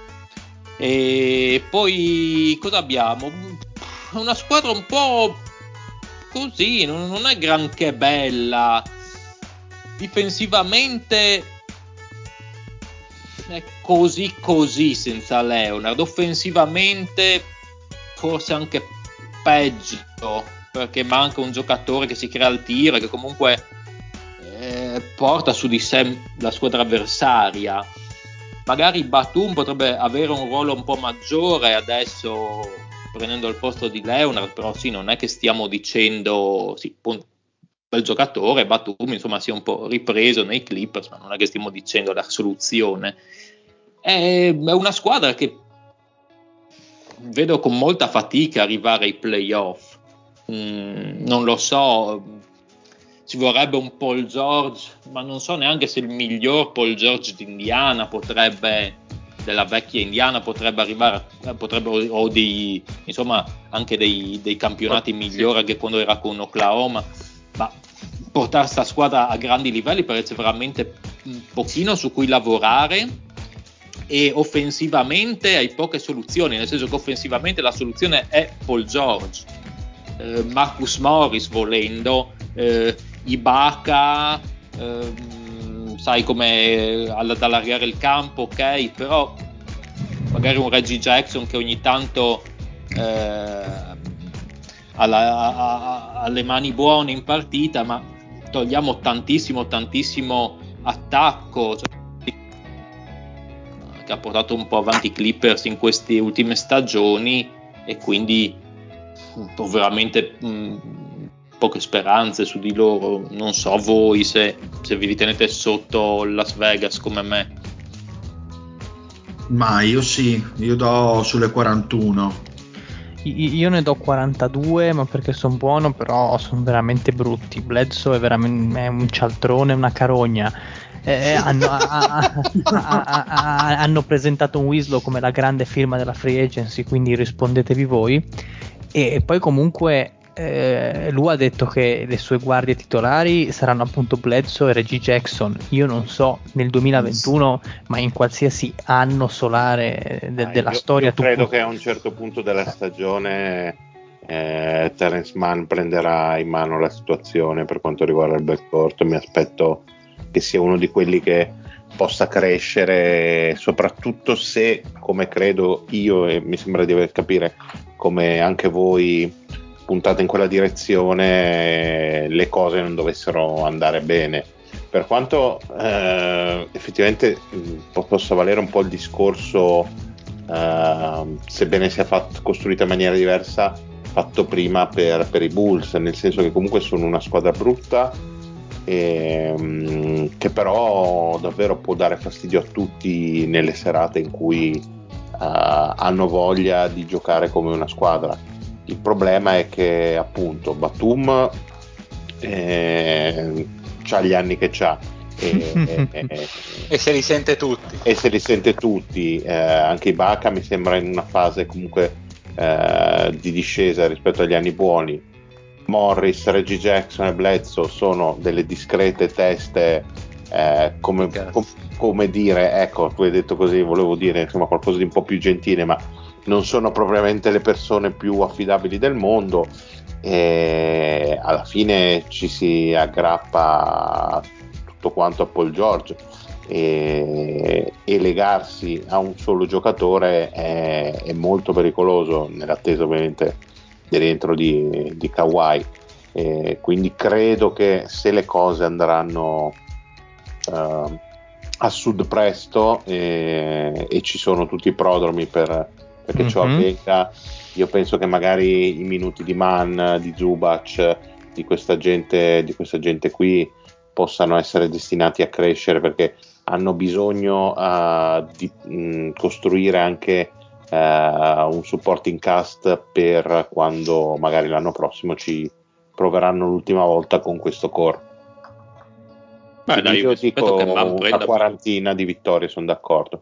E poi cosa abbiamo? Una squadra un po' così, non, non è granché bella. Difensivamente è così così senza Leonard. Offensivamente forse anche peggio, perché manca un giocatore che si crea il tiro e che comunque eh, porta su di sé la squadra avversaria. Magari Batum potrebbe avere un ruolo un po' maggiore adesso, prendendo il posto di Leonard, però sì, non è che stiamo dicendo sì, un bel giocatore, Batum insomma si è un po' ripreso nei Clippers, ma non è che stiamo dicendo la soluzione. È, è una squadra che vedo con molta fatica arrivare ai playoff. Mm, non lo so, ci vorrebbe un Paul George, ma non so neanche se il miglior Paul George di Indiana potrebbe, della vecchia Indiana, potrebbe arrivare, eh, potrebbe, o dei, insomma, anche dei, dei campionati migliori che quando era con Oklahoma, ma portare sta squadra a grandi livelli parece veramente un pochino su cui lavorare. E offensivamente hai poche soluzioni, nel senso che offensivamente la soluzione è Paul George, eh, Marcus Morris volendo, eh, Ibaka, ehm, sai come ad allargare il campo, ok, però magari un Reggie Jackson che ogni tanto eh, ha, la, ha, ha le mani buone in partita, ma togliamo tantissimo tantissimo attacco, cioè, che ha portato un po' avanti i Clippers in queste ultime stagioni, e quindi ho veramente mh, poche speranze su di loro. Non so voi se, se vi ritenete sotto Las Vegas come me. Ma io sì, io do sulle quarantuno. Io ne do quarantadue, ma perché sono buono, però sono veramente brutti. Bledsoe è veramente è un cialtrone, una carogna. Eh, hanno, a, a, a, a, hanno presentato un Winslow come la grande firma della free agency, quindi rispondetevi voi. E poi comunque eh, lui ha detto che le sue guardie titolari saranno appunto Bledsoe e Reggie Jackson. Io non so nel duemilaventuno, ma in qualsiasi anno solare de- Ah, della io, storia io tu credo pu- che a un certo punto della stagione eh, Terence Mann prenderà in mano la situazione per quanto riguarda il backcourt. Mi aspetto che sia uno di quelli che possa crescere, soprattutto se, come credo io e mi sembra di aver capire come anche voi puntate in quella direzione, le cose non dovessero andare bene. Per quanto eh, effettivamente mh, possa valere un po' il discorso, eh, sebbene sia fatto, costruita in maniera diversa, fatto prima per, per i Bulls, nel senso che comunque sono una squadra brutta e, che però davvero può dare fastidio a tutti nelle serate in cui uh, hanno voglia di giocare come una squadra. Il problema è che appunto Batum eh, c'ha gli anni che c'ha e, e, e se li sente tutti e se li sente tutti eh, anche Ibaka mi sembra in una fase comunque eh, di discesa rispetto agli anni buoni. Morris, Reggie Jackson e Bledsoe sono delle discrete teste eh, come, com, come dire, ecco, tu hai detto così, volevo dire insomma qualcosa di un po' più gentile, ma non sono propriamente le persone più affidabili del mondo e alla fine ci si aggrappa tutto quanto a Paul George e, e legarsi a un solo giocatore è, è molto pericoloso nell'attesa ovviamente del rientro di, di Kawhi, e quindi credo che se le cose andranno uh, a sud presto e, e ci sono tutti i prodromi per, perché mm-hmm. ciò avvenga, io penso che magari i minuti di Mann, di Zubac, di questa gente, di questa gente qui possano essere destinati a crescere, perché hanno bisogno uh, di mh, costruire anche uh, un supporting cast per quando magari l'anno prossimo ci proveranno l'ultima volta con questo core. Beh, dai, io dico che Man una quarantina di vittorie, sono d'accordo.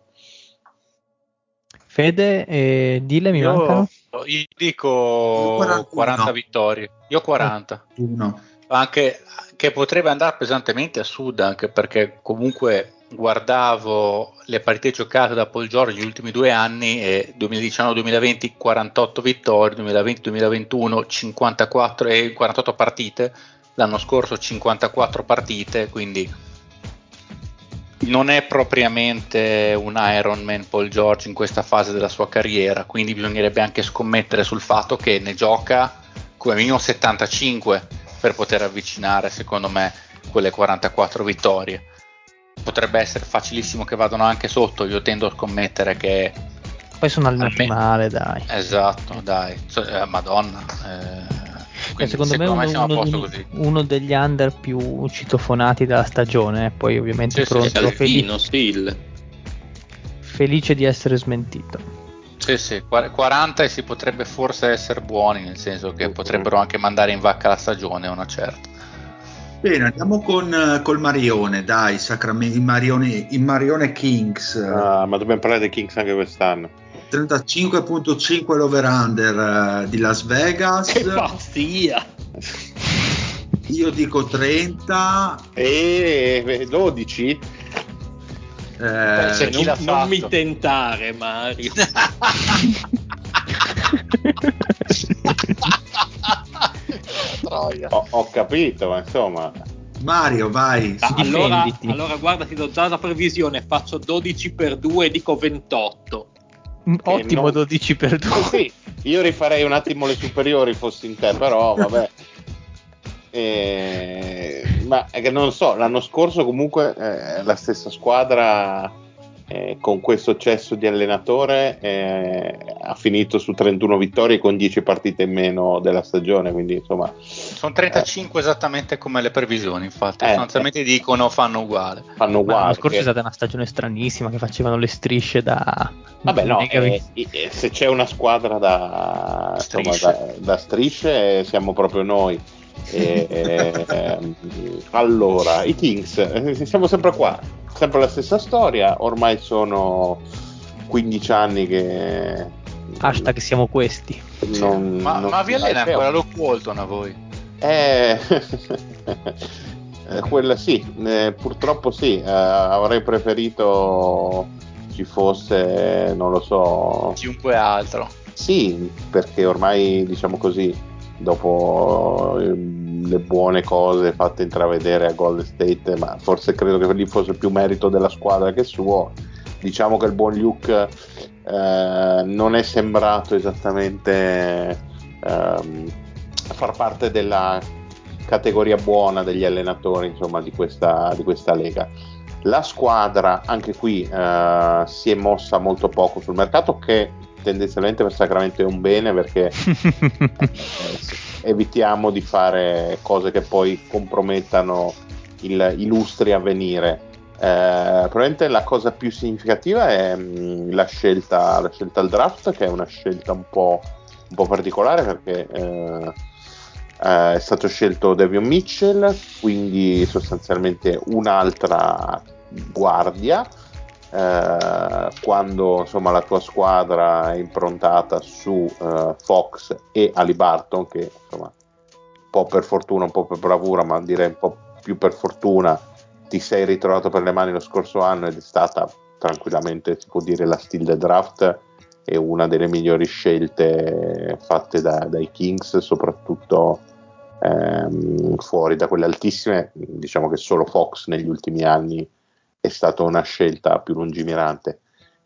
Fede e Dile mi io, mancano? Io dico quaranta vittorie, io quaranta. Uno. Anche che potrebbe andare pesantemente a sud, anche perché comunque guardavo le partite giocate da Paul George negli ultimi due anni e duemiladiciannove duemilaventi quarantotto vittorie, duemilaventi duemilaventuno cinquantaquattro e quarantotto partite, l'anno scorso cinquantaquattro partite, quindi non è propriamente un Ironman Paul George in questa fase della sua carriera, quindi bisognerebbe anche scommettere sul fatto che ne gioca come minimo settantacinque per poter avvicinare secondo me quelle quarantaquattro vittorie. Potrebbe essere facilissimo che vadano anche sotto, io tendo a scommettere che poi sono allenati almeno... male, dai. Esatto, dai, eh, madonna eh... Quindi, secondo, secondo me, me uno, uno, uno, uno degli under più citofonati della stagione, poi ovviamente sì, pronto, sì, felice, sì. felice di essere smentito. Sì, sì, quaranta e si potrebbe forse essere buoni, nel senso che potrebbero anche mandare in vacca la stagione, una certa. Bene, andiamo con col Marione, dai, Sacramento, il Marione, il Marione Kings. Ah, ma dobbiamo parlare dei Kings anche quest'anno. trentacinque virgola cinque l'over-under uh, di Las Vegas. Che pazzia! Io dico trenta. E dodici? Eh, Beh, non, non mi tentare, Mario. ho, ho capito, ma insomma. Mario, vai. Ah, allora, allora guarda, ti do già la previsione, faccio dodici per due e dico ventotto. Ottimo, non... dodici per due. Sì, io rifarei un attimo le superiori fossi in te, però vabbè. E... ma è che non so, l'anno scorso comunque eh, la stessa squadra eh, con questo eccesso di allenatore eh, ha finito su trentuno vittorie con dieci partite in meno della stagione, quindi insomma sono trentacinque eh, esattamente come le previsioni, infatti eh, sostanzialmente eh, dicorno fanno uguale fanno uguale. L'anno scorso che... è stata una stagione stranissima, che facevano le strisce da vabbè no eh, eh, se c'è una squadra da strisce, insomma, da, da strisce siamo proprio noi. E, eh, allora i Kings eh, siamo sempre qua, sempre la stessa storia, ormai sono quindici anni che hashtag siamo questi non, sì. ma, non ma vi allena ancora lo Walton a voi? Eh, quella sì, eh, purtroppo sì, eh, avrei preferito ci fosse, non lo so, chiunque altro. Sì, perché ormai diciamo così, dopo eh, le buone cose fatte intravedere a Golden State, ma forse credo che lì fosse più merito della squadra che suo, diciamo che il buon Luke eh, non è sembrato esattamente ehm, far parte della categoria buona degli allenatori, insomma, di questa, di questa lega. La squadra anche qui eh, si è mossa molto poco sul mercato, che tendenzialmente per Sacramento è un bene, perché eh, evitiamo di fare cose che poi compromettano il, i lustri a venire. Eh, probabilmente la cosa più significativa è mh, la scelta la scelta al draft, che è una scelta un po', un po' particolare, perché eh, eh, è stato scelto Davion Mitchell, quindi sostanzialmente un'altra guardia, eh, quando insomma la tua squadra è improntata su eh, Fox e Haliburton, che insomma un po' per fortuna, un po' per bravura, ma direi un po' più per fortuna ti sei ritrovato per le mani lo scorso anno, ed è stata tranquillamente, si può dire, la steal the draft e una delle migliori scelte fatte da, dai Kings, soprattutto ehm, fuori da quelle altissime. Diciamo che solo Fox negli ultimi anni è stata una scelta più lungimirante,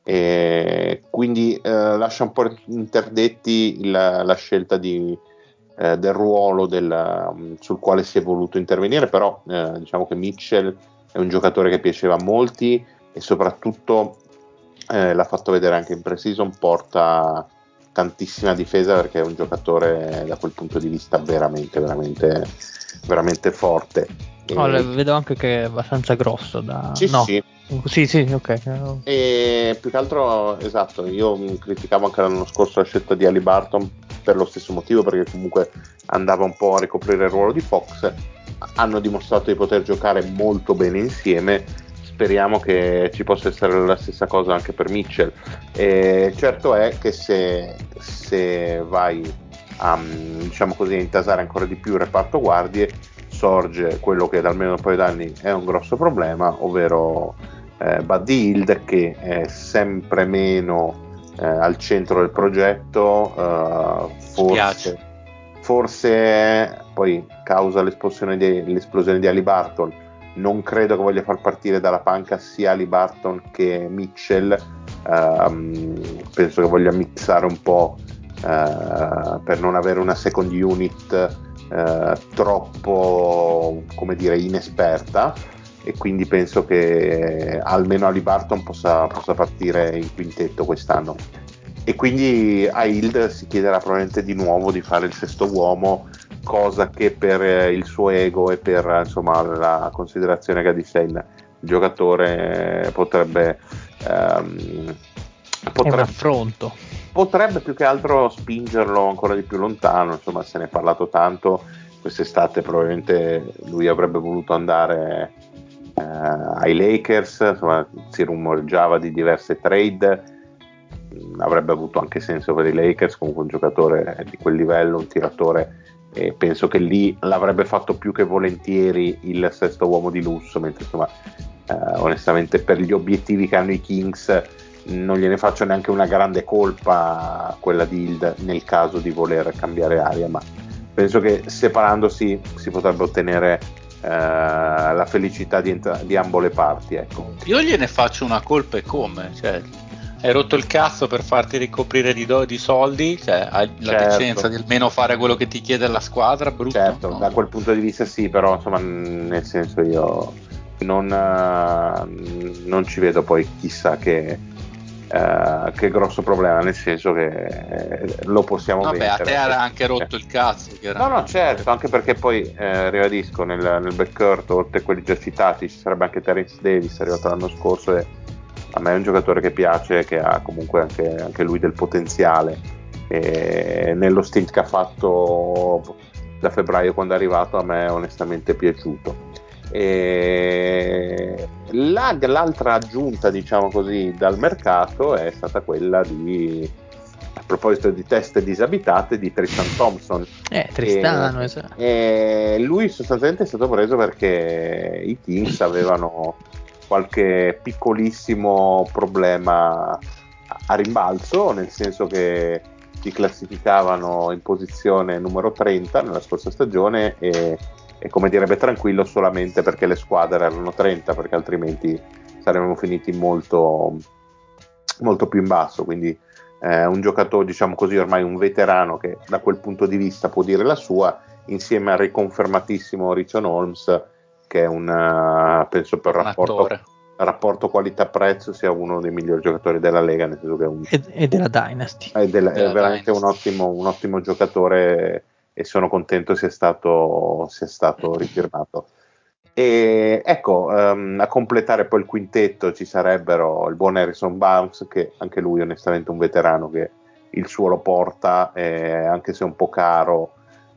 e quindi eh, lascia un po' interdetti la, la scelta di eh, del ruolo del, sul quale si è voluto intervenire, però eh, diciamo che Mitchell è un giocatore che piaceva a molti, e soprattutto eh, l'ha fatto vedere anche in pre-season, porta tantissima difesa, perché è un giocatore da quel punto di vista veramente veramente veramente forte. Oh, e... vedo anche che è abbastanza grosso da... sì, no. sì. Sì, sì, ok. E più che altro, esatto, io criticavo anche l'anno scorso la scelta di Haliburton per lo stesso motivo, perché comunque andava un po' a ricoprire il ruolo di Fox. Hanno dimostrato di poter giocare molto bene insieme, speriamo che ci possa essere la stessa cosa anche per Mitchell. E certo è che se, se vai a, diciamo così, a intasare ancora di più il reparto guardie, sorge quello che da almeno un paio d'anni è un grosso problema, ovvero eh, Buddy Hield, che è sempre meno eh, al centro del progetto. eh, forse, forse poi, causa l'esplosione di, l'esplosione di Haliburton, non credo che voglia far partire dalla panca sia Haliburton che Mitchell. Um, penso che voglia mixare un po' uh, per non avere una second unit uh, troppo, come dire, inesperta, e quindi penso che almeno Haliburton possa, possa partire in quintetto quest'anno, e quindi a Hield si chiederà probabilmente di nuovo di fare il sesto uomo, cosa che per il suo ego e per, insomma, la considerazione che ha di sé il giocatore potrebbe ehm, potrebbe, è un affronto, potrebbe più che altro spingerlo ancora di più lontano. Insomma, se ne è parlato tanto quest'estate, probabilmente lui avrebbe voluto andare eh, ai Lakers, insomma si rumoreggiava di diverse trade, avrebbe avuto anche senso per i Lakers, comunque un giocatore di quel livello, un tiratore, e penso che lì l'avrebbe fatto più che volentieri il sesto uomo di lusso, mentre insomma eh, onestamente per gli obiettivi che hanno i Kings non gliene faccio neanche una grande colpa quella di Hield nel caso di voler cambiare aria, ma penso che separandosi si potrebbe ottenere eh, la felicità di, ent- di ambo le parti, ecco. Io gliene faccio una colpa, e come? Cioè, hai rotto il cazzo per farti ricoprire di, do- di soldi, cioè hai la Certo. decenza di almeno fare quello che ti chiede la squadra, brutto? Certo, No. da quel punto di vista sì, però insomma nel senso io non, uh, non ci vedo poi chissà che, uh, che grosso problema, nel senso che eh, lo possiamo Vabbè, vendere. a te era anche rotto il cazzo. No, no, certo, anche perché poi eh, ribadisco, nel, nel backcourt, oltre a quelli già citati, ci sarebbe anche Terence Davis, arrivato l'anno scorso, e a me è un giocatore che piace, che ha comunque anche, anche lui del potenziale, e nello stint che ha fatto da febbraio quando è arrivato a me è onestamente piaciuto. E la, l'altra aggiunta, diciamo così, dal mercato è stata quella di, a proposito di teste disabitate, di Tristan Thompson. eh Tristano, e, esatto. e lui sostanzialmente è stato preso perché i Kings avevano qualche piccolissimo problema a rimbalzo, nel senso che si classificavano in posizione numero trenta nella scorsa stagione, e, e come direbbe Tranquillo, solamente perché le squadre erano trenta, perché altrimenti saremmo finiti molto, molto più in basso. Quindi eh, un giocatore, diciamo così, ormai un veterano, che da quel punto di vista può dire la sua, insieme al riconfermatissimo Richon Holmes, che è un, uh, penso per un rapporto, rapporto qualità-prezzo sia uno dei migliori giocatori della Lega, nel senso che è, un, e, e della Dynasty è, della, della è veramente Dynasty. un ottimo, un ottimo giocatore e sono contento sia stato, sia stato rifirmato. E ecco, um, a completare poi il quintetto ci sarebbero il buon Harrison Barnes, che anche lui onestamente un veterano che il suo lo porta, eh, anche se è un po' caro,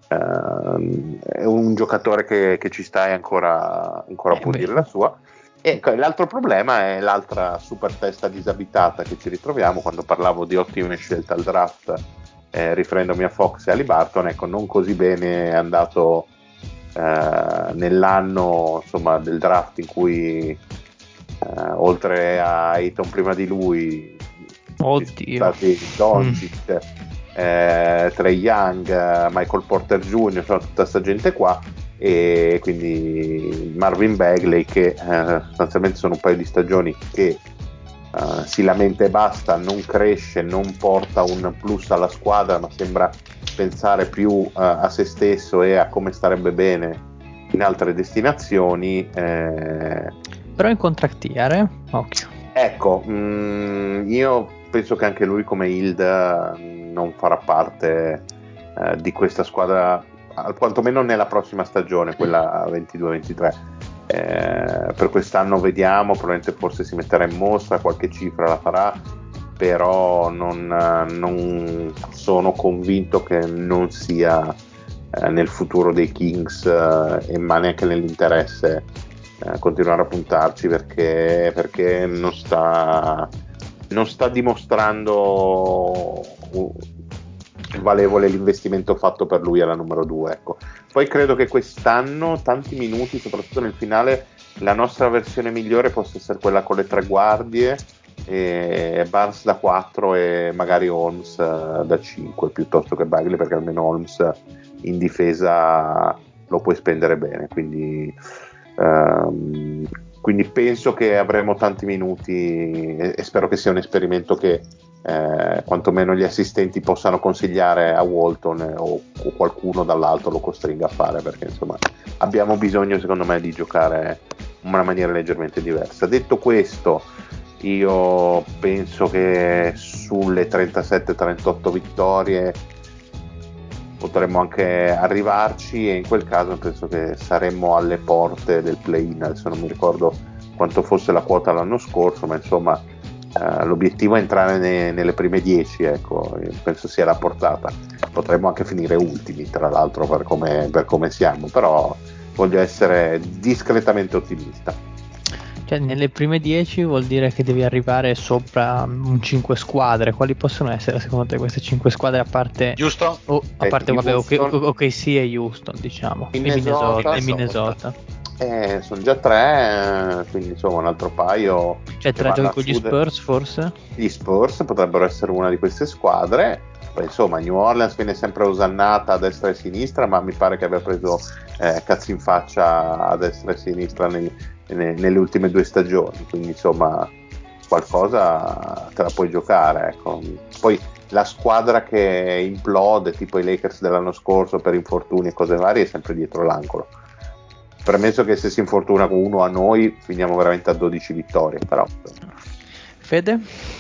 eh, è un giocatore che, che ci sta e ancora, ancora eh può beh. dire la sua. E l'altro problema è l'altra super testa disabitata che ci ritroviamo. Quando parlavo di ottime scelte al draft, eh, riferendomi a Fox e a Libarton, ecco, non così bene è andato eh, nell'anno, insomma, del draft in cui eh, oltre a Ayton prima di lui Oddio. ci sono stati Doncic, mm. eh, Trae Young, Michael Porter Junior, insomma, tutta questa gente qua, e quindi Marvin Bagley che eh, sostanzialmente sono un paio di stagioni che uh, si lamenta e basta, non cresce, non porta un plus alla squadra, ma sembra pensare più uh, a se stesso e a come starebbe bene in altre destinazioni. Eh... Però in contract year, eh? Occhio. Ecco, mh, io penso che anche lui come Hild non farà parte uh, di questa squadra, quantomeno nella prossima stagione, quella ventidue ventitré. Eh, per quest'anno vediamo, probabilmente forse si metterà in mostra, qualche cifra la farà, però non, non sono convinto che non sia eh, nel futuro dei Kings, eh, ma neanche nell'interesse eh, continuare a puntarci, perché, perché non sta non sta dimostrando valevole l'investimento fatto per lui alla numero due, ecco. Poi credo che quest'anno tanti minuti, soprattutto nel finale, la nostra versione migliore possa essere quella con le tre guardie, e Barnes da quattro e magari Holmes da cinque piuttosto che Bagley, perché almeno Holmes in difesa lo puoi spendere bene, quindi um, quindi penso che avremo tanti minuti e, e spero che sia un esperimento che eh, quantomeno gli assistenti possano consigliare a Walton, eh, o, o qualcuno dall'alto lo costringa a fare, perché insomma abbiamo bisogno secondo me di giocare in una maniera leggermente diversa. Detto questo, io penso che sulle trentasette trentotto vittorie potremmo anche arrivarci, e in quel caso penso che saremmo alle porte del play-in. Adesso non mi ricordo quanto fosse la quota l'anno scorso, ma insomma eh, l'obiettivo è entrare ne, nelle prime dieci, ecco, penso sia la portata. Potremmo anche finire ultimi, tra l'altro, per come, per come siamo, però voglio essere discretamente ottimista. Cioè, nelle prime dieci vuol dire che devi arrivare sopra un cinque squadre. Quali possono essere secondo te queste cinque squadre, a parte Houston? Oh, a parte eh, vabbè, Houston, ok, ok, sì, e Houston, diciamo, Minnesota, e Minnesota, e Minnesota. Eh, sono già tre, quindi insomma un altro paio. Cioè, tre giochi con gli Spurs, forse? Gli Spurs potrebbero essere una di queste squadre. Poi insomma New Orleans viene sempre osannata a destra e a sinistra, ma mi pare che abbia preso eh, cazzo in faccia a destra e a sinistra nel, ne, nelle ultime due stagioni, quindi insomma qualcosa te la puoi giocare, ecco. Poi la squadra che implode, tipo i Lakers dell'anno scorso per infortuni e cose varie, è sempre dietro l'angolo. Premesso che se si infortuna con uno a noi finiamo veramente a dodici vittorie, però. Fede?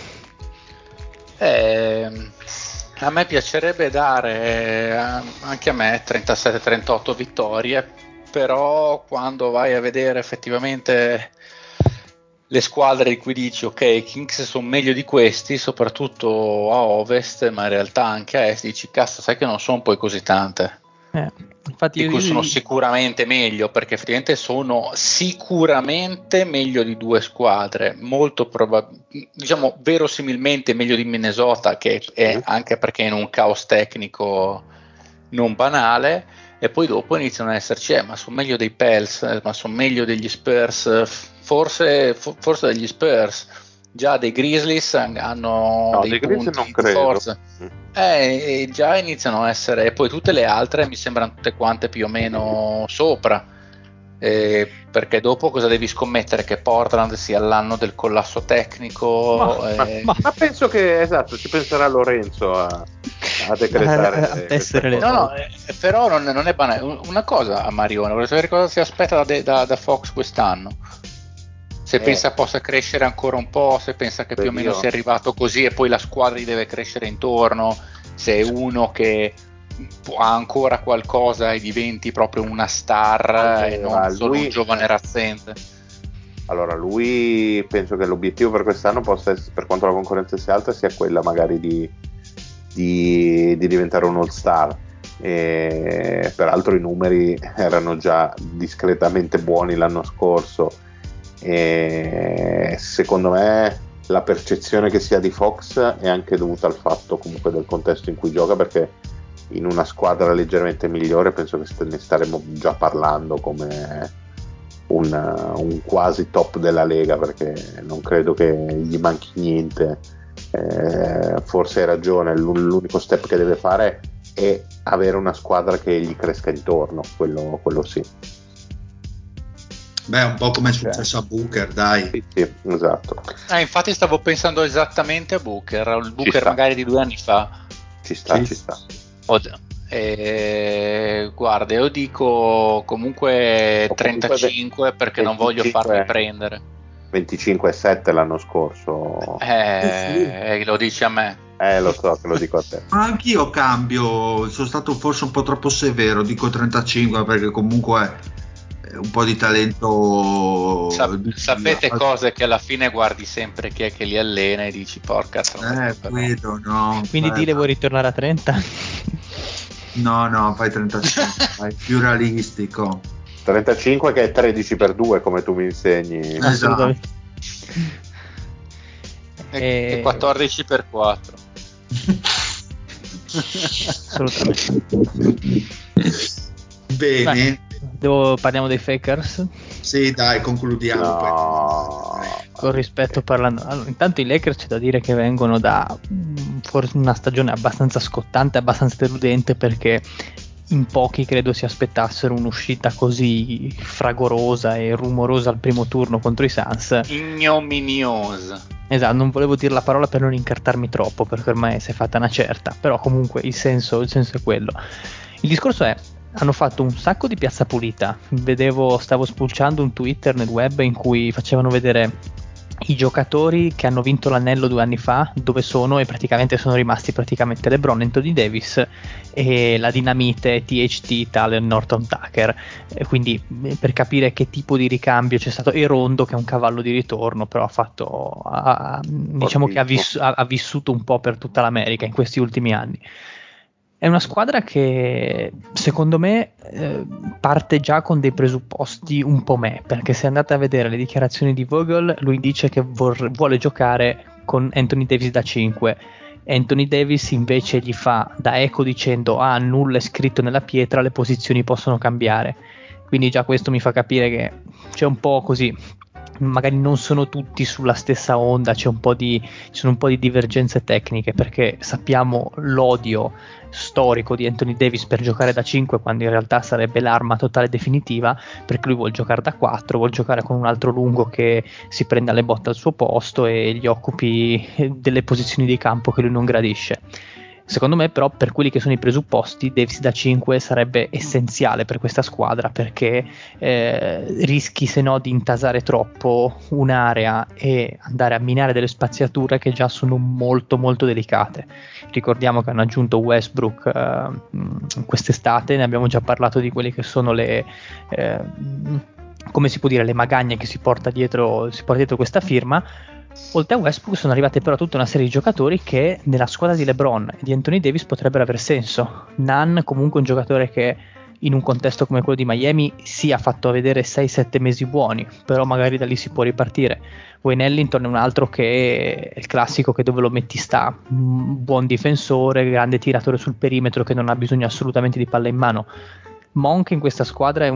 Eh, a me piacerebbe dare, anche a me, trentasette trentotto vittorie, però quando vai a vedere effettivamente le squadre di cui dici ok, i Kings sono meglio di questi, soprattutto a Ovest, ma in realtà anche a Est, dici cazzo, sai che non sono poi così tante. Eh, infatti di io, cui io, sono io... sicuramente meglio, perché effettivamente sono sicuramente meglio di due squadre, molto probabilmente, diciamo verosimilmente meglio di Minnesota, che è anche perché è in un caos tecnico non banale, e poi dopo iniziano a esserci, eh, ma sono meglio dei Pels, eh, ma sono meglio degli Spurs, forse, for, forse degli Spurs. Già dei Grizzlies hanno no, dei, dei punti non di credo. forza, eh, e già iniziano a essere, e poi tutte le altre mi sembrano tutte quante più o meno sopra, eh, perché dopo cosa devi scommettere? Che Portland sia l'anno del collasso tecnico? Ma, eh... ma, ma penso che esatto, ci penserà Lorenzo a, a decretare a, a tessere le no, no, eh, però non, non è banale. Una cosa a Marione, volevo sapere cosa si aspetta da, da, da Fox quest'anno. Se Eh. pensa possa crescere ancora un po', se pensa che Beh, più o meno io- sia arrivato così e poi la squadra gli deve crescere intorno, se è uno che può- ha ancora qualcosa e diventi proprio una star e Allora, non solo lui- un giovane razzente. Allora, lui penso che l'obiettivo per quest'anno possa essere, per quanto la concorrenza sia alta, sia quella magari di, di, di diventare un all-star. E, peraltro i numeri erano già discretamente buoni l'anno scorso. E secondo me la percezione che si ha di Fox è anche dovuta al fatto comunque del contesto in cui gioca, perché in una squadra leggermente migliore penso che ne staremo già parlando come un, un quasi top della Lega, perché non credo che gli manchi niente. Eh, forse hai ragione, l'unico step che deve fare è avere una squadra che gli cresca intorno, quello, quello sì. Beh, un po' come è Ok. successo a Booker, dai. Sì, sì, esatto. Eh, infatti stavo pensando esattamente a Booker, il Booker sta. magari di due anni fa. Ci sta, Sì. ci sta. Od- eh, guarda, io dico comunque O comunque trentacinque perché non voglio venticinque farmi prendere. venticinque e sette l'anno scorso. Eh, lo dici a me. Eh, lo so che lo dico a te. Ma anch'io cambio, sono stato forse un po' troppo severo, dico trentacinque perché comunque eh, un po' di talento. Sa- sapete cose che alla fine guardi sempre chi è che li allena e dici porca troia, Eh, però. Guido, no. Quindi beh, Dile vuoi ritornare a trenta? No, no, fai trentacinque, vai, più realistico. trentacinque che è tredici per due, come tu mi insegni. Esatto. Assolutamente. E, Eh, e quattordici per quattro. Assolutamente. Bene, Beh, devo- parliamo dei Fakers. sì, dai, concludiamo. No. Con rispetto parlando, allora, intanto i Lakers c'è da dire che vengono da mm, forse una stagione abbastanza scottante, abbastanza deludente, perché in pochi credo si aspettassero un'uscita così fragorosa e rumorosa al primo turno contro i Suns. Ignominiosa. Esatto, non volevo dire la parola per non incartarmi troppo, perché ormai si è fatta una certa, però comunque il senso, il senso è quello. Il discorso è, hanno fatto un sacco di piazza pulita. Vedevo, stavo spulciando un Twitter nel web in cui facevano vedere i giocatori che hanno vinto l'anello due anni fa, dove sono, e praticamente sono rimasti praticamente LeBron, Anthony Davis e la dinamite T H T Talen Norton Tucker. E quindi eh, per capire che tipo di ricambio c'è stato, e Rondo che è un cavallo di ritorno, però ha fatto ha- diciamo che ha, viss- ha- ha vissuto un po' per tutta l'America in questi ultimi anni. È una squadra che secondo me eh, parte già con dei presupposti un po' me, perché se andate a vedere le dichiarazioni di Vogel, lui dice che vor- vuole giocare con Anthony Davis da cinque. Anthony Davis invece gli fa da eco dicendo ah, nulla è scritto nella pietra, le posizioni possono cambiare. Quindi già questo mi fa capire che c'è un po' così, magari non sono tutti sulla stessa onda, c'è un po' di, ci sono un po' di divergenze tecniche, perché sappiamo l'odio storico di Anthony Davis per giocare da cinque quando in realtà sarebbe l'arma totale definitiva, perché lui vuol giocare da quattro, vuol giocare con un altro lungo che si prenda le botte al suo posto e gli occupi delle posizioni di campo che lui non gradisce. Secondo me però per quelli che sono i presupposti Davis da cinque sarebbe essenziale per questa squadra, perché eh, rischi se no di intasare troppo un'area e andare a minare delle spaziature che già sono molto molto delicate. Ricordiamo che hanno aggiunto Westbrook eh, quest'estate, ne abbiamo già parlato di quelle che sono le eh, come si può dire, le magagne che si porta dietro, si porta dietro questa firma. Oltre a Westbrook sono arrivate però tutta una serie di giocatori che nella squadra di LeBron e di Anthony Davis potrebbero aver senso. Nunn comunque un giocatore che in un contesto come quello di Miami sì ha fatto vedere sei sette mesi buoni, però magari da lì si può ripartire. Wayne Ellington è un altro che è il classico che dove lo metti sta, un buon difensore, grande tiratore sul perimetro che non ha bisogno assolutamente di palla in mano. Monk in questa squadra è,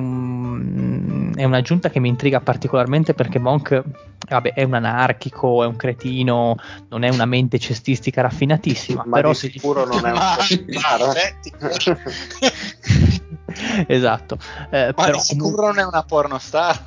un, è un'aggiunta che mi intriga particolarmente, perché Monk vabbè, è un anarchico, è un cretino, non è una mente cestistica raffinatissima, Ma però di se sicuro non è un Ma- pornostar. esatto, eh, Ma però di sicuro non è una pornostar.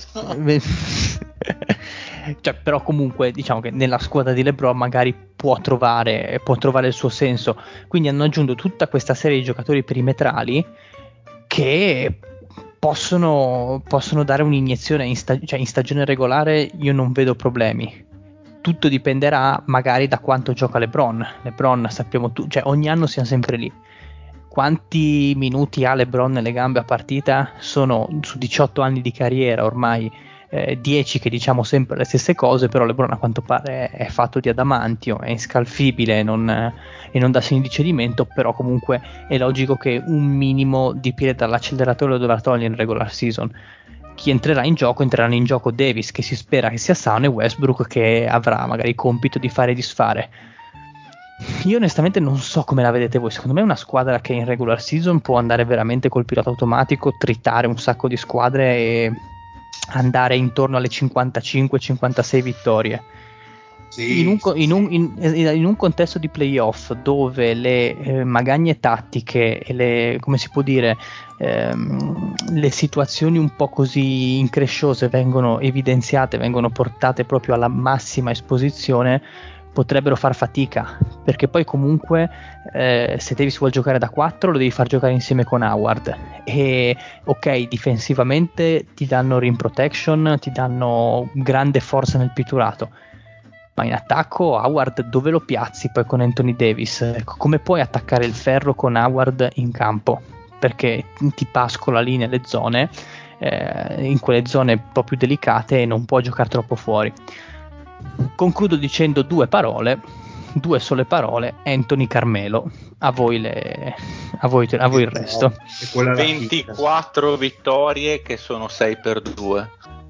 cioè, però comunque diciamo che nella squadra di LeBron magari può trovare, può trovare il suo senso. Quindi hanno aggiunto tutta questa serie di giocatori perimetrali che possono, possono dare un'iniezione in, sta- cioè in stagione regolare. Io non vedo problemi. Tutto dipenderà magari da quanto gioca LeBron. LeBron sappiamo tu, cioè ogni anno siamo sempre lì. Quanti minuti ha LeBron nelle gambe a partita? Sono su diciotto anni di carriera ormai, eh, dieci che diciamo sempre le stesse cose, però LeBron a quanto pare è fatto di adamantio, è inscalfibile non, e non dà segni di cedimento, però comunque è logico che un minimo di piede dall'acceleratore lo dovrà togliere in regular season. Chi entrerà in gioco? Entreranno in gioco Davis, che si spera che sia sano, e Westbrook, che avrà magari il compito di fare e disfare. Io onestamente non so come la vedete voi. Secondo me è una squadra che in regular season può andare veramente col pilota automatico, tritare un sacco di squadre e andare intorno alle cinquantacinque cinquantasei vittorie. Sì, in, un, sì, in, un, in, in un contesto di playoff dove le eh, magagne tattiche e le, come si può dire, ehm, le situazioni un po' così incresciose vengono evidenziate, vengono portate proprio alla massima esposizione, potrebbero far fatica, perché poi comunque eh, se Davis vuol giocare da quattro lo devi far giocare insieme con Howard, e ok, difensivamente ti danno rim protection, ti danno grande forza nel pitturato, ma in attacco Howard dove lo piazzi poi con Anthony Davis? Come puoi attaccare il ferro con Howard in campo? Perché ti pascola lì nelle zone, eh, in quelle zone un po' più delicate, e non può giocare troppo fuori. Concludo dicendo due parole, due sole parole: Anthony Carmelo. A voi, le, a voi, a voi il resto. è quella la ventiquattro vittorie che sono sei per due.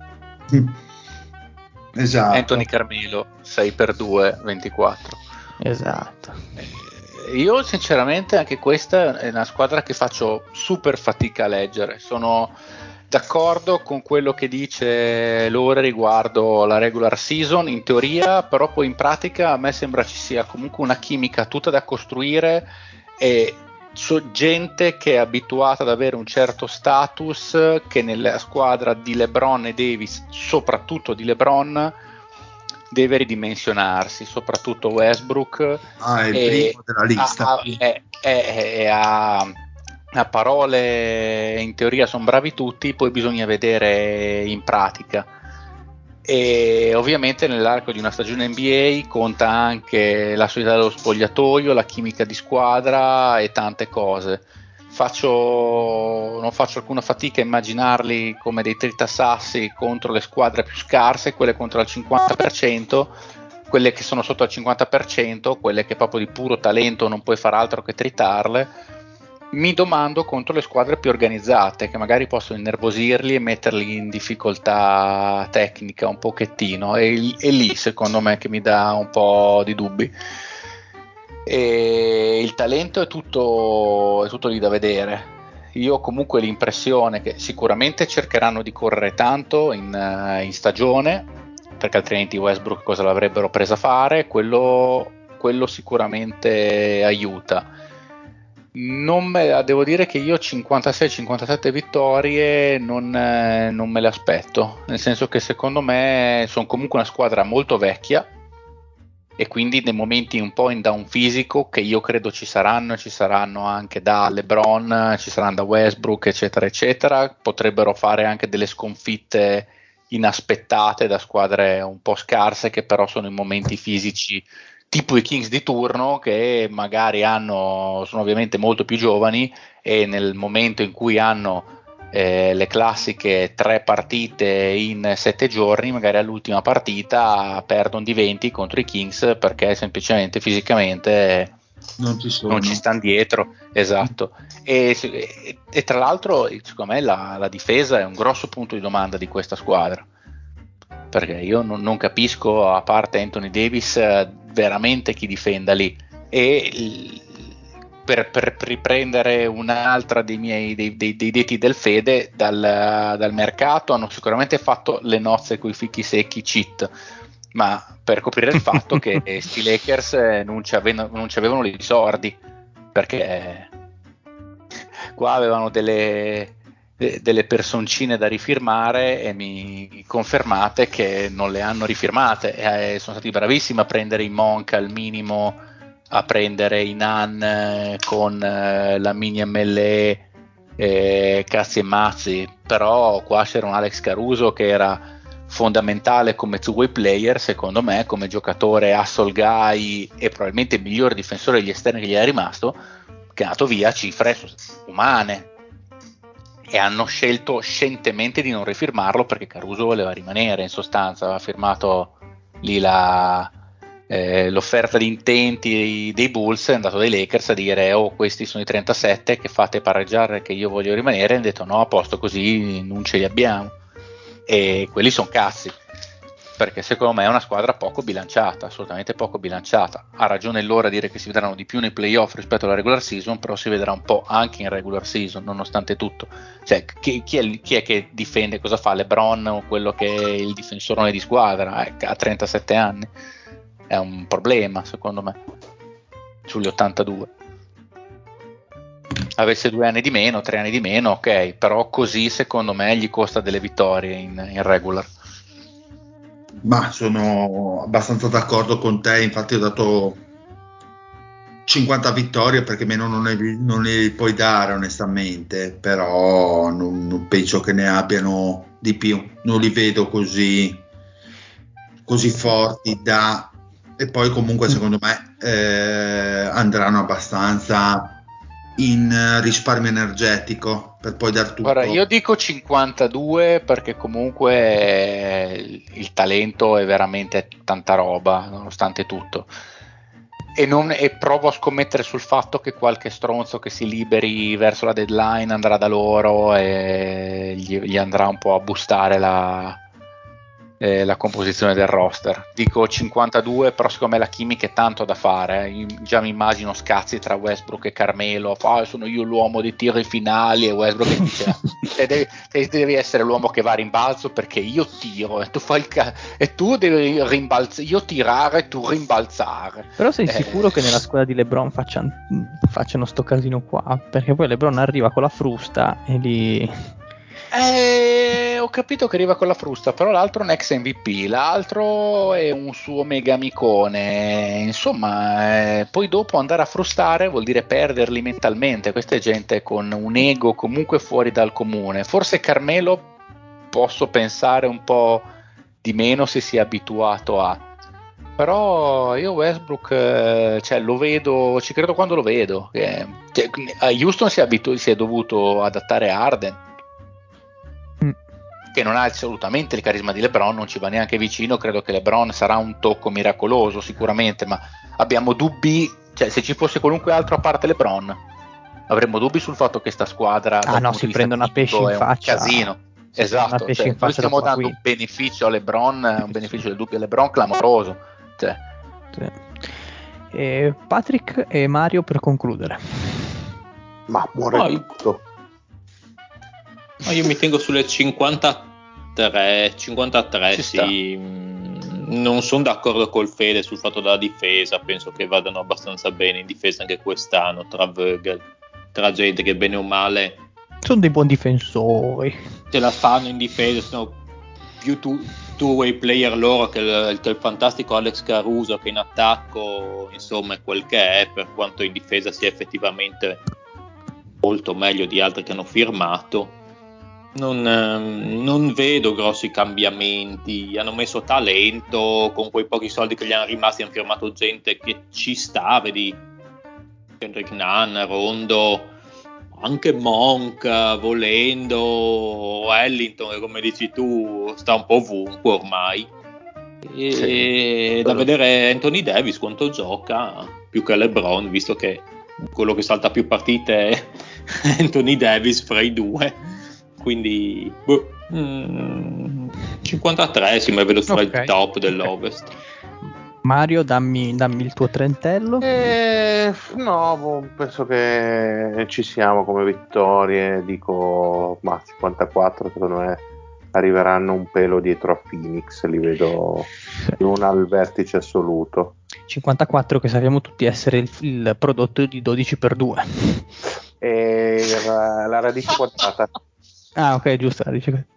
Esatto. Anthony Carmelo sei per due, ventiquattro. Esatto. Io sinceramente anche questa è una squadra che faccio super fatica a leggere. Sono d'accordo con quello che dice Lore riguardo la regular season in teoria, però poi in pratica a me sembra ci sia comunque una chimica tutta da costruire, e so gente che è abituata ad avere un certo status, che nella squadra di LeBron e Davis, soprattutto di LeBron, deve ridimensionarsi, soprattutto Westbrook. Ah, è il e primo della lista. a, è, è, è a, a parole in teoria sono bravi tutti, poi bisogna vedere in pratica. E ovviamente nell'arco di una stagione N B A conta anche la solidità dello spogliatoio, la chimica di squadra e tante cose. Faccio, non faccio alcuna fatica a immaginarli come dei tritasassi contro le squadre più scarse, quelle contro il cinquanta per cento, quelle che sono sotto al cinquanta per cento, quelle che proprio di puro talento non puoi far altro che tritarle. Mi domando contro le squadre più organizzate, che magari possono innervosirli e metterli in difficoltà tecnica un pochettino, e, e lì secondo me che mi dà un po' di dubbi. E il talento è tutto, è tutto lì da vedere. Io ho comunque l'impressione che sicuramente cercheranno di correre tanto in, in stagione, perché altrimenti Westbrook cosa l'avrebbero presa a fare, quello, quello sicuramente aiuta. Non me, devo dire che io cinquantasei cinquantasette vittorie non, eh, non me le aspetto, nel senso che secondo me sono comunque una squadra molto vecchia, e quindi nei momenti un po' in down fisico, che io credo ci saranno, ci saranno anche da LeBron, ci saranno da Westbrook, eccetera eccetera, potrebbero fare anche delle sconfitte inaspettate da squadre un po' scarse, che però sono in momenti fisici tipo i Kings di turno, che magari hanno, sono ovviamente molto più giovani, e nel momento in cui hanno eh, le classiche tre partite in sette giorni, magari all'ultima partita perdono di venti contro i Kings, perché semplicemente fisicamente non ci sono, non ci stanno dietro. Esatto. E, e, e tra l'altro secondo me la, la difesa è un grosso punto di domanda di questa squadra, perché io non, non capisco, a parte Anthony Davis, veramente chi difenda lì. E per, per riprendere un'altra dei miei dei, dei, dei detti del Fede, dal, dal mercato hanno sicuramente fatto le nozze coi fichi secchi cheat, ma per coprire il fatto che sti Lakers non ci avevano, non ci avevano i sordi, perché qua avevano delle delle personcine da rifirmare, e mi confermate che non le hanno rifirmate. Eh, sono stati bravissimi a prendere i Monk al minimo, a prendere i Nan eh, con eh, la mini M L E eh, cazzi e mazzi, però qua c'era un Alex Caruso che era fondamentale come two-way player, secondo me, come giocatore hustle guy e probabilmente il miglior difensore degli esterni che gli è rimasto, che è andato via a cifre umane, e hanno scelto scientemente di non rifirmarlo perché Caruso voleva rimanere, in sostanza aveva firmato lì la, eh, l'offerta di intenti dei, dei Bulls, è andato dai Lakers a dire oh questi sono i trentasette che fate pareggiare che io voglio rimanere, e hanno detto no, a posto così non ce li abbiamo, e quelli sono cazzi, perché secondo me è una squadra poco bilanciata, assolutamente poco bilanciata. Ha ragione loro a dire che si vedranno di più nei playoff rispetto alla regular season, però si vedrà un po' anche in regular season nonostante tutto. Cioè, chi, chi, è, chi è che difende? Cosa fa? LeBron o quello che è il difensorone di squadra? Eh, ha trentasette anni, è un problema secondo me sugli ottantadue. Avesse due anni di meno, tre anni di meno, ok, però così secondo me gli costa delle vittorie in, in regular. Ma sono abbastanza d'accordo con te, infatti ho dato cinquanta vittorie perché meno non ne, non ne puoi dare onestamente, però non, non penso che ne abbiano di più, non li vedo così, così forti da... E poi comunque secondo me eh, andranno abbastanza in risparmio energetico per poi dar tutto. Guarda, io dico cinquantadue perché comunque il, il talento è veramente tanta roba nonostante tutto, e, non, e provo a scommettere sul fatto che qualche stronzo che si liberi verso la deadline andrà da loro e gli, gli andrà un po' a boostare la, eh, la composizione del roster. Dico cinquantadue, però secondo me la chimica è tanto da fare, eh. Già mi immagino scazzi tra Westbrook e Carmelo, ah, sono io l'uomo dei tiri finali, e Westbrook che dice te devi, te devi essere l'uomo che va a rimbalzo perché io tiro e tu fai il ca- e tu devi rimbalzare, io tirare e tu rimbalzare. Però sei eh, sicuro che nella squadra di LeBron facciano, facciano sto casino qua? Perché poi LeBron arriva con la frusta e lì... Eh, ho capito che arriva con la frusta, però l'altro è un ex M V P, l'altro è un suo mega amicone, insomma, eh, poi dopo andare a frustare vuol dire perderli mentalmente. Questa è gente con un ego comunque fuori dal comune. Forse Carmelo posso pensare un po' di meno se si è abituato a, però io Westbrook eh, cioè, lo vedo, ci credo quando lo vedo. Eh, cioè, a Houston si è, abitu- si è dovuto adattare a Harden, che non ha assolutamente il carisma di LeBron, non ci va neanche vicino. Credo che LeBron sarà un tocco miracoloso sicuramente, ma abbiamo dubbi, cioè se ci fosse qualunque altro a parte LeBron avremmo dubbi sul fatto che sta squadra Ah dal no, punto si di vista prendono a pesci in è un faccia. casino. Si Esatto, pesci cioè, in noi faccia stiamo dopo la dando qui. un beneficio a LeBron, un beneficio del dubbio a LeBron clamoroso, cioè. Sì. E Patrick e Mario per concludere. Ma muore Poi- tutto. Ma io mi tengo sulle cinquantatré, cinquantatré Ci sì. Mm, Non sono d'accordo col Fede sul fatto della difesa, penso che vadano abbastanza bene in difesa anche quest'anno, tra Vogel, tra gente che bene o male Sono dei buoni difensori. ce la fanno in difesa, sono più two, two-way player loro che il, che il fantastico Alex Caruso, che in attacco insomma è quel che è, per quanto in difesa sia effettivamente molto meglio di altri che hanno firmato. Non, ehm, non vedo grossi cambiamenti, hanno messo talento con quei pochi soldi che gli hanno rimasti, hanno firmato gente che ci sta, vedi Kendrick Nunn, Rondo, anche Monk, volendo, Ellington che come dici tu sta un po' ovunque ormai, e Sì. da vedere Anthony Davis quanto gioca, più che LeBron, visto che quello che salta più partite è Anthony Davis fra i due. Quindi boh, mm, cinquantatré sì, ma vedo fra Ok. il top dell'Ovest. Mario, dammi, dammi il tuo trentello. Eh, no, boh, penso che ci siamo come vittorie. Dico, ma cinquantaquattro secondo me arriveranno un pelo dietro a Phoenix. Li vedo non al vertice assoluto. cinquantaquattro che sappiamo tutti essere il, il prodotto di dodici per due. E la, la radice quadrata. Ah, ok, giusto. Dice...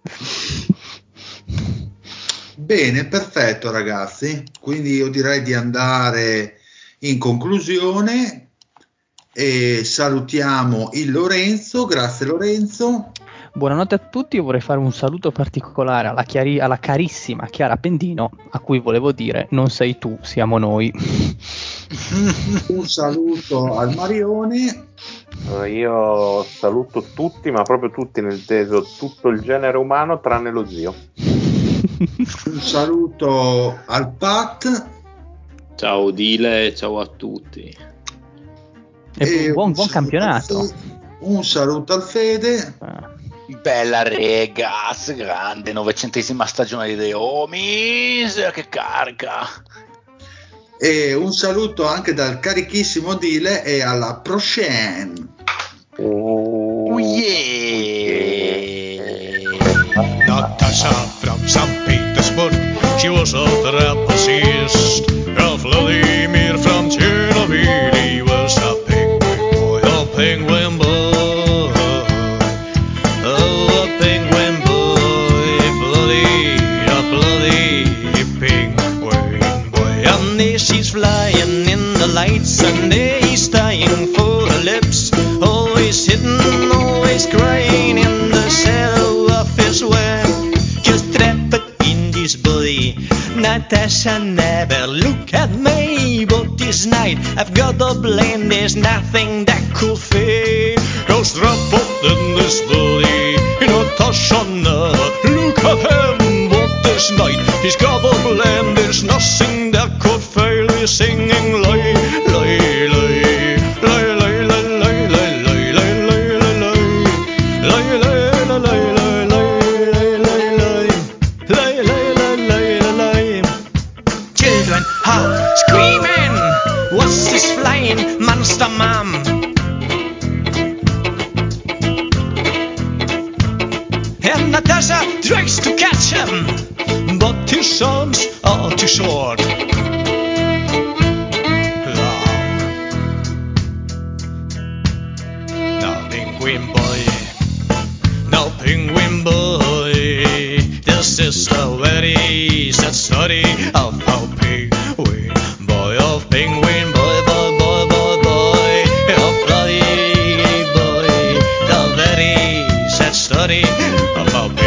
Bene, perfetto ragazzi, quindi io direi di andare in conclusione e salutiamo il Lorenzo. Grazie Lorenzo. Buonanotte a tutti, io vorrei fare un saluto particolare alla, chiari- alla carissima Chiara Pendino, a cui volevo dire non sei tu, siamo noi. Un saluto al Marione. Allora, io saluto tutti, ma proprio tutti, nel senso tutto il genere umano tranne lo zio. Un saluto al Pat. Ciao Dile, ciao a tutti. E E buon, un buon saluto campionato. al Fe- Un saluto al Fede. Ah. Bella regas, grande, novecentesima stagione di The Homies, che carica. E un saluto anche dal carichissimo Dile e alla prochaine. Oh, Oh yeah. Natasha from Saint Petersburg, she was a trapezist. Ralph Vladimir from Chernobyl, he was a penguin boy, a penguin boy. Oh, a penguin boy, bloody, a bloody penguin boy. And there she's flying in the lights, and there he's dying for her lips. Always hidden, always crying in the shadow of his web. Just trapped in this body. Natasha, never look at me, but this night I've got the blame. There's nothing that could fail. Cause trapped in this body. Natasha, never look at him, but this night he's got the blame. There's nothing that could fail. He's singing lay, lay, lay, lay, lay, lay, lay, lay, lay, lay, lay, lay, lay, lay, lay, lay, lay, lay. Children are screaming. What's this flying monster, mom? And Natasha tries to catch him, but his arms are too short. Now, penguin boy, now penguin boy, this is a very sad story of how penguin boy, of penguin boy, boy, boy, boy, boy, of bloody boy, the very sad story of how